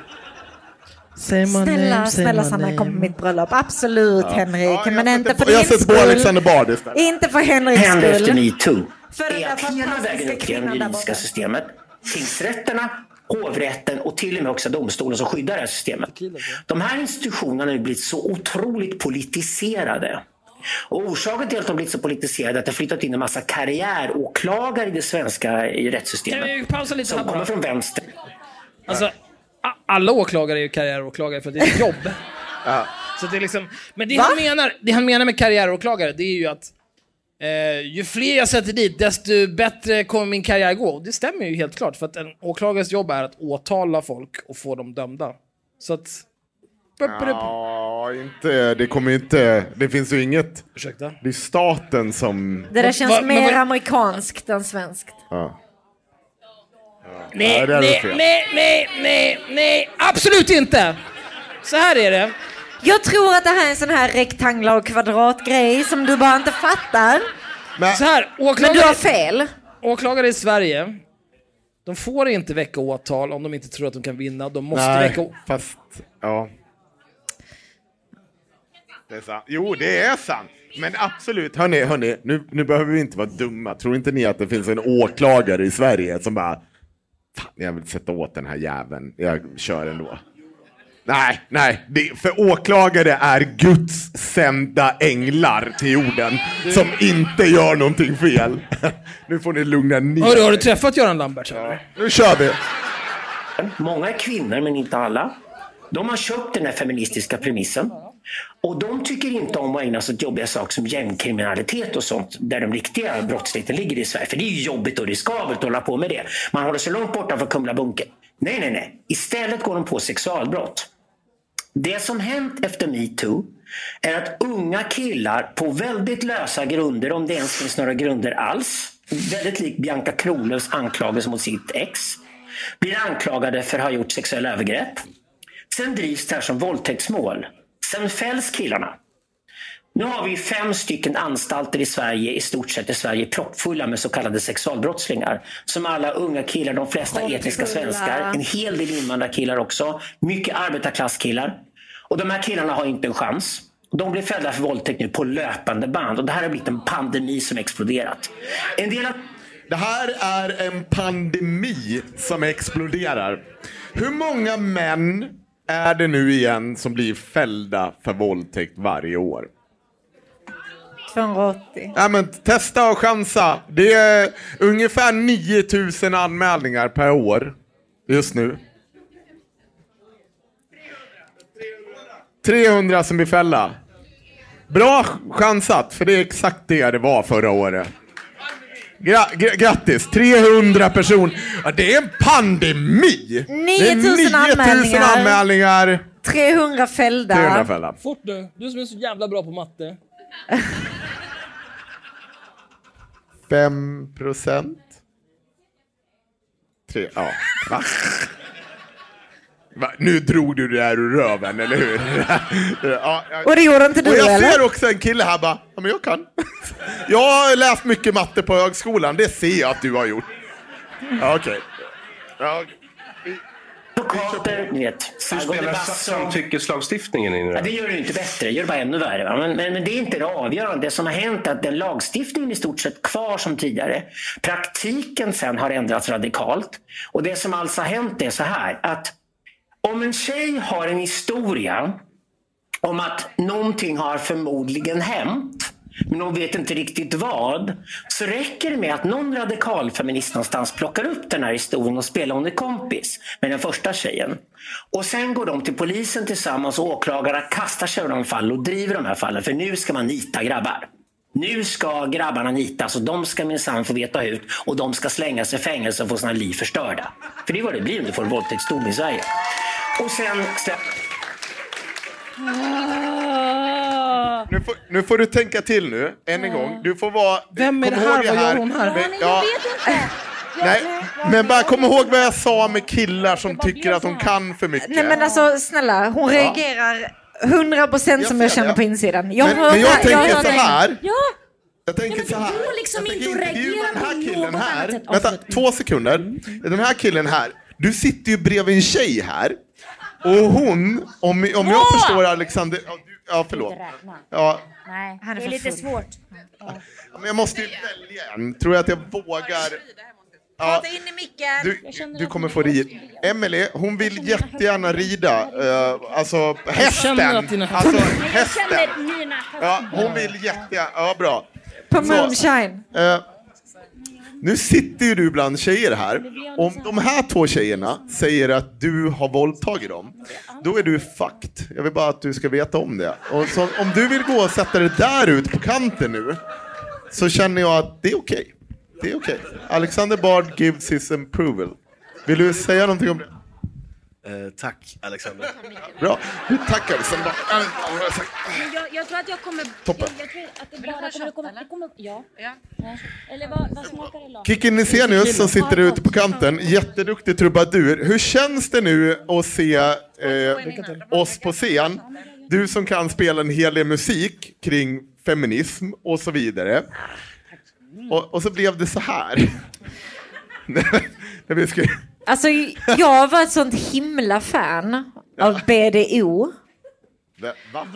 Snälla, snälla Sanna, kom på mitt bröllop. Absolut, ja. Henrik. Ja, men inte för din skull. Alexander Bard istället. Inte för Henriks skull. Händer efter MeToo. För är att hela vägen upp till det juridiska systemet, tingsrätterna, hovrätten och till och med också domstolen som skyddar det här systemet. De här institutionerna har blivit så otroligt politiserade. Och orsaken till att de blivit så politiserade är att det har flyttat in en massa karriäråklagare i det svenska i rättssystemet. Kan vi pausa lite som här kommer bara? från vänster. Alltså, alla åklagare är ju karriäråklagare för att det är ett jobb. Ja. Så det är liksom, men det han, menar, det han menar med karriäråklagare, det är ju att eh, ju fler jag sätter dit, desto bättre kommer min karriär gå. Det stämmer ju helt klart, för att en åklagares jobb är att åtala folk och få dem dömda. Så att... Ja, inte, det kommer inte, det finns ju inget. Ursäkta? Det är staten som... Det där känns va, mer va, amerikanskt än svenskt. Ja. Nej, ja, nej, nej, nej, nej, nej, absolut inte. Så här är det. Jag tror att det här är en sån här rektanglar och kvadratgrej som du bara inte fattar. Men, så här, åklagare, men du har fel. Åklagare i Sverige, de får inte väcka åtal om de inte tror att de kan vinna. De måste nej, väcka åtal. Fast, ja. Det är sant. Jo, det är sant. Men absolut, hörni, hörni nu, nu behöver vi inte vara dumma. Tror inte ni att det finns en åklagare i Sverige som bara, fan, jag vill sätta åt den här jäveln. Jag kör ändå. Nej, nej. Det, för åklagare är Guds sända änglar till jorden du... som inte gör någonting fel. Nu får ni lugna ner. Hörru, har du träffat Göran Lambert? Ja. Nu kör vi. Många är kvinnor, men inte alla. De har köpt den här feministiska premissen. Och de tycker inte om att ägna sig åt jobbiga saker som gängkriminalitet och sånt, där de riktiga brottsligheten ligger i Sverige. För det är ju jobbigt och riskabelt att hålla på med det. Man håller så långt borta från Kumla bunker. Nej, nej, nej. Istället går de på sexualbrott. Det som hänt efter MeToo är att unga killar på väldigt lösa grunder, om det ens finns några grunder alls, väldigt lik Bianca Kronlöfs anklagelse mot sitt ex, blir anklagade för att ha gjort sexuella övergrepp. Sen drivs det här som våldtäktsmål. Sen fälls killarna. Nu har vi fem stycken anstalter i Sverige, i stort sett i Sverige, proppfulla med så kallade sexualbrottslingar. Som alla unga killar, de flesta proppfulla. Etniska svenskar, en hel del invandrarkillar också, mycket arbetarklasskillar. Och de här killarna har inte en chans. De blir fällda för våldtäkt nu på löpande band. Och det här har blivit en pandemi som exploderat. En del av... Det här är en pandemi som exploderar. Hur många män är det nu igen som blir fällda för våldtäkt varje år? tvåhundraåttio. Ja, men testa och chansa. Det är ungefär nio tusen anmälningar per år just nu. trehundra som blir fällda. Bra chansat, för det är exakt det det var förra året. Gra- gra- grattis, trehundra personer. Ja, det är en pandemi. nio tusen anmälningar. anmälningar. trehundra fällda. trehundra fällda. Fort du, du som är så jävla bra på matte. fem procent. Tre, ja. Va? Va? Nu drog du det här ur röven, eller hur? Ja, jag... Och det gjorde inte du, och jag eller? ser också en kille här bara, ja men jag kan. Jag har läst mycket matte på högskolan, det ser jag att du har gjort. Ja, okej. Okay. Ja, okay. Advokater, ni vet. Du spelar samtyckeslagstiftningen in i det. Ja, det gör det inte bättre, det gör det bara ännu värre. Va? Men, men, men det är inte det avgörande. Det som har hänt är att den lagstiftningen är i stort sett kvar som tidigare. Praktiken sen har ändrats radikalt. Och det som alltså har hänt är så här, att om en tjej har en historia om att någonting har förmodligen hänt, men hon vet inte riktigt vad, så räcker det med att någon radikal feminist någonstans plockar upp den här historien och spelar hon är kompis med den första tjejen. Och sen går de till polisen tillsammans och åklagarna kastar sig över de fall och driver de här fallen. För nu ska man nita grabbar. Nu ska grabbarna nitas och de ska minsann få veta ut och de ska slängas i fängelse och få sina liv förstörda. För det är vad det blir om du får en våldtäktsdom i Sverige. Och sen... Nu får, nu får du tänka till nu, än en gång. Du får vara... Vem är det här? Vad gör hon här? Men, ja, nej, men bara kom ihåg vad jag sa med killar som tycker att hon kan för mycket. Nej men alltså snälla, hon ja. reagerar hundra procent som jag känner det. på insidan. Jag men, men jag här, tänker jag så här. Ja. Jag tänker ja, så här. Det går liksom inte att reagera den här killen på här. sätt. Vänta, två sekunder. Den här killen här. Du sitter ju bredvid en tjej här. Och hon, om, om jag förstår Alexander... Ja, förlåt. Ja. Nej, det är lite svårt. Ja. Men jag måste ju välja en. Tror jag att jag vågar... Ja. Prata in i micken. Du, du kommer få rida. Emily, hon vill jättegärna rida. Uh, alltså hästen. Alltså hästen. Ja, hon vill jättegärna. Ja, bra. På Moonshine. Uh, nu sitter ju du bland tjejer här. Om de här två tjejerna säger att du har våldtagit dem, då är du fucked. Jag vill bara att du ska veta om det. Och så, om du vill gå och sätta dig där ut på kanten nu, så känner jag att det är okej. Okay. Det är okej. Okay. Alexander Bard gives his approval. Vill du säga någonting om det? Eh, tack, Alexander. Bra. Tack, Alexander. Jag, jag tror att jag kommer... Toppen. Jag, jag tror att det bara kommer... kommer, det kommer ja. ja. Eller vad, vad smakar det? Kikki Nisenius som sitter ute på kanten. Jätteduktig trubadur. Hur känns det nu att se eh, oss på scen? Du som kan spela en hel del musik kring feminism och så vidare. Och, och så blev det så här. När vi skulle... Alltså jag var ett sånt himla fan av B D O. Va? Va?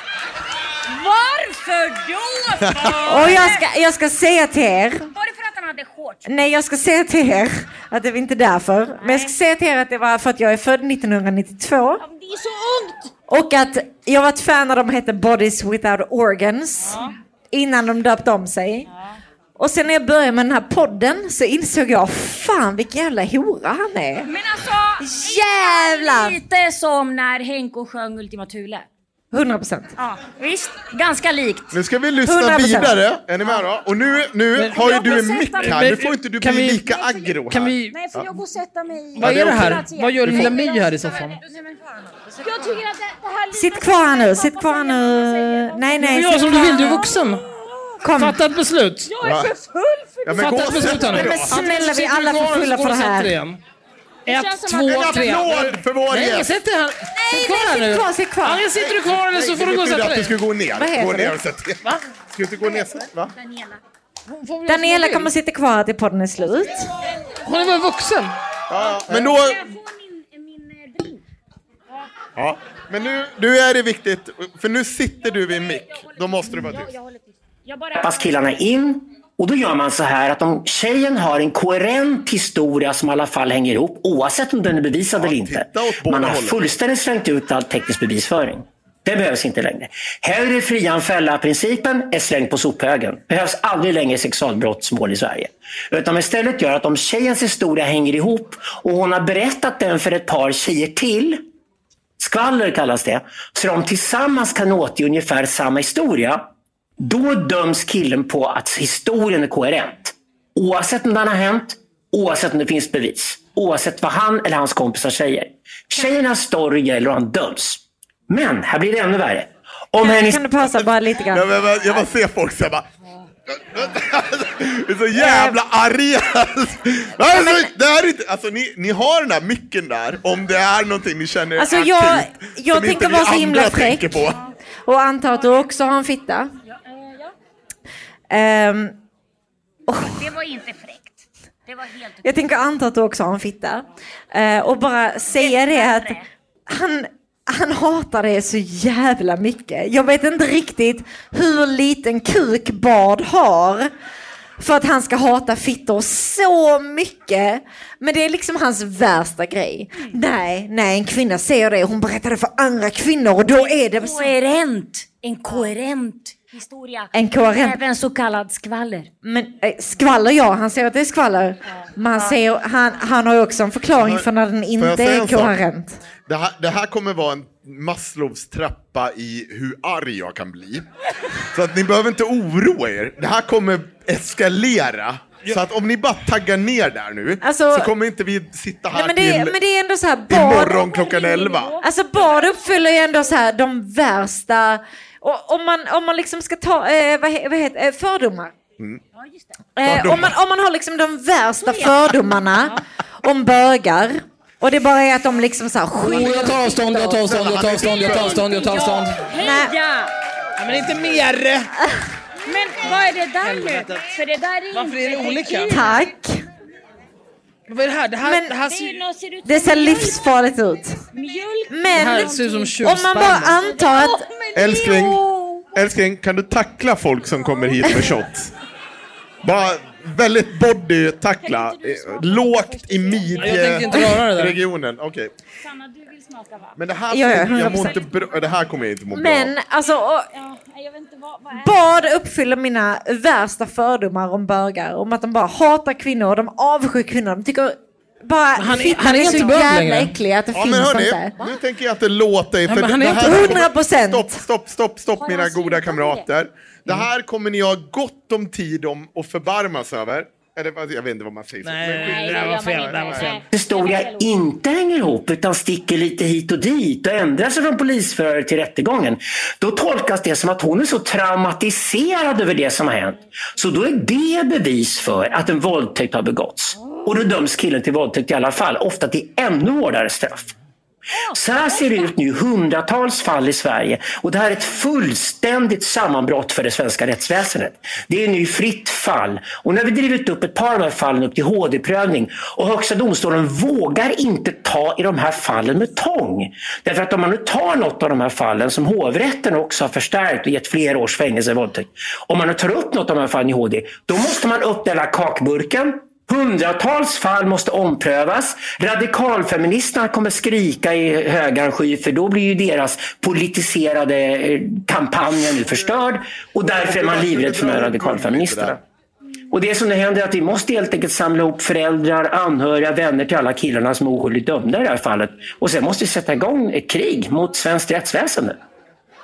Varför då? Och jag ska, jag ska säga till er. Var det för att han hade shorts? Nej, jag ska säga till er att det var inte därför. Nej. Men jag ska säga till er att det var för att jag är född nittonhundranittiotvå. Ja, det är så ungt. Och att jag var ett fan av de hette Bodies Without Organs. Ja. Innan de döpte om sig. Ja. Och sen när jag började med den här podden så insåg jag, fan vilken jävla hora han är. Men alltså, jävlar! Lite som när Henko sjöng Ultima Thule. hundra procent. Ja, visst. Ganska likt. Nu ska vi lyssna hundra procent. vidare. Är ni med då? Och nu, nu Men- har ju Jag du får en mick sätta här. mig- Nu får inte du Kan bli vi- lika aggro här. Kan vi... Nej, för jag går och sätta mig i... Vad är det här? okej. Vad gör lilla My här i soffan? Jag tycker att det, det här... Sitt kvar här nu, sitt kvar här nu. Nej, nej. Gör sitt som du kvar. vill, du är vuxen. Kom. Fatta ett beslut. Jag är för full för Ja, men gå Fatta ett och beslut sätt här nu. dig Men då. snälla, vi är alla för fulla för det här. Ett, känns som två, att- tre. En applåd för vår Nej, gäst. sätt dig här. Sitt kvar här Nej, nu. sitt kvar, sitt kvar. Antingen sitter du kvar eller så får du gå och Det sätta att du dig. ska gå ner. Vad heter Gå det? ner och sätta dig. Va? Ska du inte gå ner? Va? Daniela. Daniela kommer sitta kvar här till podden är slut. Hon är väl vuxen? Ja, men då... Jag får min, min eh, drink. Ja, men nu, nu är det viktigt, för nu sitter du vid en mick. Då måste du vara Jag, tyst. jag håller tyst. Jag bara... Pass killarna in. Och då gör man så här att om tjejen har en koherent historia som i alla fall hänger ihop, oavsett om den är bevisad eller inte. titta åt båda Man har hållen. fullständigt slängt ut all teknisk bevisföring. Det behövs inte längre. Hellre fria än fälla-principen är slängd på sophögen. Behövs aldrig längre sexualbrottsmål i Sverige. Utan istället gör att om tjejens historia hänger ihop och hon har berättat den för ett par tjejer till, skvaller kallas det, så de tillsammans kan återge ungefär samma historia, då döms killen på att historien är koherent. Oavsett om den har hänt, oavsett om det finns bevis, oavsett vad han eller hans kompisar säger. Tjejernas story gäller och han döms. Men här blir det ännu värre. Om Kan, hennes... kan du pausa bara lite Jag, grann? jag, jag bara ser folk så här bara... Det är så jävla arga. Alltså, det här är inte, alltså, ni, ni har den här micken där. Om det är någonting ni känner Alltså akut, jag, jag som tänker inte vara vi så himla andra tänker fräck. på. Och anta att du också har en fitta. Ehm, Det var inte fräckt. Det var helt... jag tänker anta att du också har en fitta. Eh, och bara säga det att han, han hatar det så jävla mycket. Jag vet inte riktigt hur liten kuk Bard har för att han ska hata fittor så mycket. Men det är liksom hans värsta grej. Nej, nej, en kvinna säger det. Hon berättade för andra kvinnor och då är det så... Koherent. En koherent historia. En koherent. Även så kallad skvaller. Men eh, skvaller, ja, han säger att det är skvaller. Men han, säger, han, han har ju också en förklaring för när den Får jag inte säga är en sak? koherent. Det här, det här kommer vara en Maslows trappa i hur arg jag kan bli. Så att ni behöver inte oroa er. Det här kommer eskalera. Så att om ni bara taggar ner där nu, Alltså- så kommer inte vi sitta här Nej, men, det, till men det är ändå så här, Bard, imorgon klockan elva. alltså Bard uppfyller ju ändå så här de värsta, och, om, man, om man liksom ska ta, eh, vad, he- vad heter eh, fördomar. Mm. Eh, om, man, om man har liksom de värsta fördomarna om bögar, och det bara är att de liksom så här Oh, jag tar avstånd, jag tar avstånd, jag tar avstånd, jag tar avstånd, jag tar avstånd. Nej. Heja! Ja, men inte mer! Men vad är det där nu? För det där är Varför inte är det olika? tequila. Tack. Vad är det här? Det här, Men- det här Det, är ser... något, ser ut Det som ser mjölk. livsfarligt ut. Mjölk. Det Men här ser ut som om man bara tjuvsperma. antar att Älskling, älskling, kan du tackla folk som kommer hit med shots? Bara väldigt body-tackla. Eh, Lågt i Jag tänker inte röra det där. midjeregionen. Okej. Sanna, du vill smaka va? Men det här, Ja, ja, jag hundra mår procent. inte bra, det här kommer jag inte må bra Men av. alltså, och, Ja, jag vet inte vad, vad är Bard uppfyller mina värsta fördomar om bögar. Om att de bara hatar kvinnor, de avskyr kvinnor. De tycker bara han är- fittan han är är inte så bög jävla längre. äcklig att det Ja, finns men hörni, inte. nu tänker jag inte låta er. Ja, För men han det är här inte- kommer- hundra procent. Stopp, stopp, stopp, stopp Har mina han goda synkat på kamrater. Det här kommer ni ha gott om tid om att förbarmas över. Eller vad- jag vet inte vad man säger. så. Nej, Men skit- nej, det här var fel, det här var fel. historia inte hänger ihop utan sticker lite hit och dit och ändrar sig från polisförhör till rättegången, då tolkas det som att hon är så traumatiserad över det som har hänt. Så då är det bevis för att en våldtäkt har begåtts. Och då döms killen till våldtäkt i alla fall, ofta till ännu hårdare straff. Så här ser det ut nu, hundratals fall i Sverige, och det här är ett fullständigt sammanbrott för det svenska rättsväsendet. Det är nu fritt fall, och när vi drivit upp ett par av de här fallen upp till H D-prövning, och Högsta domstolen vågar inte ta i de här fallen med tång. Därför att om man nu tar något av de här fallen som hovrätten också har förstärkt och gett flera års fängelse i våldtäkt, om man nu tar upp något av de här fallen i H D, då måste man uppdela kakburken. Hundratals fall måste omprövas. Radikalfeministerna kommer skrika i högan sky, för då blir ju deras politiserade eh, kampanj nu förstörd, och därför är man livrädd för de här radikalfeministerna. Och det som det händer är att vi måste helt enkelt samla ihop föräldrar, anhöriga, vänner till alla killarna som är oskyldigt dömda i det här fallet. Och sen måste vi sätta igång ett krig mot svenskt rättsväsende.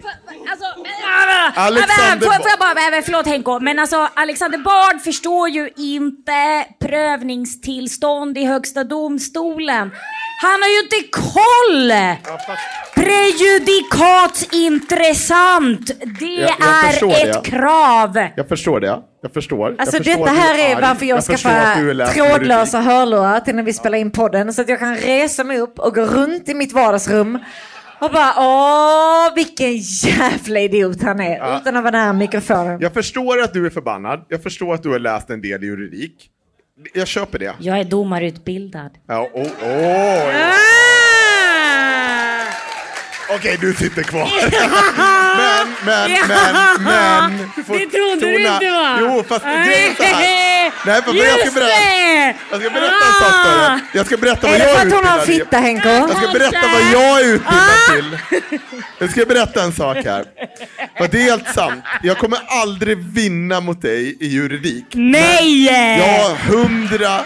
Alltså, Alexander får, får jag bara, förlåt Henko, men alltså Alexander Bard förstår ju inte prövningstillstånd i högsta domstolen. Han har ju inte koll! Prejudikat intressant. Det jag, jag är ett det. krav. Jag förstår det. Jag förstår. Alltså jag förstår detta här är, är varför jag, jag skaffar trådlösa hörlurar till när vi spelar in podden. Så att jag kan resa mig upp och gå runt i mitt vardagsrum. Och bara, åh, vilken jävla idiot han är. Ja. Utan att vara nära mikrofonen. Jag förstår att du är förbannad. Jag förstår att du har läst en del juridik. Jag köper det. Jag är domarutbildad. Ja, åh, åh. Ah! Okej, du sitter kvar. men, men, ja. men, men. Du får det trodde tona. Du inte va? Jo, fast grejen så här. Nej, för jag ska berätta. Jag ska berätta en sak för dig. Jag ska berätta vad jag är utbildad till. Är det för att hon har fitta, Henko? Jag ska berätta vad jag är utbildad till. Jag ska berätta en sak här. För det är helt sant. Jag kommer aldrig vinna mot dig i juridik. Nej! Jag har hundra,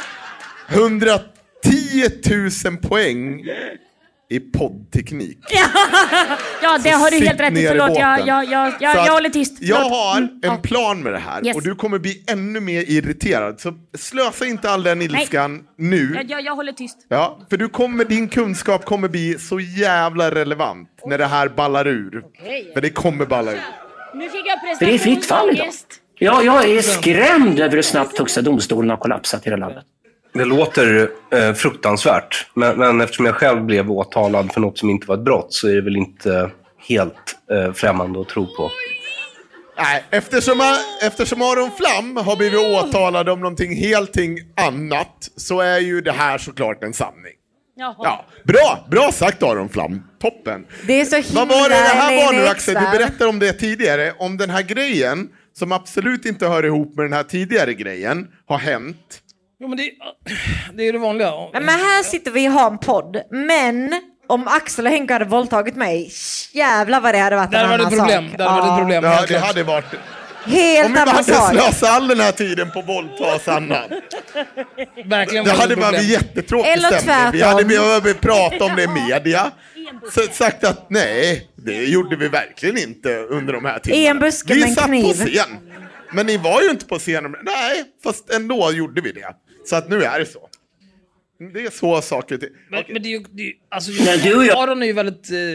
hundratio tusen poäng i poddteknik. Ja, det så har du helt rätt i. Förlåt, jag, jag, jag, jag, jag håller tyst. Jag Förlåt. har en mm. plan med det här. Yes. Och du kommer bli ännu mer irriterad. Så slösa inte all den ilskan Nej. nu. Jag, jag, jag håller tyst. Ja, för du kommer, din kunskap kommer bli så jävla relevant oh. när det här ballar ur. Okay. För det kommer balla ur. Nu fick jag för det är fritt fall idag. Ja, jag är skrämd över hur snabbt högsta domstolen har kollapsat i det landet. Det låter eh, fruktansvärt, men, men eftersom jag själv blev åtalad för något som inte var ett brott så är det väl inte helt eh, främmande att tro på. Nej, eftersom, eftersom Aron Flam har blivit åtalad om någonting helt annat så är ju det här såklart en sanning. Jaha. Ja, bra, bra sagt Aron Flam, toppen. Det är så himla. Vad var det, det här var nu Axel? Du berättade om det tidigare, om den här grejen som absolut inte hör ihop med den här tidigare grejen har hänt. Jo, men det, det är det vanliga. Men här sitter vi och har en podd. Men om Axel och Henke hade våldtagit mig, jävlar vad det hade varit en annan sak. problem. Där var det ett problem. Ja, det hade varit... Helt om vi annan hade sak. slösat all den här tiden på våldta Sanna. Verkligen. Det hade bara blivit jättetråkigt stämning. Vi hade behövt prata om det i media. Så sagt att nej, det gjorde vi verkligen inte under de här timmarna. I en buske vi med en satt kniv. på scen. Men ni var ju inte på scen. Nej, fast ändå gjorde vi det. Så att nu är det så. Det är så saker till. Men, okay. men det är ju... Det är, alltså, Nej, du och jag... Aron är ju väldigt... Eh,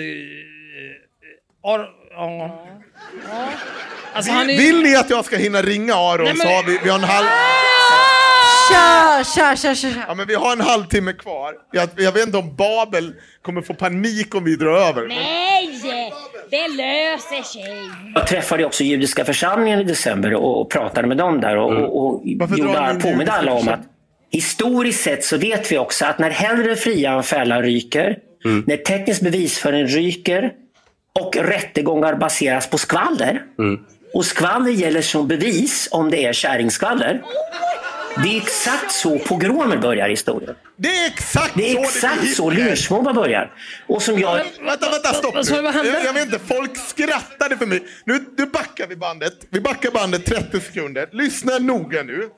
Aron... Ja. Alltså, han är ju... Vill ni att jag ska hinna ringa Aron? Nej, men... så har vi, vi har en halv... Kör, kör, kör, kör. Ja, men vi har en halvtimme kvar. Jag, jag vet inte om Babel kommer få panik om vi drar över. Nej, det löser sig. Jag träffade också judiska församlingen i december och, och pratade med dem där och, mm. och, och gjorde påminna alla om att historiskt sett så vet vi också att när hellre fria än fälla ryker, mm. när teknisk bevisföring ryker och rättegångar baseras på skvaller, mm. och skvaller gäller som bevis om det är kärringskvaller. Det är exakt så pogromer börjar i historien. Det är exakt det är så exakt det så lynchmobbar börjar. Och som jag... Vänta, vänta, stopp nu. Jag, jag vet inte, folk skrattade för mig. Nu, nu backar vi bandet. Vi backar bandet trettio sekunder. Lyssna noga nu.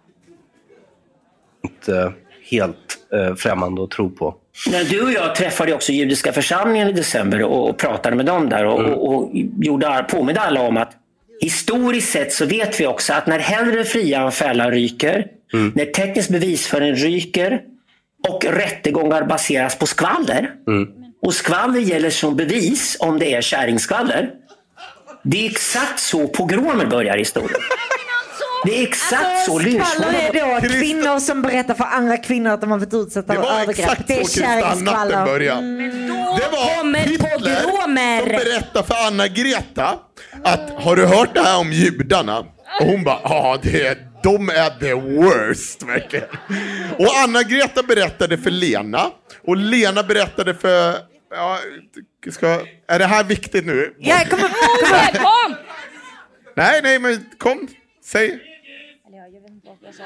Inte helt eh, främmande att tro på. När du och jag träffade också judiska församlingen i december och, och pratade med dem där och, mm. och, och gjorde, påminna alla om att historiskt sett så vet vi också att när hellre fria än fälla ryker, mm. när teknisk bevisföring ryker och rättegångar baseras på skvaller, mm. och skvaller gäller som bevis om det är kärringskvaller. Det är exakt så pogromer börjar i historien. Det är exakt alltså, så lynchmobbar. Är då kvinnor som berättar för andra kvinnor att de har varit utsatta för övergrepp. Det är kärringskvaller. Mm. Det var Hitler som berättade för Anna-Greta att har du hört det här om judarna? Och hon bara, ja, det de är the worst verkligen. Och Anna-Greta berättade för Lena och Lena berättade för ja, ska, är det här viktigt nu? Ja, kom, kom, kom. kom. Nej, nej, men kom, säg. Jag vet inte vad jag sa.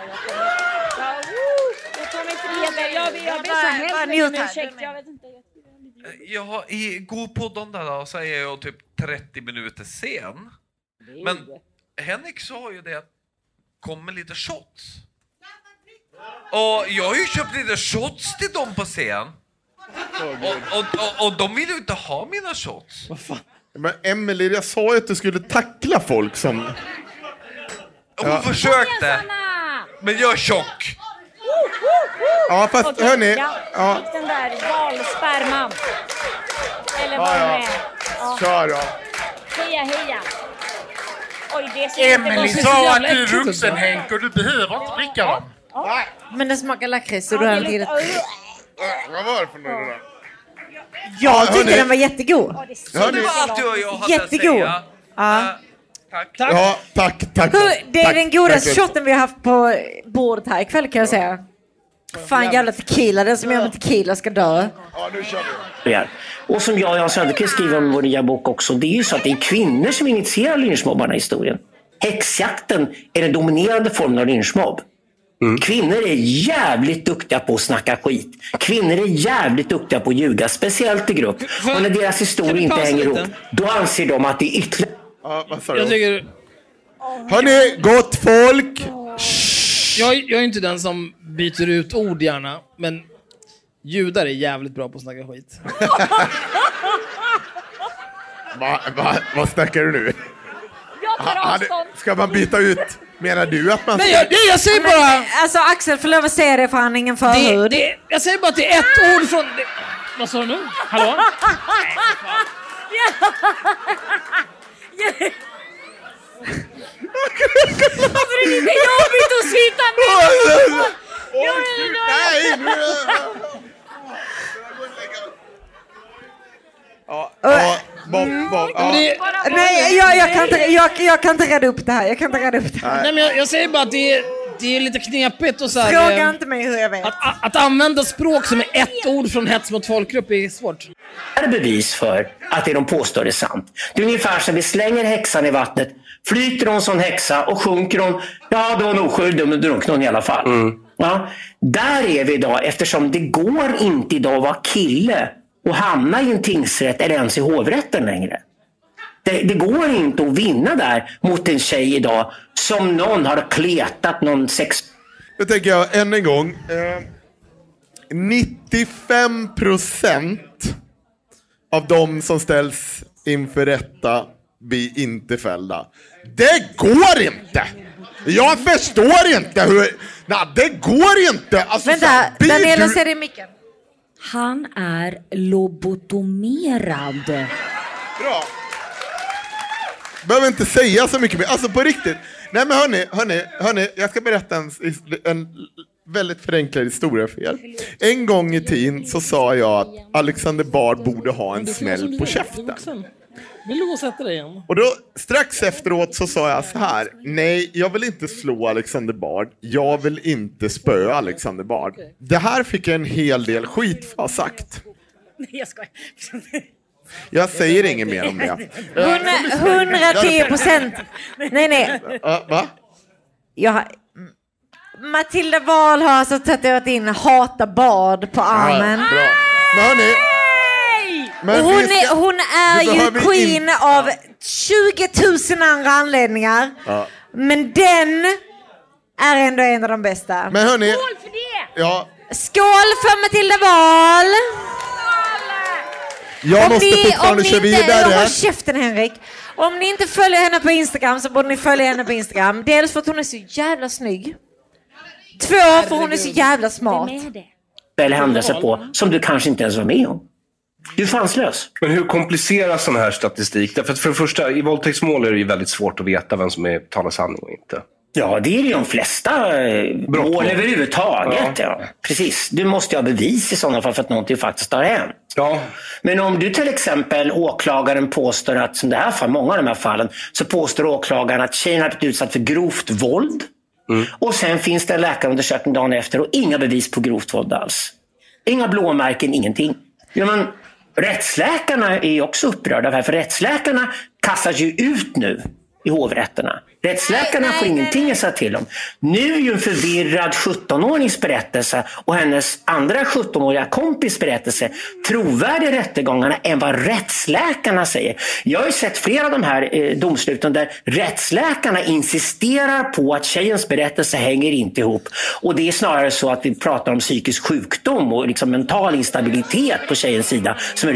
Jag tar mig friheter. Jag ber så hemskt om ursäkt. Jag vet inte. Ja, i god podden då så är jag typ trettio minuter sen. Men Henrik sa ju det att kom med lite shots. Och jag har ju köpt lite shots till dem på scen. Och, och, och, och de vill ju inte ha mina shots. Vad fan? Men Emily, jag sa ju att du skulle tackla folk som... Hon ja. försökte. Men jag är tjock. Ja, fast Okej, hörni... Ja, ja. Fick den där valsperman. Eller vad Ja, ja. det är. Ja. Kör då. Heja, heja. Oj, det ser inte Emily så sa jävla att du är äckligt ut. vuxen, Henk, och du behöver inte dricka dem. Men det smakar lakrits så du har till. Vad var det för något då? Jag Ja, tyckte hörni. den var jättegod. Så det var allt jag, jag hade Jättegod. att säga. Ja. Tack. Ja, tack, tack. Hur, det är tack, den godaste tack. shotten vi har haft på bordet här ikväll kan jag säga. Fan jävla tequila, den som gör med tequila ska dö. Ja, nu kör vi. Och som jag och Jan Söderqvist skriver om i vår nya bok också, det är ju så att det är kvinnor som initierar lynchmobbarna i historien. Häxjakten är den dominerande formen av lynchmobb. Mm. Kvinnor är jävligt duktiga på att snacka skit. Kvinnor är jävligt duktiga på att ljuga, speciellt i grupp. Och när deras historia inte hänger ihop, då anser de att det är ytterligare... Ja, vad sa du? Jag tycker... Hörni, gott folk! Jag, jag är inte den som byter ut ord gärna, men judar är jävligt bra på att snacka skit. Va, va, vad snackar du nu? Jag tar Ha- hade- avstånd. Ska man byta ut? Menar du att man... Nej, jag, jag säger bara... Men, alltså Axel får lov att säga det för han har ingen Det, förhud. det, jag säger bara att det är ett ord från... Det, vad sa du nu? Hallå? Varför är det inte jobbigt att sitta ner? Nej, nu... Ja, ja, Bob, Bob, ja. Nej, jag, jag, kan inte, jag, jag kan inte rädda upp det här. Jag kan inte rädda upp det här. Nej, men jag, jag säger bara att det är, det är lite knepigt och så här, Fråga eh, inte mig hur jag vet. Att, att, att använda språk som är ett ord från hets mot folkgrupp är svårt. Det är bevis för att det de påstår är sant. Det är ungefär som vi slänger häxan i vattnet, flyter hon som häxa och sjunker hon, ja då är hon oskyldig, men drunknar hon i alla fall. Mm. Ja, där är vi idag, eftersom det går inte idag att vara kille och hamna i en tingsrätt eller ens i hovrätten längre. Det, det går inte att vinna där mot en tjej idag som någon har kletat någon sex... Då tänker jag än en gång. Eh, nittiofem procent av de som ställs inför rätta blir inte fällda. Det går inte! Jag förstår inte hur... Nej, det går inte! Alltså, Vänta, så, blir Daniela, du... ser i micken. Han är lobotomerad. Bra. Behöver inte säga så mycket mer. Alltså på riktigt. Nej men hörni, hörni, hörni jag ska berätta en, en väldigt förenklad historia för er. En gång i tiden så sa jag att Alexander Bard borde ha en smäll på käften. Vill du gå och sätta dig igen? Och då strax efteråt så sa jag så här: nej, jag vill inte slå Alexander Bard. Jag vill inte spöa Alexander Bard. Det här fick jag en hel del skit för att ha sagt. Nej, jag skojar. Jag säger inget mer om det. hundratio procent. Nej, nej. Uh, va? Jag har... Matilda Wahl har alltså tatuerat in hata Bard på armen. Ja, bra. Men hörni, men och hon, vi ska- är, hon är vi ju behöver queen in- av tjugo tusen andra anledningar. Ja. Men den är ändå en av de bästa. Men hörni, Skål för det! ja, Skål för Matilda Wahl! jag Om måste ni- fortfarande om ni köra inte- vidare. Håll käften Henrik. Om ni inte följer henne på Instagram så borde ni följa henne på Instagram. Dels för att hon är så jävla snygg. Två, för hon är så jävla smart. eller händelse på som du kanske inte ens var med om. Du är fanslös. Men hur kompliceras sån här statistik? Därför att för det första, i våldtäktsmål är det ju väldigt svårt att veta vem som är talar sanning och inte. Ja, det är ju de flesta eh, mål överhuvudtaget. Ja. Ja. Precis. Du måste ju ha bevis i sådana fall för att någonting faktiskt har hänt. Ja. Men om du till exempel, åklagaren påstår att, som det här fall, många av de här fallen, så påstår åklagaren att tjejen har blivit utsatt för grovt våld. Mm. Och sen finns det en läkarundersökning dagen efter och inga bevis på grovt våld alls. Inga blåmärken, ingenting. Ja, men rättsläkarna är ju också upprörda här, för rättsläkarna kastas ju ut nu i hovrätterna. Rättsläkarna får ingenting att säga till om. Nu är ju en förvirrad sjuttonårings berättelse och hennes andra sjuttonåriga kompis berättelse trovärdiga i rättegångarna än vad rättsläkarna säger. Jag har ju sett flera av de här eh, domsluten där rättsläkarna insisterar på att tjejens berättelse hänger inte ihop. Och det är snarare så att vi pratar om psykisk sjukdom och liksom mental instabilitet på tjejens sida som är...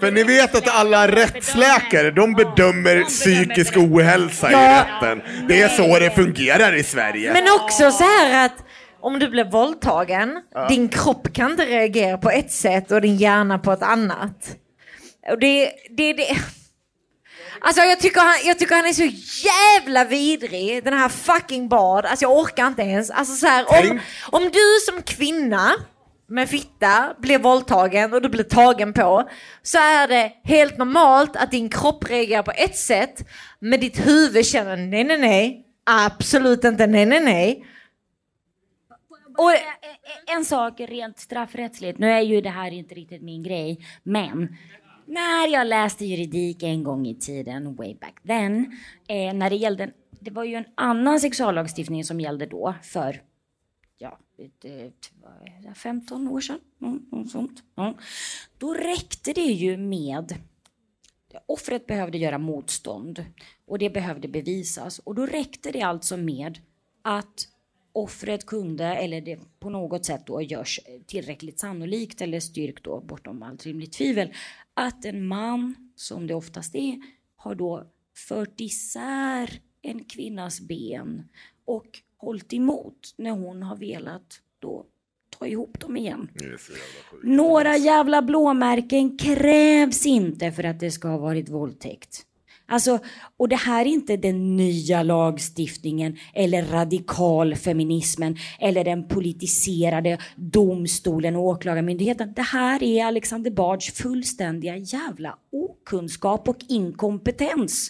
För ni vet att alla rättsläkare, de bedömer psykisk ohälsa Ja. i rätten. Det är så det fungerar i Sverige. Men också så här att om du blir våldtagen, Ja. din kropp kan inte reagera på ett sätt och din hjärna på ett annat. Och det, det, det. Alltså jag tycker, han, jag tycker han är så jävla vidrig, den här fucking Bard. Alltså jag orkar inte ens. Alltså så här, om, om du som kvinna med fitta blir våldtagen och du blir tagen på, så är det helt normalt att din kropp reagerar på ett sätt, men ditt huvud känner nej, nej, nej. Absolut inte nej, nej, nej. Och en sak rent straffrättsligt, nu är ju det här inte riktigt min grej, men när jag läste juridik en gång i tiden, way back then, eh, när det gällde, det var ju en annan sexuallagstiftning som gällde då för, ja, ett, femton år sedan, något sånt. Ja. Då räckte det ju med, offret behövde göra motstånd och det behövde bevisas, och då räckte det alltså med att offret kunde, eller det på något sätt då görs tillräckligt sannolikt eller styrkt då bortom allt rimligt tvivel, att en man, som det oftast är, har då fört isär en kvinnas ben och hållit emot när hon har velat då ta ihop dem igen. Några jävla blåmärken krävs inte för att det ska ha varit våldtäkt. Alltså, och det här är inte den nya lagstiftningen eller radikalfeminismen eller den politiserade domstolen och åklagarmyndigheten. Det här är Alexander Bards fullständiga jävla okunskap och inkompetens.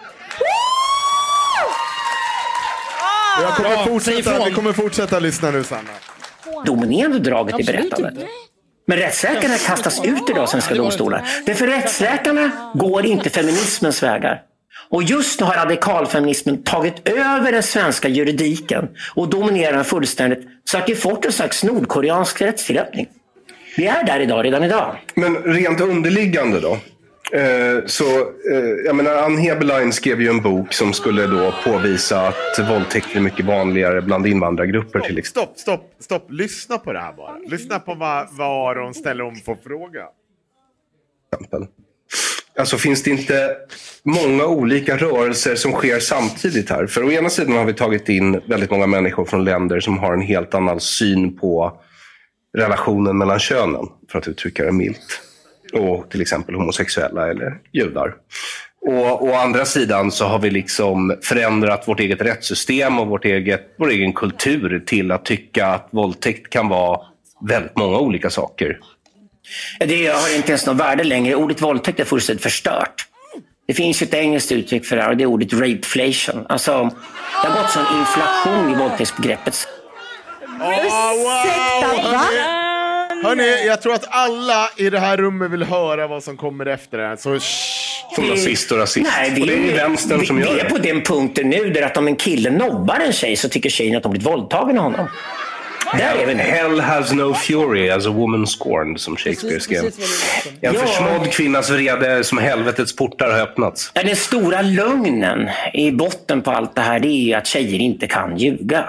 Jag kommer fortsätta, vi kommer fortsätta lyssna nu, Sanna. Dominerande draget i berättandet. Men rättsläkarna kastas ut idag av svenska domstolar. Därför rättsläkarna går inte feminismens vägar. Och just nu har radikalfeminismen tagit över den svenska juridiken och dominerar den fullständigt, så att det fått en slags nordkoreansk rättstillämpning. Vi är där idag, redan idag. Men rent underliggande då? Eh, så, eh, jag menar, Ann Heberlein skrev ju en bok som skulle då påvisa att våldtäkt är mycket vanligare bland invandrargrupper till exempel. Stopp, stopp, stopp. Lyssna på det här bara. Lyssna på vad, vad Aron ställer om för fråga. Alltså finns det inte många olika rörelser som sker samtidigt här? För å ena sidan har vi tagit in väldigt många människor från länder som har en helt annan syn på relationen mellan könen, för att uttrycka det milt. Och till exempel homosexuella eller judar. Och å andra sidan så har vi liksom förändrat vårt eget rättssystem och vårt eget, vår egen kultur till att tycka att våldtäkt kan vara väldigt många olika saker. Det har inte ens något värde längre. Ordet våldtäkt är fullständigt förstört. Det finns ju ett engelskt uttryck för det här, och det är ordet rapeflation. Alltså, det har gått sån inflation i våldtäktsbegreppet. Oh, wow. Hörrni, hörrni, jag tror att alla i det här rummet vill höra vad som kommer efter det här. Så som rasist och rasist. Nej, vi, och det är vänstern vi, som gör vi är det. på den punkten nu där att om en kille nobbar en tjej så tycker tjejen att de blivit våldtagen av honom. Där är vi nu. Hell has no fury as a woman scorned, som Shakespeare skrev. En Ja. försmådd kvinnas vrede som helvetets portar har öppnats. Ja, den stora lögnen i botten på allt det här, det är ju att tjejer inte kan ljuga.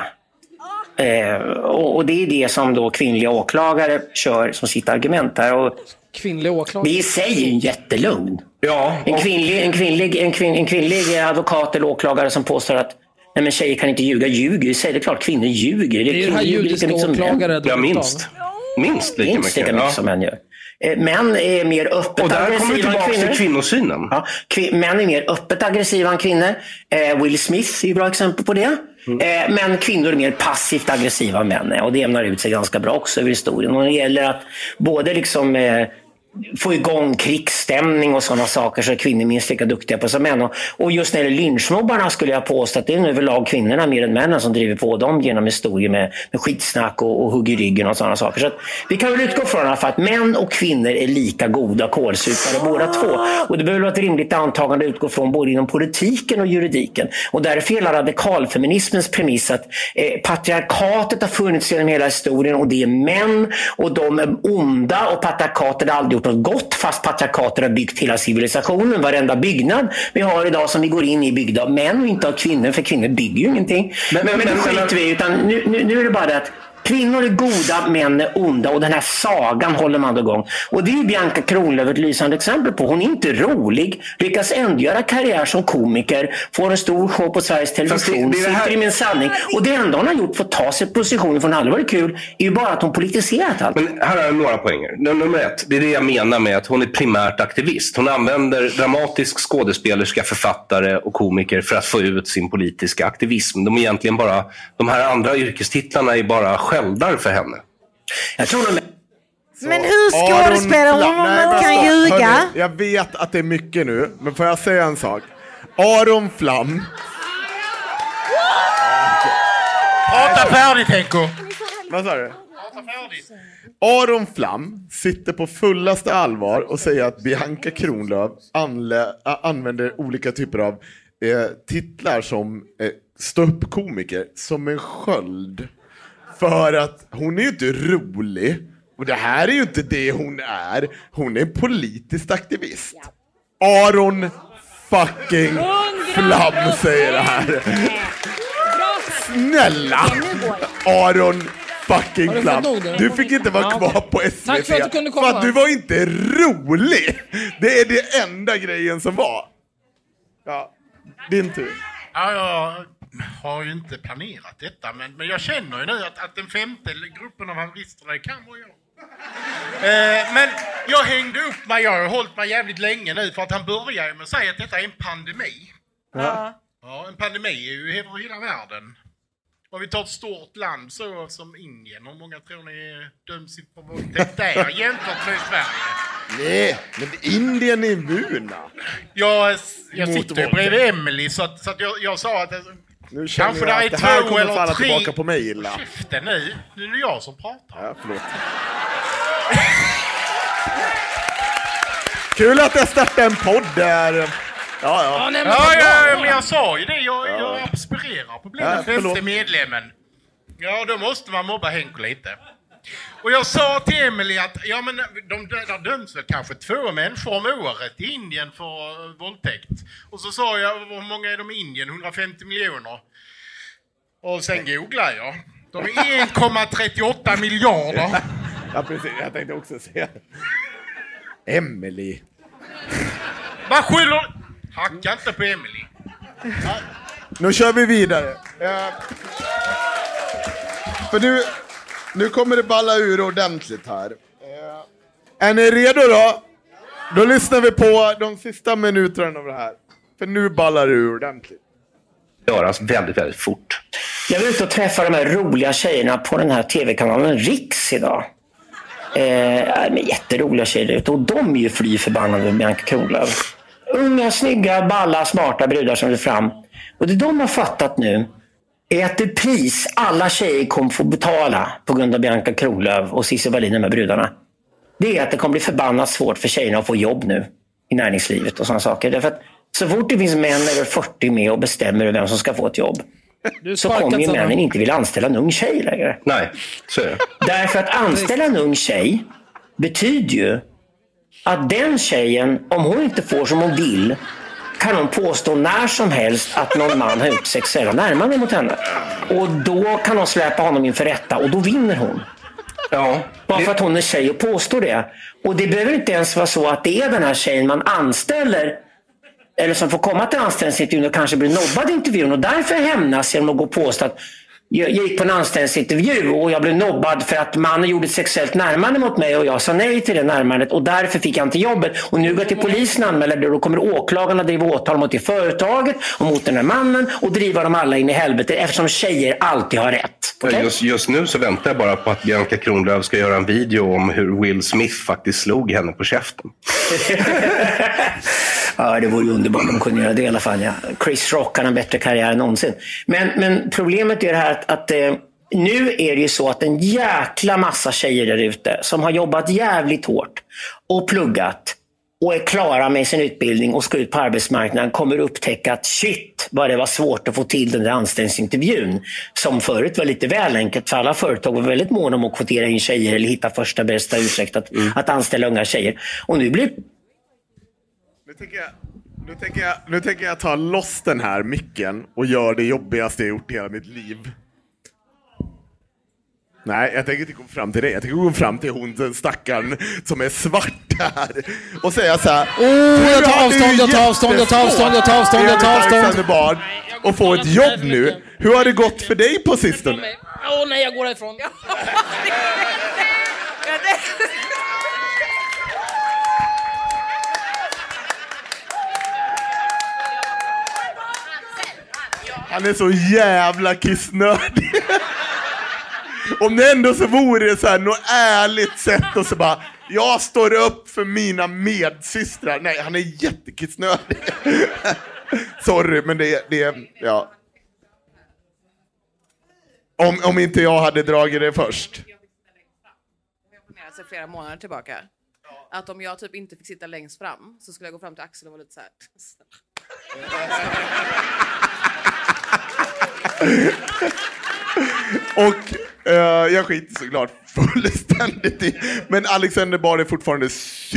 Eh, och, och det är det som då kvinnliga åklagare kör som sitt argument här. Och kvinnliga åklagare? Det i sig är ju en jättelugn. Ja, en, kvinnlig, en, kvinnlig, en, kvinn, en kvinnlig advokat eller åklagare som påstår att nej, men tjejer kan inte ljuga, ljuger. Säg det klart, kvinnor ljuger. Det är ju det här judiska åklagare. Ja, minst. Minst lika minst lika mycket, mycket ja. som män gör. Män är mer öppet och där aggressiva kommer vi tillbaka kvinnor. till kvinnosynen. Ja, kvin- män är mer öppet aggressiva än kvinnor. Eh, Will Smith är ju bra exempel på det. Mm. Eh, men kvinnor är mer passivt aggressiva än män. Och det jämnar ut sig ganska bra också över historien. Och det gäller att både liksom eh, få igång krigsstämning och sådana saker, så är kvinnor minst lika duktiga på som män. Och, och just när det gäller lynchmobbarna skulle jag påstå att det är överlag kvinnorna mer än männen som driver på dem genom historier med, med skitsnack och, och hugg i ryggen och sådana saker. Så att vi kan väl utgå från att män och kvinnor är lika goda kålsupare båda två. Och det behöver vara ett rimligt antagande att utgå från både inom politiken och juridiken. Och därför hela radikalfeminismens premiss att eh, patriarkatet har funnits genom hela historien och det är män och de är onda och patriarkatet har aldrig gjort något gott, fast patriarkater har byggt hela civilisationen. Varenda byggnad vi har idag som vi går in i byggda av män och inte av kvinnor, för kvinnor bygger ju ingenting. Men, men, men, men skiter vi utan nu, nu, nu är det bara det att Kvinnor är goda, män är onda och den här sagan håller man igång. Och det är ju Bianca Kronlöf ett lysande exempel på. Hon är inte rolig, lyckas ändå göra karriär som komiker, får en stor show på Sveriges Television, det, det här... sitter i Min sanning. Och det enda hon har gjort för att ta sig positionen från alla var det kul är ju bara att hon politiserat allt. Men här är några poänger. Nummer ett, det är det jag menar med att hon är primärt aktivist. Hon använder dramatisk skådespelerska, författare och komiker för att få ut sin politiska aktivism. De är egentligen bara, de här andra yrkestitlarna är bara skäldar för henne. Jag tror de... Men hur skådespelar hon om man inte kan ljuga? Hörni, jag vet att det är mycket nu, men får jag säga en sak? Aron Flam. Prata färdigt, Henko. Vad sa du? Aron Flam sitter på fullaste allvar och säger att Bianca Kronlöf anlä- använder olika typer av eh, titlar som eh, ståuppkomiker som en sköld. För att hon är ju inte rolig. Och det här är ju inte det hon är. Hon är en politisk aktivist. Aron fucking Flam säger det här. Snälla Aron fucking Flam. Du fick inte vara kvar på S V T. Tack för att du kunde komma. För att du var inte rolig. Det är det enda grejen som var. Ja, din tur. Ja, jag har ju inte planerat detta, men, men jag känner ju nu att, att den femte gruppen av haveristerna är kan och jag. Eh, men jag hängde upp mig, jag har hållit mig jävligt länge nu, för att han börjar med att säga att detta är en pandemi. Ja. Ja, en pandemi är ju över hela världen. Om vi tar ett stort land så som Indien, hur många tror ni döms för våldtäkt där jämfört med Sverige? Nej, men Indien är immuna. Jag, jag sitter ju bredvid Emily, så att, så att jag, jag sa att nu kanske jag det är det här två kommer eller falla tre... tillbaka på mig illa. Käften nu, nu är det jag som pratar. Ja, förlåt. Kul att jag startade en podd där. Ja, ja. Ja, nej, men, ja, ja, ja, men jag sa ju det. Jag, ja. jag aspirerar på att bli Ja, den femte medlemmen. Ja, då måste man mobba Henko lite. Och jag sa till Emily att ja, men de, de döms väl kanske två människor om året i Indien för uh, våldtäkt. Och så sa jag, hur många är de i Indien? hundrafemtio miljoner. Och sen googlade jag. De är en komma trettioåtta miljarder. Ja, precis. Jag tänkte också säga. Emily. Vad skyller... Hacka inte på Emily. Ja. Nu kör vi vidare. Ja. För nu, nu kommer det balla ur ordentligt här. Ja. Är ni redo då? Då lyssnar vi på de sista minuterna av det här. För nu ballar det ur ordentligt. Göras väldigt, väldigt fort. Jag var ute och träffade de här roliga tjejerna på den här tv-kanalen Riks idag. Eh, med jätteroliga tjejer. Och de är ju fly förbannade med Bianca Kronlöf. Unga, snygga, balla, smarta brudar som är fram. Och det de har fattat nu är att det pris alla tjejer kommer få betala på grund av Bianca Kronlöf och Cissi Wallin, de här brudarna. Det är att det kommer bli förbannat svårt för tjejerna att få jobb nu i näringslivet och sådana saker. Därför att så fort det finns män över fyrtio med och bestämmer vem som ska få ett jobb, så kommer ju männen inte vilja anställa en ung tjej längre. Nej, så är det. Därför att anställa en ung tjej betyder ju att den tjejen, om hon inte får som hon vill, kan hon påstå när som helst att någon man har gjort sexuella närmanden mot henne. Och då kan hon släppa honom inför rätta och då vinner hon. Ja. Bara för att hon är tjej och påstår det. Och det behöver inte ens vara så att det är den här tjejen man anställer eller som får komma till anställningsintervjun och kanske blir nobbad i intervjun och därför hämnas genom att gå och påstå att jag gick på en anställningsintervju och jag blev nobbad för att mannen gjorde ett sexuellt närmande mot mig och jag sa nej till det närmandet och därför fick jag inte jobbet. Och nu går jag till polisen och anmäler det och då kommer åklagarna driva åtal mot det företaget och mot den här mannen och driva dem alla in i helvete eftersom tjejer alltid har rätt. Okay? Just, just nu så väntar jag bara på att Bianca Kronlöf ska göra en video om hur Will Smith faktiskt slog henne på käften. Ja, det vore ju underbart om de kunde göra det i alla fall. Ja. Chris Rock har en bättre karriär än någonsin. Men, men problemet är det här att, att eh, nu är det ju så att en jäkla massa tjejer där ute som har jobbat jävligt hårt och pluggat och är klara med sin utbildning och ska ut på arbetsmarknaden kommer upptäcka att shit, vad det var svårt att få till den där anställningsintervjun som förut var lite väl enkelt för alla företag var väldigt måna om att kvotera in tjejer eller hitta första bästa ursäkt att, mm. att anställa unga tjejer. Och nu blir Nu tänker, jag, nu, tänker jag, nu tänker jag ta loss den här micken och göra det jobbigaste jag gjort i hela mitt liv. Nej, jag tänker inte gå fram till dig. Jag tänker gå fram till hon, den stackaren som är svart här. Och säga så här... Oh, jag tar avstånd, jag tar avstånd, jag tar avstånd, jag tar avstånd, jag tar avstånd. Barn och få ett jobb nu. Hur har det gått för dig på sistone? Åh oh, nej, jag går härifrån. Han är så jävla kissnödig. Om det ändå så vore det så här något ärligt sätt och så bara, jag står upp för mina medsystrar. Nej, han är jättekissnödig. Sorry, men det, det ja. Om, om inte jag hade dragit det först. Alltså flera månader tillbaka. Att om jag typ inte fick sitta längst fram så skulle jag gå fram till Axel och vara lite så här. Och uh, jag skiter såklart fullständigt i. Men Alexander Bard är fortfarande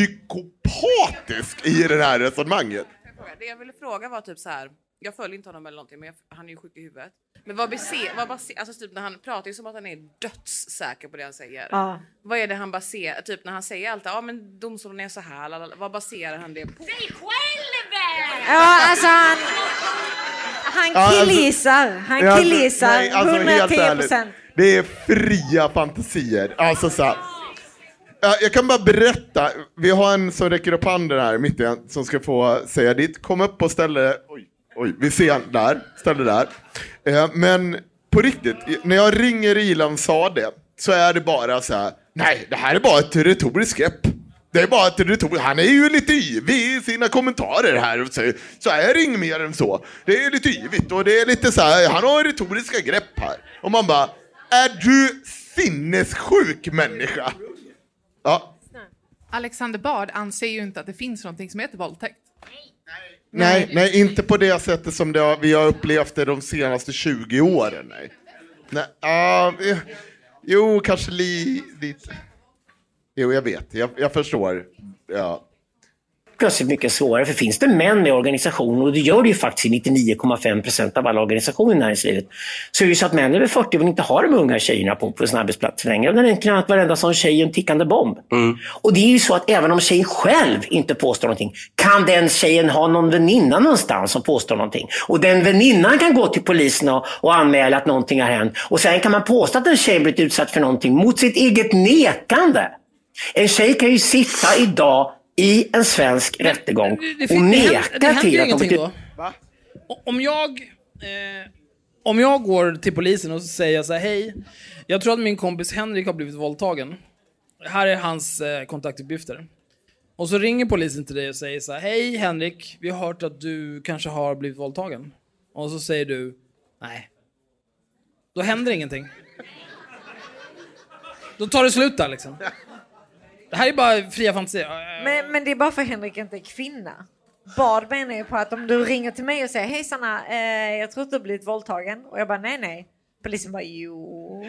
psykopatisk i det här resonemanget. Det jag ville fråga var typ så här. Jag följer inte honom eller någonting, men jag, han är ju sjuk i huvudet. Men vad baserar, vad baser, alltså typ när han pratar ju som att han är dödssäker på det han säger. Ja. Vad är det han baserar, typ när han säger allt, ja men domstolen är så här, lalala, vad baserar han det på? Sig själv! Ja, alltså han... Han killgissar. Han Ja, killgissar. nej, alltså, hundratio procent. Det är fria fantasier. Alltså så här. Jag kan bara berätta. Vi har en som räcker upp handen här mitt i, som ska få säga ditt. Kom upp och ställ det. Oj, oj, vi ser han där. Ställ det där. Men på riktigt, när jag ringer Ilan sa det, så är det bara så här. Nej, det här är bara ett retoriskt grepp. Det är bara ett retoriskt. Han är ju lite yvig i sina kommentarer här och säger, så är det inget mer än så. Det är lite yvigt och det är lite så här, han har retoriska grepp här. Och man bara, är du sinnessjuk människa? Ja. Alexander Bard anser ju inte att det finns någonting som heter våldtäkt. Nej, nej, inte på det sättet som det har, vi har upplevt det de senaste tjugo åren. Nej. Nej, uh, jo, kanske li, lite. Jo, jag vet. Jag, jag förstår. Ja. Plötsligt mycket svårare, för finns det män i organisationen, och det gör det ju faktiskt i nittionio komma fem procent av alla organisationer i näringslivet, så är det ju så att män över fyrtio vill inte ha de unga tjejerna på, på sina arbetsplatser längre. Den är egentligen att varenda sån tjej är en tickande bomb. Mm. Och det är ju så att även om tjejen själv inte påstår någonting, kan den tjejen ha någon väninna någonstans som påstår någonting. Och den väninnan kan gå till polisen och, och anmäla att någonting har hänt. Och sen kan man påstå att en tjej blivit utsatt för någonting mot sitt eget nekande. En tjej kan ju sitta idag i en svensk men, rättegång det, det, och neka det, det till att de... då. Va? Om jag eh, om jag går till polisen och säger så här, hej, jag tror att min kompis Henrik har blivit våldtagen. Här är hans eh, kontaktuppgifter. Och så ringer polisen till dig och säger så här, hej Henrik, vi har hört att du kanske har blivit våldtagen. Och så säger du, nej. Då händer ingenting. Då tar det slut där liksom. Det här är bara fria fantasier. Men, men det är bara för Henrik inte är kvinna. Bard menar ju på att om du ringer till mig och säger, hej Sanna, eh, jag tror att du har blivit våldtagen. Och jag bara, nej nej. Polisen bara, jo.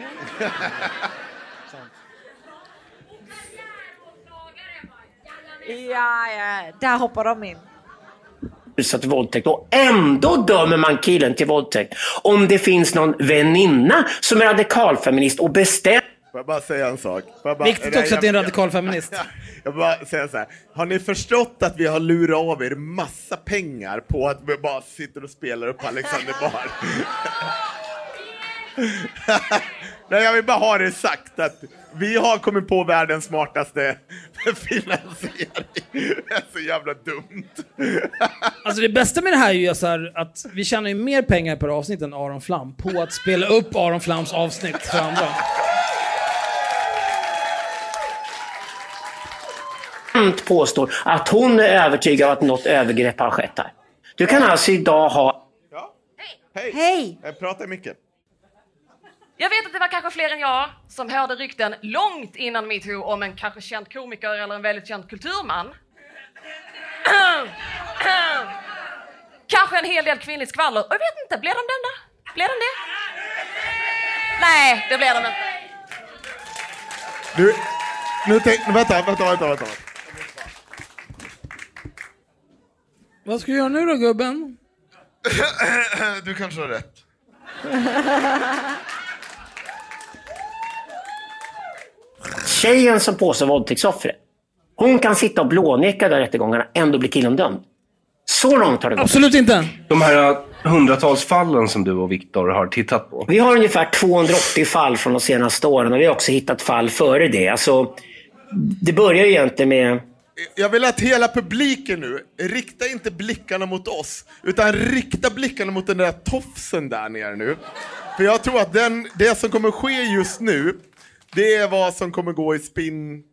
ja, ja, där hoppar de in. Utsatt våldtäkt, och ändå dömer man killen till våldtäkt. Om det finns någon väninna som är radikalfeminist och bestämmer. Får jag bara säga en sak? Bara, viktigt också att det är en radikal feminist. Jag bara säga så här. Har ni förstått att vi har lurat av er massa pengar på att vi bara sitter och spelar upp Alexander Bard? Nej, jag vill bara ha det sagt att vi har kommit på världens smartaste finansiering. Det är så jävla dumt. Alltså det bästa med det här är ju så här att vi tjänar ju mer pengar per avsnitt än Aron Flam på att spela upp Aron Flams avsnitt för andra. Påstår att hon är övertygad om att något övergrepp har skett här. Du kan alltså idag ha... Ja. Hej! Hej! Jag pratar mycket. Jag vet att det var kanske fler än jag som hörde rykten långt innan MeToo om en kanske känd komiker eller en väldigt känd kulturman. Kanske en hel del kvinnligt skvaller. Och jag vet inte, blev de den där? Blev de det? Nej, det blev de inte. Du, nu tänk... Vänta, vänta, vänta, vänta. Vad ska jag göra nu då, gubben? Du kanske har rätt. tjejen som påstår våldtäktsoffret, hon kan sitta och blåneka där rättegångarna, ändå blir killen dömd. Så långt har det gått. Absolut inte. De här hundratals fallen som du och Viktor har tittat på. Vi har ungefär tvåhundraåttio fall från de senaste åren och vi har också hittat fall före det. Alltså, det börjar ju egentligen med... Jag vill att hela publiken nu, rikta inte blickarna mot oss, utan rikta blickarna mot den där tofsen där nere nu. För jag tror att den, det som kommer ske just nu, det är vad som kommer gå i spinn.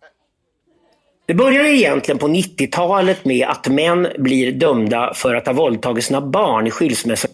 Det börjar egentligen på nittiotalet med att män blir dömda för att ha våldtagit sina barn i skilsmässa.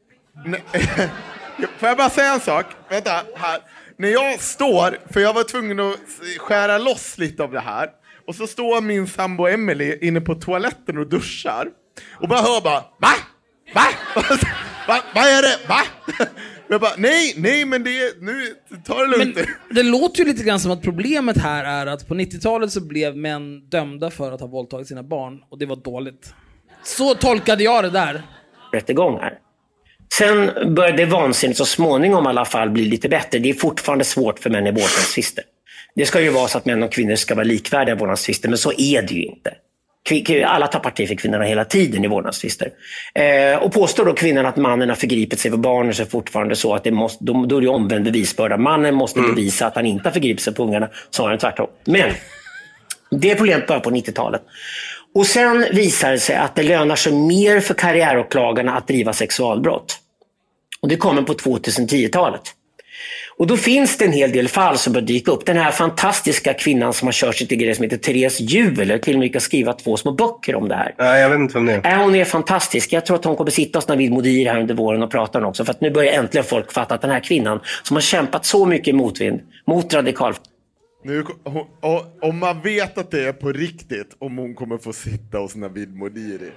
Får jag bara säga en sak? Vänta, här. När jag står, för jag var tvungen att skära loss lite av det här. Och så står min sambo Emily inne på toaletten och duschar. Och bara hör bara, va? Va? Va? Vad är det? Va? Jag bara, nej, nej men det, nu tar det lugnt. Men det låter ju lite grann som att problemet här är att på nittiotalet så blev män dömda för att ha våldtagit sina barn. Och det var dåligt. Så tolkade jag det där. Rättegångar. Sen började det vansinnigt så småningom i alla fall bli lite bättre. Det är fortfarande svårt för män i vårdnadstvister. Det ska ju vara så att män och kvinnor ska vara likvärdiga i vårdnadstvister, men så är det ju inte. Alla tar parti för kvinnorna hela tiden i vårdnadstvister. Eh, och påstår då kvinnan att mannen har förgripit sig på barnen, så är det fortfarande så att det måste, då, då är det omvänd bevisbörda. Mannen måste mm. bevisa att han inte har förgripit sig på ungarna, så har han tvärtom. Men det är problemet bara på nittiotalet. Och sen visar det sig att det lönar sig mer för karriäråklagarna att driva sexualbrott. Och det kommer på tvåtusentio-talet. Och då finns det en hel del fall som bör dyka upp. Den här fantastiska kvinnan som har kört sitt grej som heter Therese Juveler, till och med kan skriva två små böcker om det här. Nej, jag vet inte vem det är. Hon är fantastisk. Jag tror att hon kommer sitta hos Navid Modiri här under våren och prata om också. För att nu börjar äntligen folk fatta att den här kvinnan som har kämpat så mycket motvind mot radikal... Nu, och, om man vet att det är på riktigt, om hon kommer få sitta hos Navid Modiri,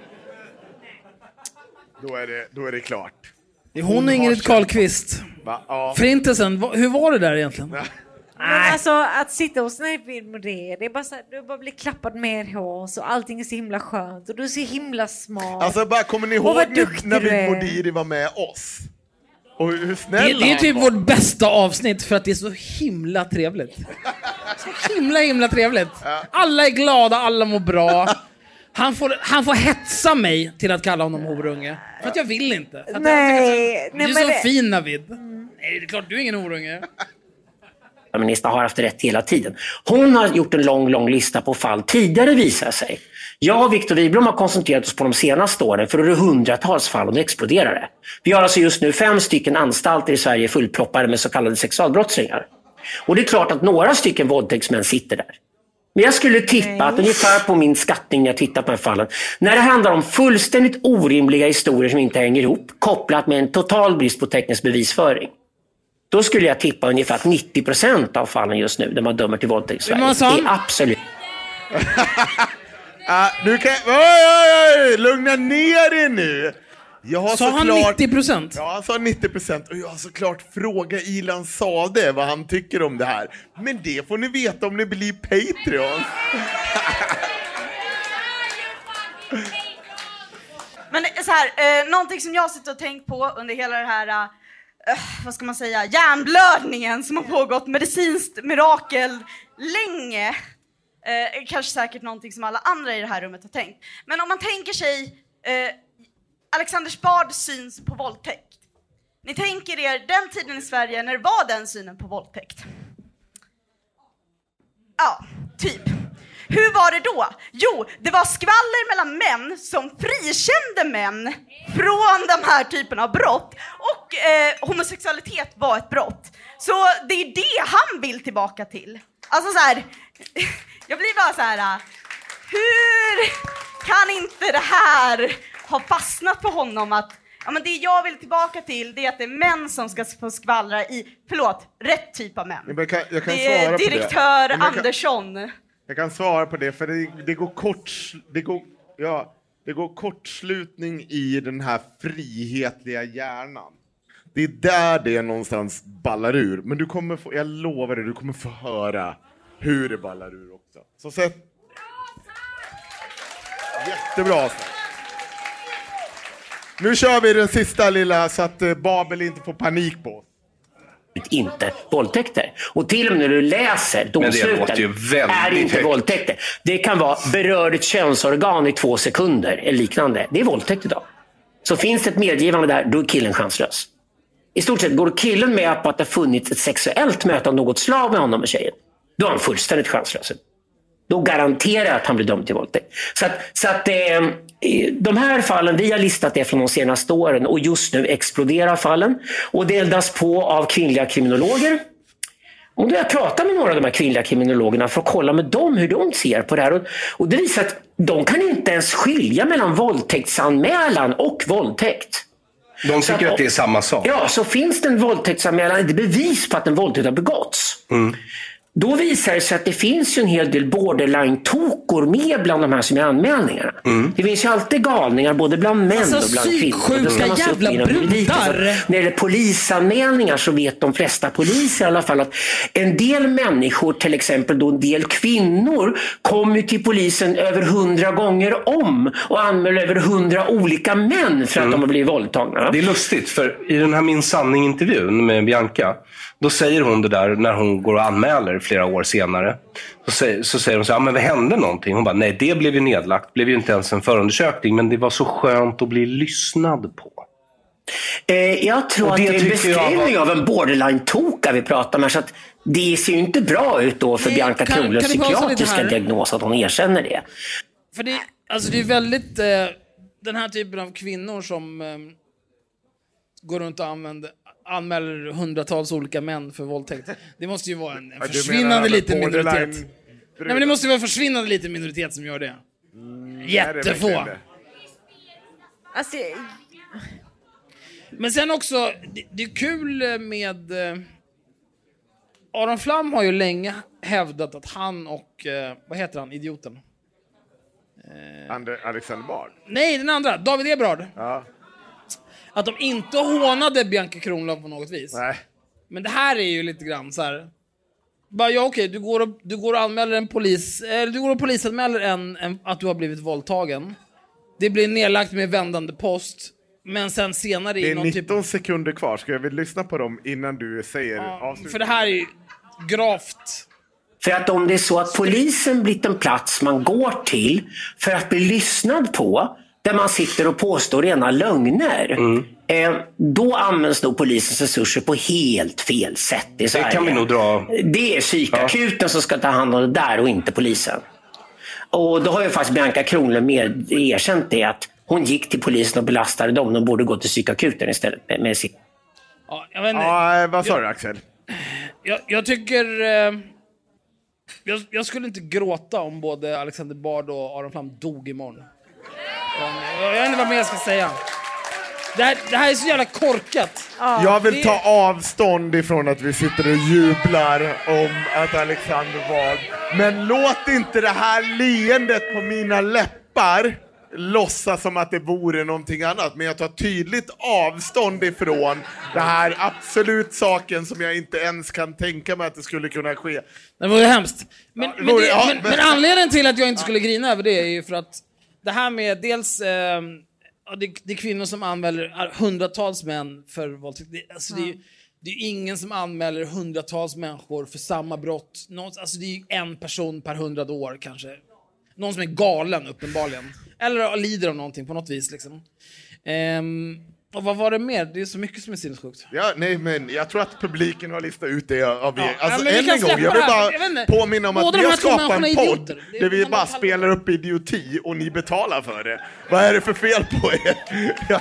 då är det, då är det klart. Hon, hon är Ingrid Carlqvist. Ja. Förintelsen, hur var det där egentligen? Men alltså att sitta hos Navid Modiri, det är bara så här, du bara blir klappad med hår så allting är så himla skönt och du är så himla smart. Alltså bara kommer ni ihåg när Navid Modiri var med oss? Och hur snälla det, det är typ vårt bästa avsnitt för att det är så himla trevligt. Så himla himla trevligt. Alla är glada, alla mår bra. Han får, han får hetsa mig till att kalla honom horunge. För att jag vill inte. Att nej, du är så det... fin, Navid. Mm. Nej, det är klart du är ingen horunge. Ministern har haft rätt hela tiden. Hon har gjort en lång, lång lista på fall tidigare visar sig. Jag och Viktor Wiblom har koncentrerat oss på de senaste åren för det är hundratals fall och det exploderar det. Vi har alltså just nu fem stycken anstalter i Sverige fullproppade med så kallade sexualbrottslingar. Och det är klart att några stycken våldtäktsmän sitter där. Men jag skulle tippa Nej. att ungefär på min skattning när jag tittar på de här fallen, när det handlar om fullständigt orimliga historier som inte hänger ihop, kopplat med en total brist på teknisk bevisföring, då skulle jag tippa ungefär att nittio procent av fallen just nu där man dömer till våldtäkt i Sverige är absolut... uh, du kan... Oj, oj, oj, lugna ner er nu. Jag har sa han klart... nittio procent? Ja, han sa nittio procent. Och jag har såklart frågat Ilan Sade vad han tycker om det här. Men det får ni veta om ni blir Patreon. Men så här, eh, någonting som jag sitter och tänkt på under hela det här, eh, vad ska man säga, hjärnblödningen som har pågått, medicinskt mirakel länge. Eh, kanske säkert någonting som alla andra i det här rummet har tänkt. Men om man tänker sig... Eh, Alexander Bards syn på våldtäkt. Ni tänker er den tiden i Sverige när det var den synen på våldtäkt. Ja, typ. Hur var det då? Jo, det var skvaller mellan män som frikände män från de här typen av brott. Och eh, homosexualitet var ett brott. Så det är det han vill tillbaka till. Alltså så här, jag blir bara så här, hur kan inte det här har fastnat på honom att ja, men det jag vill tillbaka till det är att det är män som ska få skvallra i, förlåt, rätt typ av män. Jag kan, jag kan det är direktör det. Andersson. Jag kan, jag kan svara på det för det, det går kort det går ja, det går kortslutning i den här frihetliga hjärnan. Det är där det någonstans ballar ur, men du kommer få, jag lovar dig, du kommer få höra hur det ballar ur också. Så sätt jättebra så. Nu kör vi den sista lilla så att Babel inte får panik på. inte våldtäkter. Och till och med när du läser domsluten är det inte högt. Våldtäkter. Det kan vara berör ett könsorgan i två sekunder eller liknande. Det är våldtäkt idag. Så finns det ett medgivande där, då är killen chanslös. I stort sett går killen med på att det funnits ett sexuellt möte av något slag med honom och tjejen. Då är han fullständigt chanslös. Då garanterar jag att han blir dömd till våldtäkt. Så att, så att eh, de här fallen, vi har listat det från de senaste åren och just nu exploderar fallen. Och det eldas på av kvinnliga kriminologer. Och då jag pratar med några av de här kvinnliga kriminologerna för att kolla med dem hur de ser på det här. Och, och det visar att de kan inte ens skilja mellan våldtäktsanmälan och våldtäkt. De tycker att, att det är samma sak. Ja, så finns det en våldtäktsanmälan, det är bevis på att en våldtäkt har begåtts. Mm. Då visar det sig att det finns ju en hel del borderline-tokor med bland de här som är anmälningarna. Mm. Det finns ju alltid galningar både bland män alltså, och bland kvinnor. Alltså jävla brudar! När det gäller polisanmälningar så vet de flesta poliser i alla fall att en del människor, till exempel då en del kvinnor, kommer till polisen över hundra gånger om och anmäler över hundra olika män för att mm. de har blivit våldtagna. Det är lustigt, för i den här Min sanning-intervjun med Bianca, då säger hon det där när hon går och anmäler flera år senare. Så säger, så säger hon så här, men vad hände någonting? Hon bara, nej det blev ju nedlagt. Blev ju inte ens en förundersökning. Men det var så skönt att bli lyssnad på. Eh, jag tror att det är en beskrivning var... av en borderline-toka vi pratar med. Så att det ser ju inte bra ut då för nej, Bianca Kronlöfs psykiatriska diagnos att hon erkänner det. För det, alltså det är väldigt eh, den här typen av kvinnor som eh, går runt och använder anmäler hundratals olika män för våldtäkt. Det måste ju vara en, en försvinnande liten minoritet. Nej, men det måste ju vara en försvinnande liten minoritet som gör det. Mm, Jättefå. Det alltså, men sen också, det, det är kul med... Eh, Aron Flam har ju länge hävdat att han och... Eh, vad heter han? Idioten? Eh, Ander, Alexander Bard? Nej, den andra. David Ebrard. Ja. Att de inte hånade Bianca Kronlöf på något vis. Nej. Men det här är ju lite grann så här. Bara, ja okej, du går och, du går och anmäler en polis... Eller du går och polisanmäler en, en, att du har blivit våldtagen. Det blir nedlagt med vändande post. Men sen senare... Det är i någon nitton typ... sekunder kvar. Ska jag väl lyssna på dem innan du säger ja, avslut? För det här är ju gravt. För att om det är så att polisen blivit en plats man går till för att bli lyssnad på, där man sitter och påstår rena lögner, mm. eh, då används nog polisens resurser på helt fel sätt i Sverige. Det kan vi nog dra. Det är psykakuten ja. som ska ta hand om det där och inte polisen. Och då har ju faktiskt Bianca Kronlöf med erkänt det, att hon gick till polisen och belastade dem. De borde gå till psykakuten istället med, med sitt... Ja, jag vet inte. Ja, vad sa du, Axel? Jag, jag tycker... Eh, jag, jag skulle inte gråta om både Alexander Bard och Aron Flam dog imorgon. Jag vet inte vad mer jag ska säga. Det här, det här är så jävla korkat. Ja, jag vill det... ta avstånd ifrån att vi sitter och jublar om att Alexander Bard. Men låt inte det här leendet på mina läppar låtsas som att det vore någonting annat. Men jag tar tydligt avstånd ifrån det här absolut saken som jag inte ens kan tänka mig att det skulle kunna ske. Det vore hemskt. Men, ja, men, det, ja, men, men... men anledningen till att jag inte skulle grina över det är ju för att det här med dels eh, det, det är kvinnor som anmäler hundratals män för våldtäkt. Det, alltså mm. det, det är ingen som anmäler hundratals människor för samma brott. Någon, alltså det är en person per hundrade år kanske. Någon som är galen uppenbarligen. Eller lider av någonting på något vis liksom. Um, och vad var det mer? Det är så mycket som är sinnessjukt. Ja, nej, men jag tror att publiken har listat ut det av er. Ja, alltså än en gång, jag vill bara jag påminna om att vi har skapat en podd där vi bara spelar upp idioti och ni betalar för det. Vad är det för fel på er? Ja.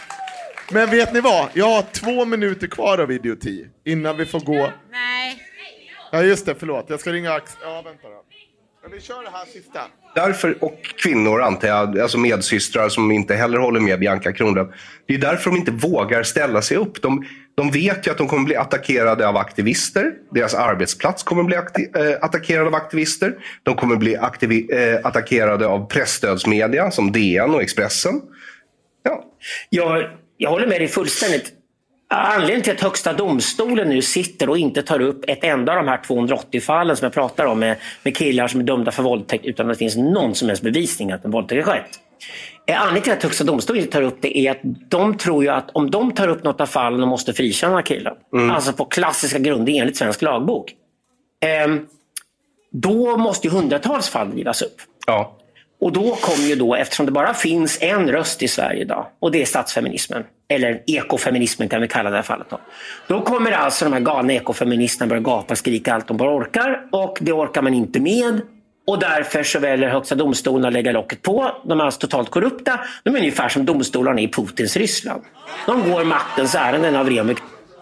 Men vet ni vad? Jag har två minuter kvar av idioti innan vi får gå. Nej. Ja, just det, förlåt. Jag ska ringa Ax. Ja, vänta då. Men vi kör det här sista. Därför, och kvinnor antar jag, alltså medsystrar som inte heller håller med Bianca Kronlöf. Det är därför de inte vågar ställa sig upp. De, de vet ju att de kommer bli attackerade av aktivister. Deras arbetsplats kommer bli akti- äh, attackerad av aktivister. De kommer bli aktivi- äh, attackerade av pressstödsmedia som D N och Expressen. Ja. Jag, jag håller med dig fullständigt. Anledningen till att högsta domstolen nu sitter och inte tar upp ett enda av de här tvåhundraåttio fallen som jag pratar om med, med killar som är dömda för våldtäkt utan att det finns någon som helst bevisning att en våldtäkt har skett. Anledningen till att högsta domstolen inte tar upp det är att de tror ju att om de tar upp något av fallen de måste frikänna killen. Mm. Alltså på klassiska grunder enligt svensk lagbok. Ehm, då måste ju hundratals fall drivas upp. Ja. Och då kommer ju då, eftersom det bara finns en röst i Sverige idag, och det är statsfeminismen, eller ekofeminismen kan vi kalla det här fallet då. Då kommer alltså de här galna ekofeministerna börja gapa och skrika allt de bara orkar, och det orkar man inte med. Och därför så väljer högsta domstolen att lägga locket på. De är alltså totalt korrupta. De är ungefär som domstolarna i Putins Ryssland. De går maktens ärenden av ren.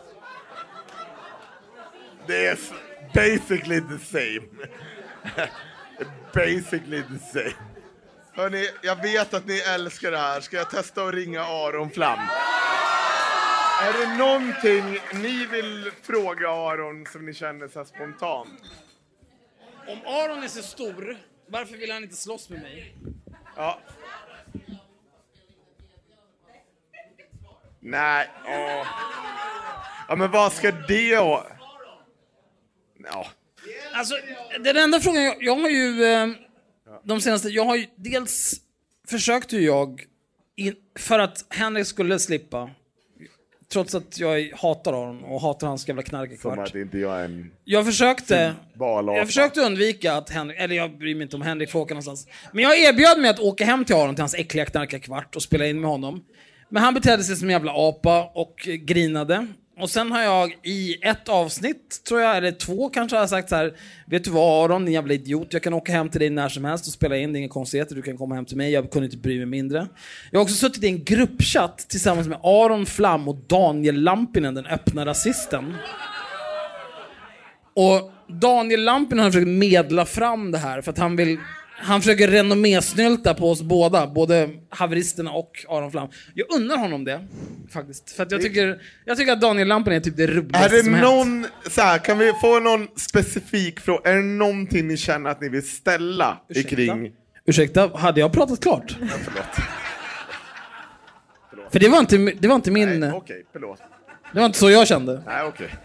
Det är basically the same. Basically the same. Hörrni, jag vet att ni älskar det här. Ska jag testa att ringa Aron Flam? Är det någonting ni vill fråga Aron som ni känner så här spontant? Om Aron är så stor, varför vill han inte slåss med mig? Ja. Nej, åh. Ja, men vad ska det ha? Ja. Alltså, den enda frågan, jag, jag har ju eh, de senaste, jag har ju dels försökte ju jag in, för att Henrik skulle slippa, trots att jag hatar honom och hatar hans jävla knarkekvart. Som att inte jag är en... Jag försökte, jag försökte undvika att Henrik, eller jag bryr mig inte om Henrik får åka någonstans. Men jag erbjöd mig att åka hem till Aron till hans äckliga knarkekvart och spela in med honom. Men han betedde sig som en jävla apa och grinade. Och sen har jag i ett avsnitt, tror jag, eller två kanske, har jag sagt så här: vet du vad Aron, din jävla idiot, jag kan åka hem till dig när som helst och spela in, det är inga konstigheter, du kan komma hem till mig, jag kunde inte bry mig mindre. Jag har också suttit i en gruppchatt tillsammans med Aron Flam och Daniel Lampinen, den öppna rasisten. Och Daniel Lampinen har försökt medla fram det här för att han vill... Han försöker renommésnylta på oss båda, både haveristerna och Aron Flam. Jag undrar honom det, faktiskt. För att jag tycker, jag tycker att Daniel Lampen är typ det roligaste är det som någon, så här, kan vi få någon specifik fråga? Är det någonting ni känner att ni vill ställa Ursäkta? kring? Ursäkta, hade jag pratat klart? Ja, förlåt. Förlåt. För det var inte, det var inte min... Nej, okej, okay, förlåt. Det var inte så jag kände. Nej, okej. Okay.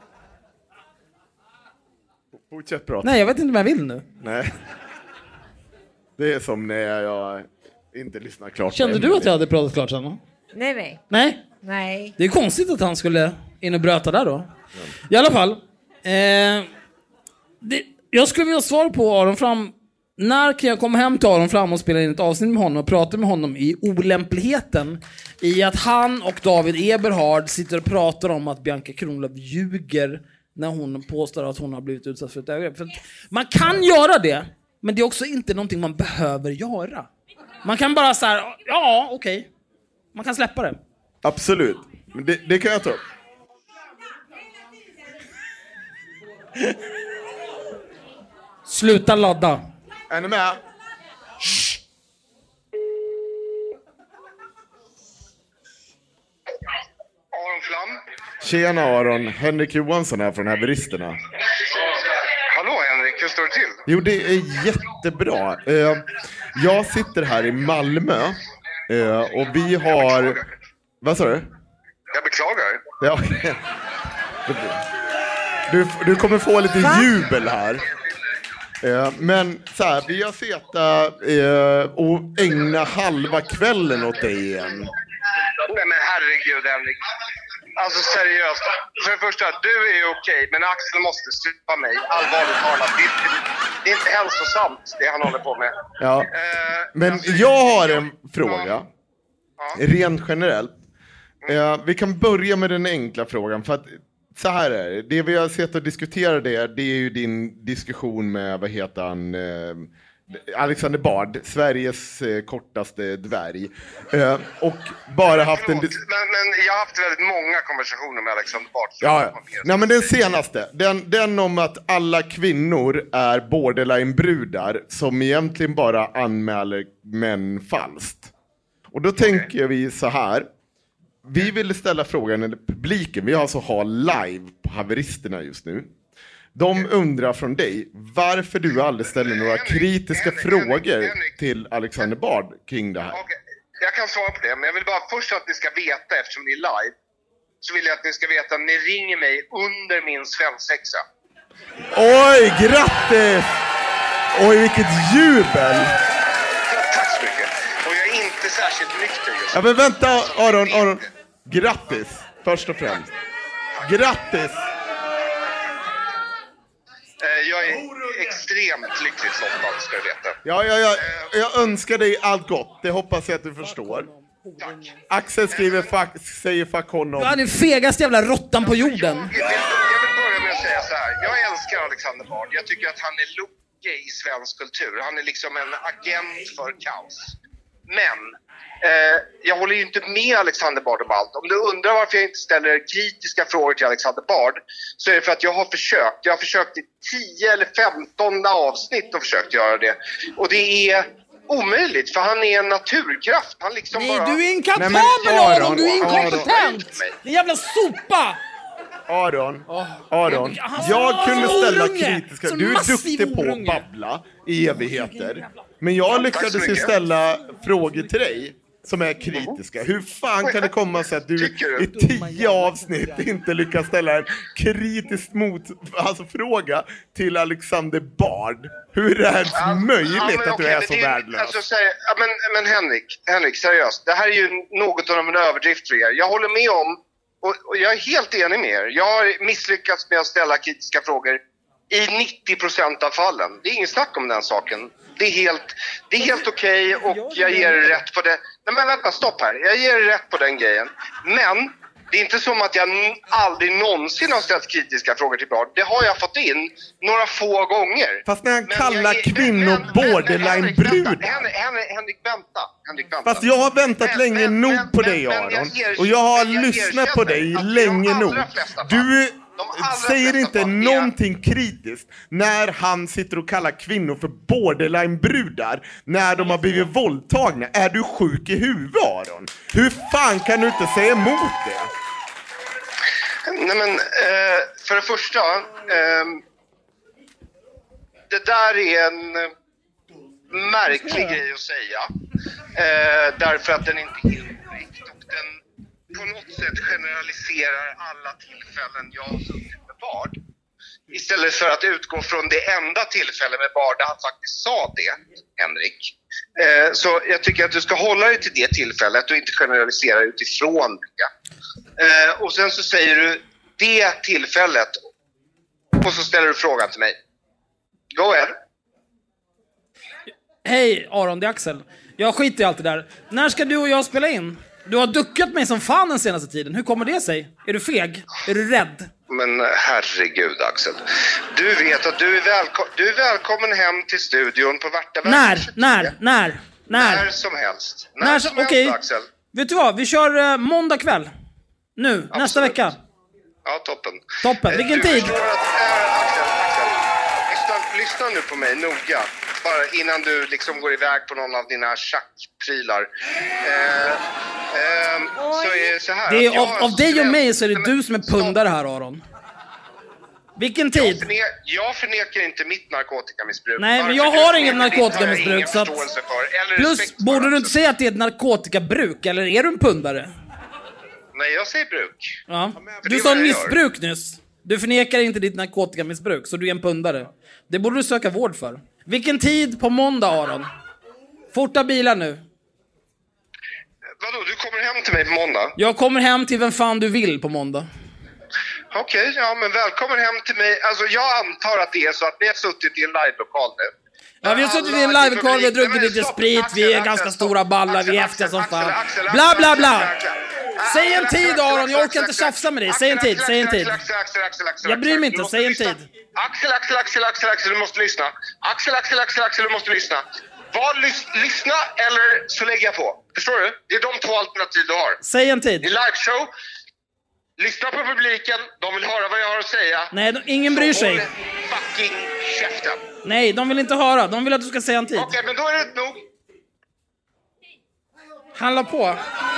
Fortsätt prata. Nej, jag vet inte vad jag vill nu. Nej. Det är som när jag inte lyssnar klart. Kände du att jag hade pratat klart sen? Nej, nej. Nej? Nej. Det är konstigt att han skulle in och bröta där då. I alla fall. Eh, det, jag skulle vilja svara på Aron Flam. När kan jag komma hem till Aron Flam och spela in ett avsnitt med honom och prata med honom i olämpligheten i att han och David Eberhard sitter och pratar om att Bianca Kronlöf ljuger när hon påstår att hon har blivit utsatt för ett övergrepp. För man kan göra det, men det är också inte någonting man behöver göra. Man kan bara så här, ja, okej. Okay. Man kan släppa det. Absolut. Men det, det kan jag ta upp. Sluta ladda. Är ni med? Shh. Aron Flam. Tjena Aron, Henrik Johansson här från Haveristerna. Hallå Henrik, hur står det till? Jo, det är jättebra. Eh, jag sitter här i Malmö eh, och vi har... Vad sa du? Jag beklagar. Ja. Du, du kommer få lite jubel här. Eh, men så här, vi har sett eh, och ägna halva kvällen åt dig igen. Nej men herregud Henrik. Alltså seriöst. För det första, du är ju okej, men Axel måste sluta mig. Allvarligt talat. Det, det är inte hälsosamt det han håller på med. Ja. Eh, men alltså, jag har en fråga. Ja. Rent generellt. Eh, vi kan börja med den enkla frågan. För att så här är det. Det vi har sett och diskuterat det, det är ju din diskussion med, vad heter han... Eh, Alexander Bard, Sveriges eh, kortaste dvärg. Eh, och bara haft en... Men, men jag har haft väldigt många konversationer med Alexander Bard. Ja, nej, men den senaste. Den, den om att alla kvinnor är borderline-brudar som egentligen bara anmäler män falskt. Och då okay. tänker vi så här. Vi ville ställa frågan till publiken. Vi alltså har live på Haveristerna just nu. De undrar från dig varför du aldrig ställer några kritiska Henrik, frågor Henrik, Henrik. till Alexander Bard kring det här. Okay. Jag kan svara på det, men jag vill bara först att ni ska veta, eftersom ni är live, så vill jag att ni ska veta att ni ringer mig under min svensexa. Oj, grattis! Oj, vilket jubel! Tack så mycket. Och jag är inte särskilt nykter just nu. Ja, men vänta, Aron, Aron. Grattis, först och främst. Grattis! Jag är extremt lyckligt lottad, ska du veta. Ja, ja, ja, jag önskar dig allt gott. Det hoppas jag att du förstår. Tack. Axel skriver fuck, säger fuck honom. Du är den fegaste jävla råttan på jorden. Jag vill, jag vill börja med att säga så här. Jag älskar Alexander Bard. Jag tycker att han är Loke i svensk kultur. Han är liksom en agent för kaos. Men eh, jag håller ju inte med Alexander Bard om allt. Om du undrar varför jag inte ställer kritiska frågor till Alexander Bard, så är det för att jag har försökt. Jag har försökt i tio eller femton avsnitt och försökt göra det. Och det är omöjligt, för han är en naturkraft. Han liksom Nej, bara... du är inkapabel, Aron! Du är inkompetent! Din jävla sopa! Aron, Aron, jag kunde ställa kritiska... Du är duktig på att babbla i evigheter. Men jag lyckades ju ställa frågor till dig som är kritiska. Hur fan kan det komma sig att du i tio avsnitt inte lyckas ställa en kritisk mot, alltså, fråga till Alexander Bard? Hur är det ja, möjligt ja, men, att du okay, är så det, värdelös? Alltså, så, ja, men, men Henrik, Henrik, seriöst. Det här är ju något av en överdrift för er. Jag håller med om, och, och jag är helt enig med er. Jag har misslyckats med att ställa kritiska frågor i nittio procent av fallen. Det är ingen snack om den saken. Det är helt, det är helt okej okay, och jag ger rätt på det. Nej men vänta, stopp här. Jag ger rätt på den grejen. Men det är inte som att jag aldrig någonsin har ställt kritiska frågor till Bard. Det har jag fått in några få gånger. Fast när han men kallar jag, kvinnor borderline-brudar. Henrik, Henrik, Henrik, vänta. Henrik, vänta. Fast jag har väntat men, länge men, nog men, på men, dig, Aron. Jag och jag har jag lyssnat på dig länge nog. Du... säger inte någonting kritiskt när han sitter och kallar kvinnor för borderline-brudar när de har blivit våldtagna. Är du sjuk i huvudet, Aron? Hur fan kan du inte säga emot det? Nej men, eh, för det första, eh, det där är en märklig grej att säga. Eh, därför att den inte är helt korrekt och den på något sätt generaliserar alla tillfällen jag har suttit med Bard. Istället för att utgå från det enda tillfället med Bard där han faktiskt sa det, Henrik. Eh, så jag tycker att du ska hålla dig till det tillfället och inte generalisera utifrån det. Eh, och sen så säger du det tillfället och så ställer du frågan till mig. Go ahead. Hej Aron, det är Axel. Jag skiter i allt det där. När ska du och jag spela in? Du har duckat mig som fan den senaste tiden. Hur kommer det sig? Är du feg? Är du rädd? Men herregud, Axel. Du vet att du är, välko- du är välkommen hem till studion på Värta. När? När? När? När? När som helst. När, När som okay. helst, Axel. Vet du vad? Vi kör uh, måndag kväll. Nu, absolut. Nästa vecka. Ja, toppen. Toppen. Vilken du tid? Att, äh, Axel, Axel. Lyssna, lyssna nu på mig noga. Bara innan du liksom går iväg på någon av dina schackprylar. Eh, eh, så är det så här. Det är, av, av dig och mig så är det men, du som är pundare här, Aron. Vilken tid? Jag, förne- jag förnekar inte mitt narkotikamissbruk. Nej, men jag har ingen narkotikamissbruk. Så att... Plus, borde du inte säga att det är ett narkotikabruk? Eller är du en pundare? Nej, jag säger bruk. Ja. Du sa missbruk nyss. Du förnekar inte ditt narkotikamissbruk, så du är en pundare. Det borde du söka vård för. Vilken tid på måndag, Aron? Forta bilar nu. Vadå, du kommer hem till mig på måndag? Jag kommer hem till vem fan du vill på måndag. Okej, okay, ja men välkommen hem till mig. Alltså jag antar att det är så att ni har suttit i en live-lokal nu. Ja, vi har suttit i en live-lokal, vi har druckit lite sprit, vi är ganska stora ballar, vi är häftiga som fan. Bla bla bla! Säg en tid, Aron, jag orkar inte tjafsa med dig. Säg en tid, säg en tid. Jag bryr mig inte, säg en tid. Axel, Axel, Axel, Axel, Axel, du måste lyssna. Axel, Axel, Axel, Axel, du måste lyssna. Var lys- lyssna eller så lägger jag på. Förstår du? Det är de två alternativ du har. Säg en tid. I liveshow, lyssna på publiken, de vill höra vad jag har att säga. Nej, ingen bryr sig. Fucking käften. Nej, de vill inte höra. De vill att du ska säga en tid. Okej, okay, men då är det nog. Handla på.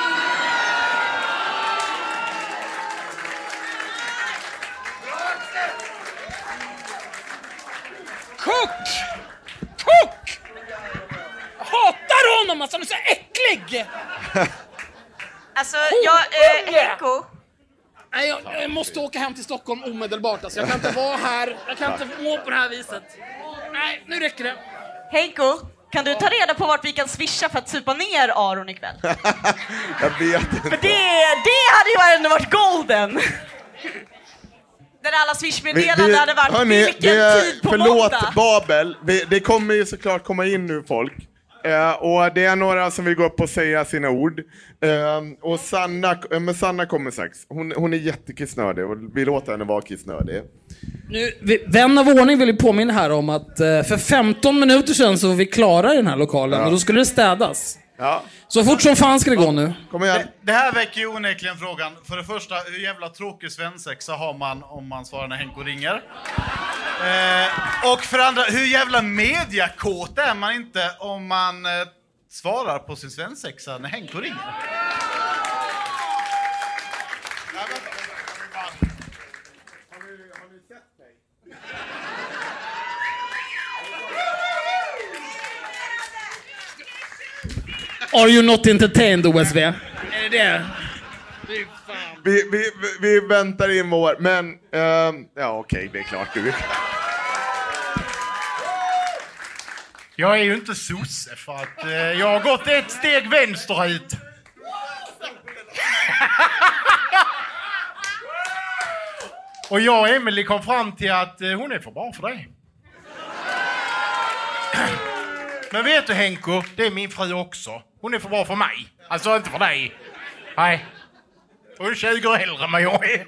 Kock! Kock! Jag hatar honom, alltså, han är så äcklig! Alltså, jag... Eh, Henko. Nej, jag, jag måste åka hem till Stockholm omedelbart. Alltså. Jag kan inte vara här. Jag kan inte må på det här viset. Nej, nu räcker det. Henko, kan du ta reda på vart vi kan swisha för att supa ner Aron ikväll? Jag vet inte. För det, det hade ju ändå varit golden. Där alla swishmeddelanden hade varit hörni, vilken det, tid på förlåt, måndag. Babel. Vi, det kommer ju såklart komma in nu folk. Uh, och det är några som vill gå upp och säga sina ord. Uh, och Sanna, uh, men Sanna kommer strax. Hon, hon är jättekissnödig och vi låter henne vara kissnödig. Nu, vi, vän av ordning vill ju påminna här om att uh, för femton minuter sedan så var vi klara i den här lokalen. Ja. Och då skulle det städas. Ja. Så fort som fan ska det gå nu. Kom igen. Det, det här väcker ju onekligen frågan. För det första, hur jävla tråkig svensexa har man om man svarar när Henko ringer? Eh, och för andra, hur jävla mediakåt är man inte om man eh, svarar på sin svensexa när Henko ringer? Are you not entertained, O S V? Är det det? Vi, vi, vi väntar in vår, men uh, ja okej, okay, det är klart du. Jag är ju inte sosse för att uh, jag har gått ett steg vänsterut. Och jag och Emily kom fram till att uh, hon är för bra för dig. Men vet du Henko, det är min fru också. Hon är för bra för mig. Alltså inte för dig. Nej. Hon är tjugo år äldre än vad jag är.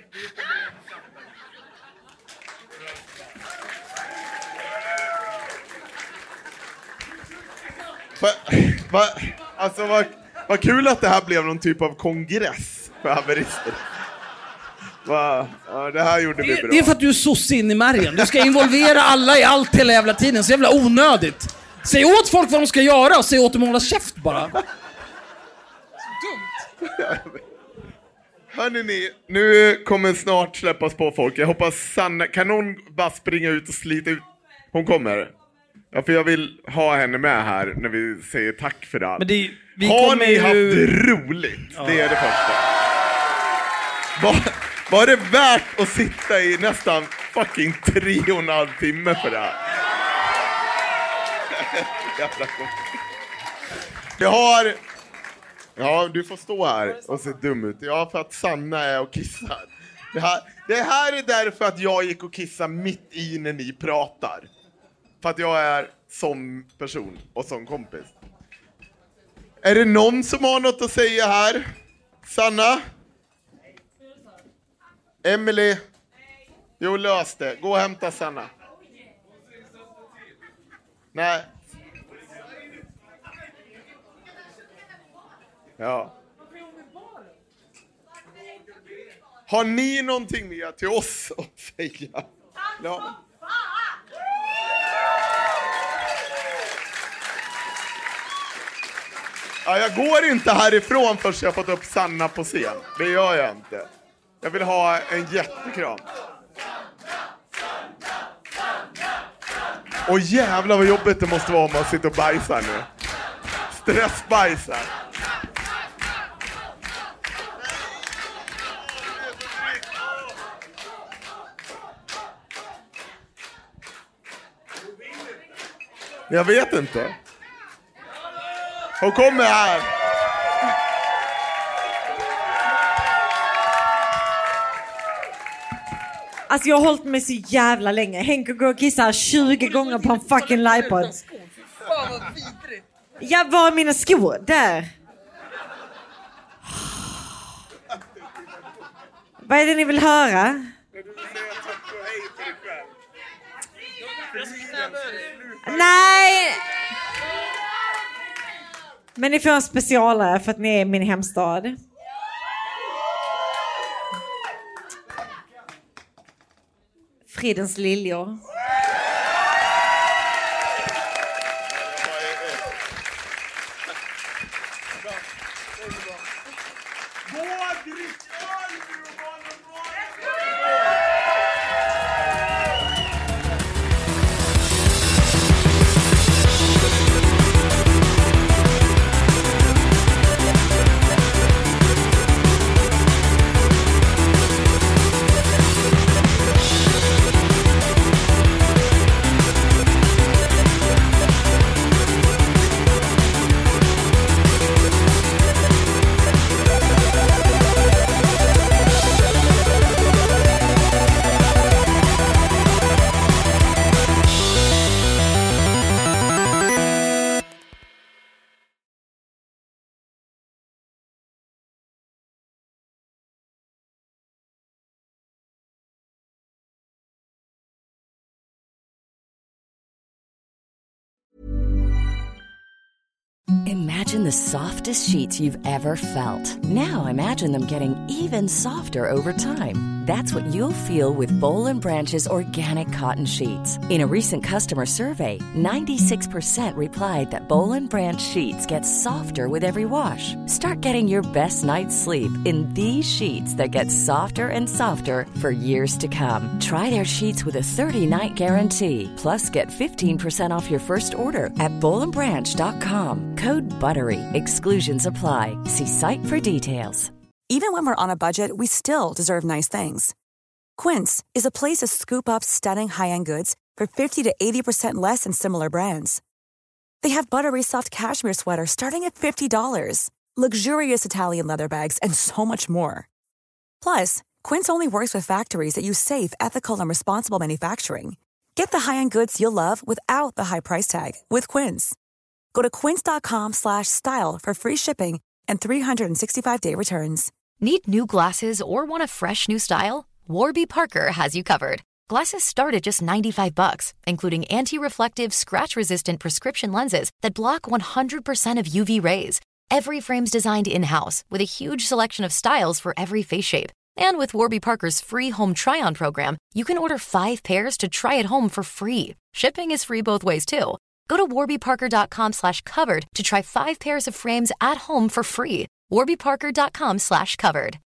Va, va, alltså vad, vad kul att det här blev någon typ av kongress för haverister. Va, ja, det här gjorde vi bra. Det är för att du är sosse in i märgen. Du ska involvera alla i allt hela jävla tiden. Så jävla onödigt. Säg åt folk vad de ska göra och säg åt dem att hålla käft bara. Så dumt. Hörrni ni, nu kommer snart släppas på folk. Jag hoppas Sanna, kan någon bara springa ut och slita ut? Hon kommer. Ja, för jag vill ha henne med här när vi säger tack för det. Men det vi har ni ju... haft det roligt? Ja. Det är det första. Var, var det värt att sitta i nästan fucking tre och en halv timme för det här? Jävla gott. Jag har... Ja, du får stå här och se dum ut. Ja, för att Sanna är och kissar. Det här, det här är därför att jag gick och kissade mitt i när ni pratar. För att jag är som person och som kompis. Är det någon som har något att säga här? Sanna? Emily? Jo, lös det. Gå och hämta Sanna. Nej. Ja. Har ni någonting mer till oss att säga? Ja. Ja, jag går inte härifrån först jag fått upp Sanna på scen. Det gör jag inte. Jag vill ha en jättekram. Och jävlar vad jobbigt det måste vara om man sitter och bajsar nu. Stressbajsar. Jag vet inte. Hon kommer här. Alltså jag har hållit mig så jävla länge. Henke går och kissar tjugo gånger på en fucking livepod. Jag var mina skor där. Vad är det ni vill höra? Nej. Men ni får en specialare för att ni är min hemstad. Fridens liljor. Imagine the softest sheets you've ever felt. Now imagine them getting even softer over time. That's what you'll feel with Boll and Branch's organic cotton sheets. In a recent customer survey, ninety-six percent replied that Boll and Branch sheets get softer with every wash. Start getting your best night's sleep in these sheets that get softer and softer for years to come. Try their sheets with a thirty-night guarantee. Plus, get fifteen percent off your first order at boll and branch dot com. Code BUTTERY. Exclusions apply. See site for details. Even when we're on a budget, we still deserve nice things. Quince is a place to scoop up stunning high-end goods for fifty to eighty percent less than similar brands. They have buttery soft cashmere sweaters starting at fifty dollars, luxurious Italian leather bags, and so much more. Plus, Quince only works with factories that use safe, ethical, and responsible manufacturing. Get the high-end goods you'll love without the high price tag with Quince. Go to quince.com slash style for free shipping and three sixty-five day returns. Need new glasses or want a fresh new style? Warby Parker has you covered. Glasses start at just ninety-five bucks, including anti-reflective, scratch-resistant prescription lenses that block one hundred percent of U V rays. Every frame's designed in-house with a huge selection of styles for every face shape. And with Warby Parker's free home try-on program, you can order five pairs to try at home for free. Shipping is free both ways, too. Go to warbyparker.com slash covered to try five pairs of frames at home for free. warbyparker.com slash covered.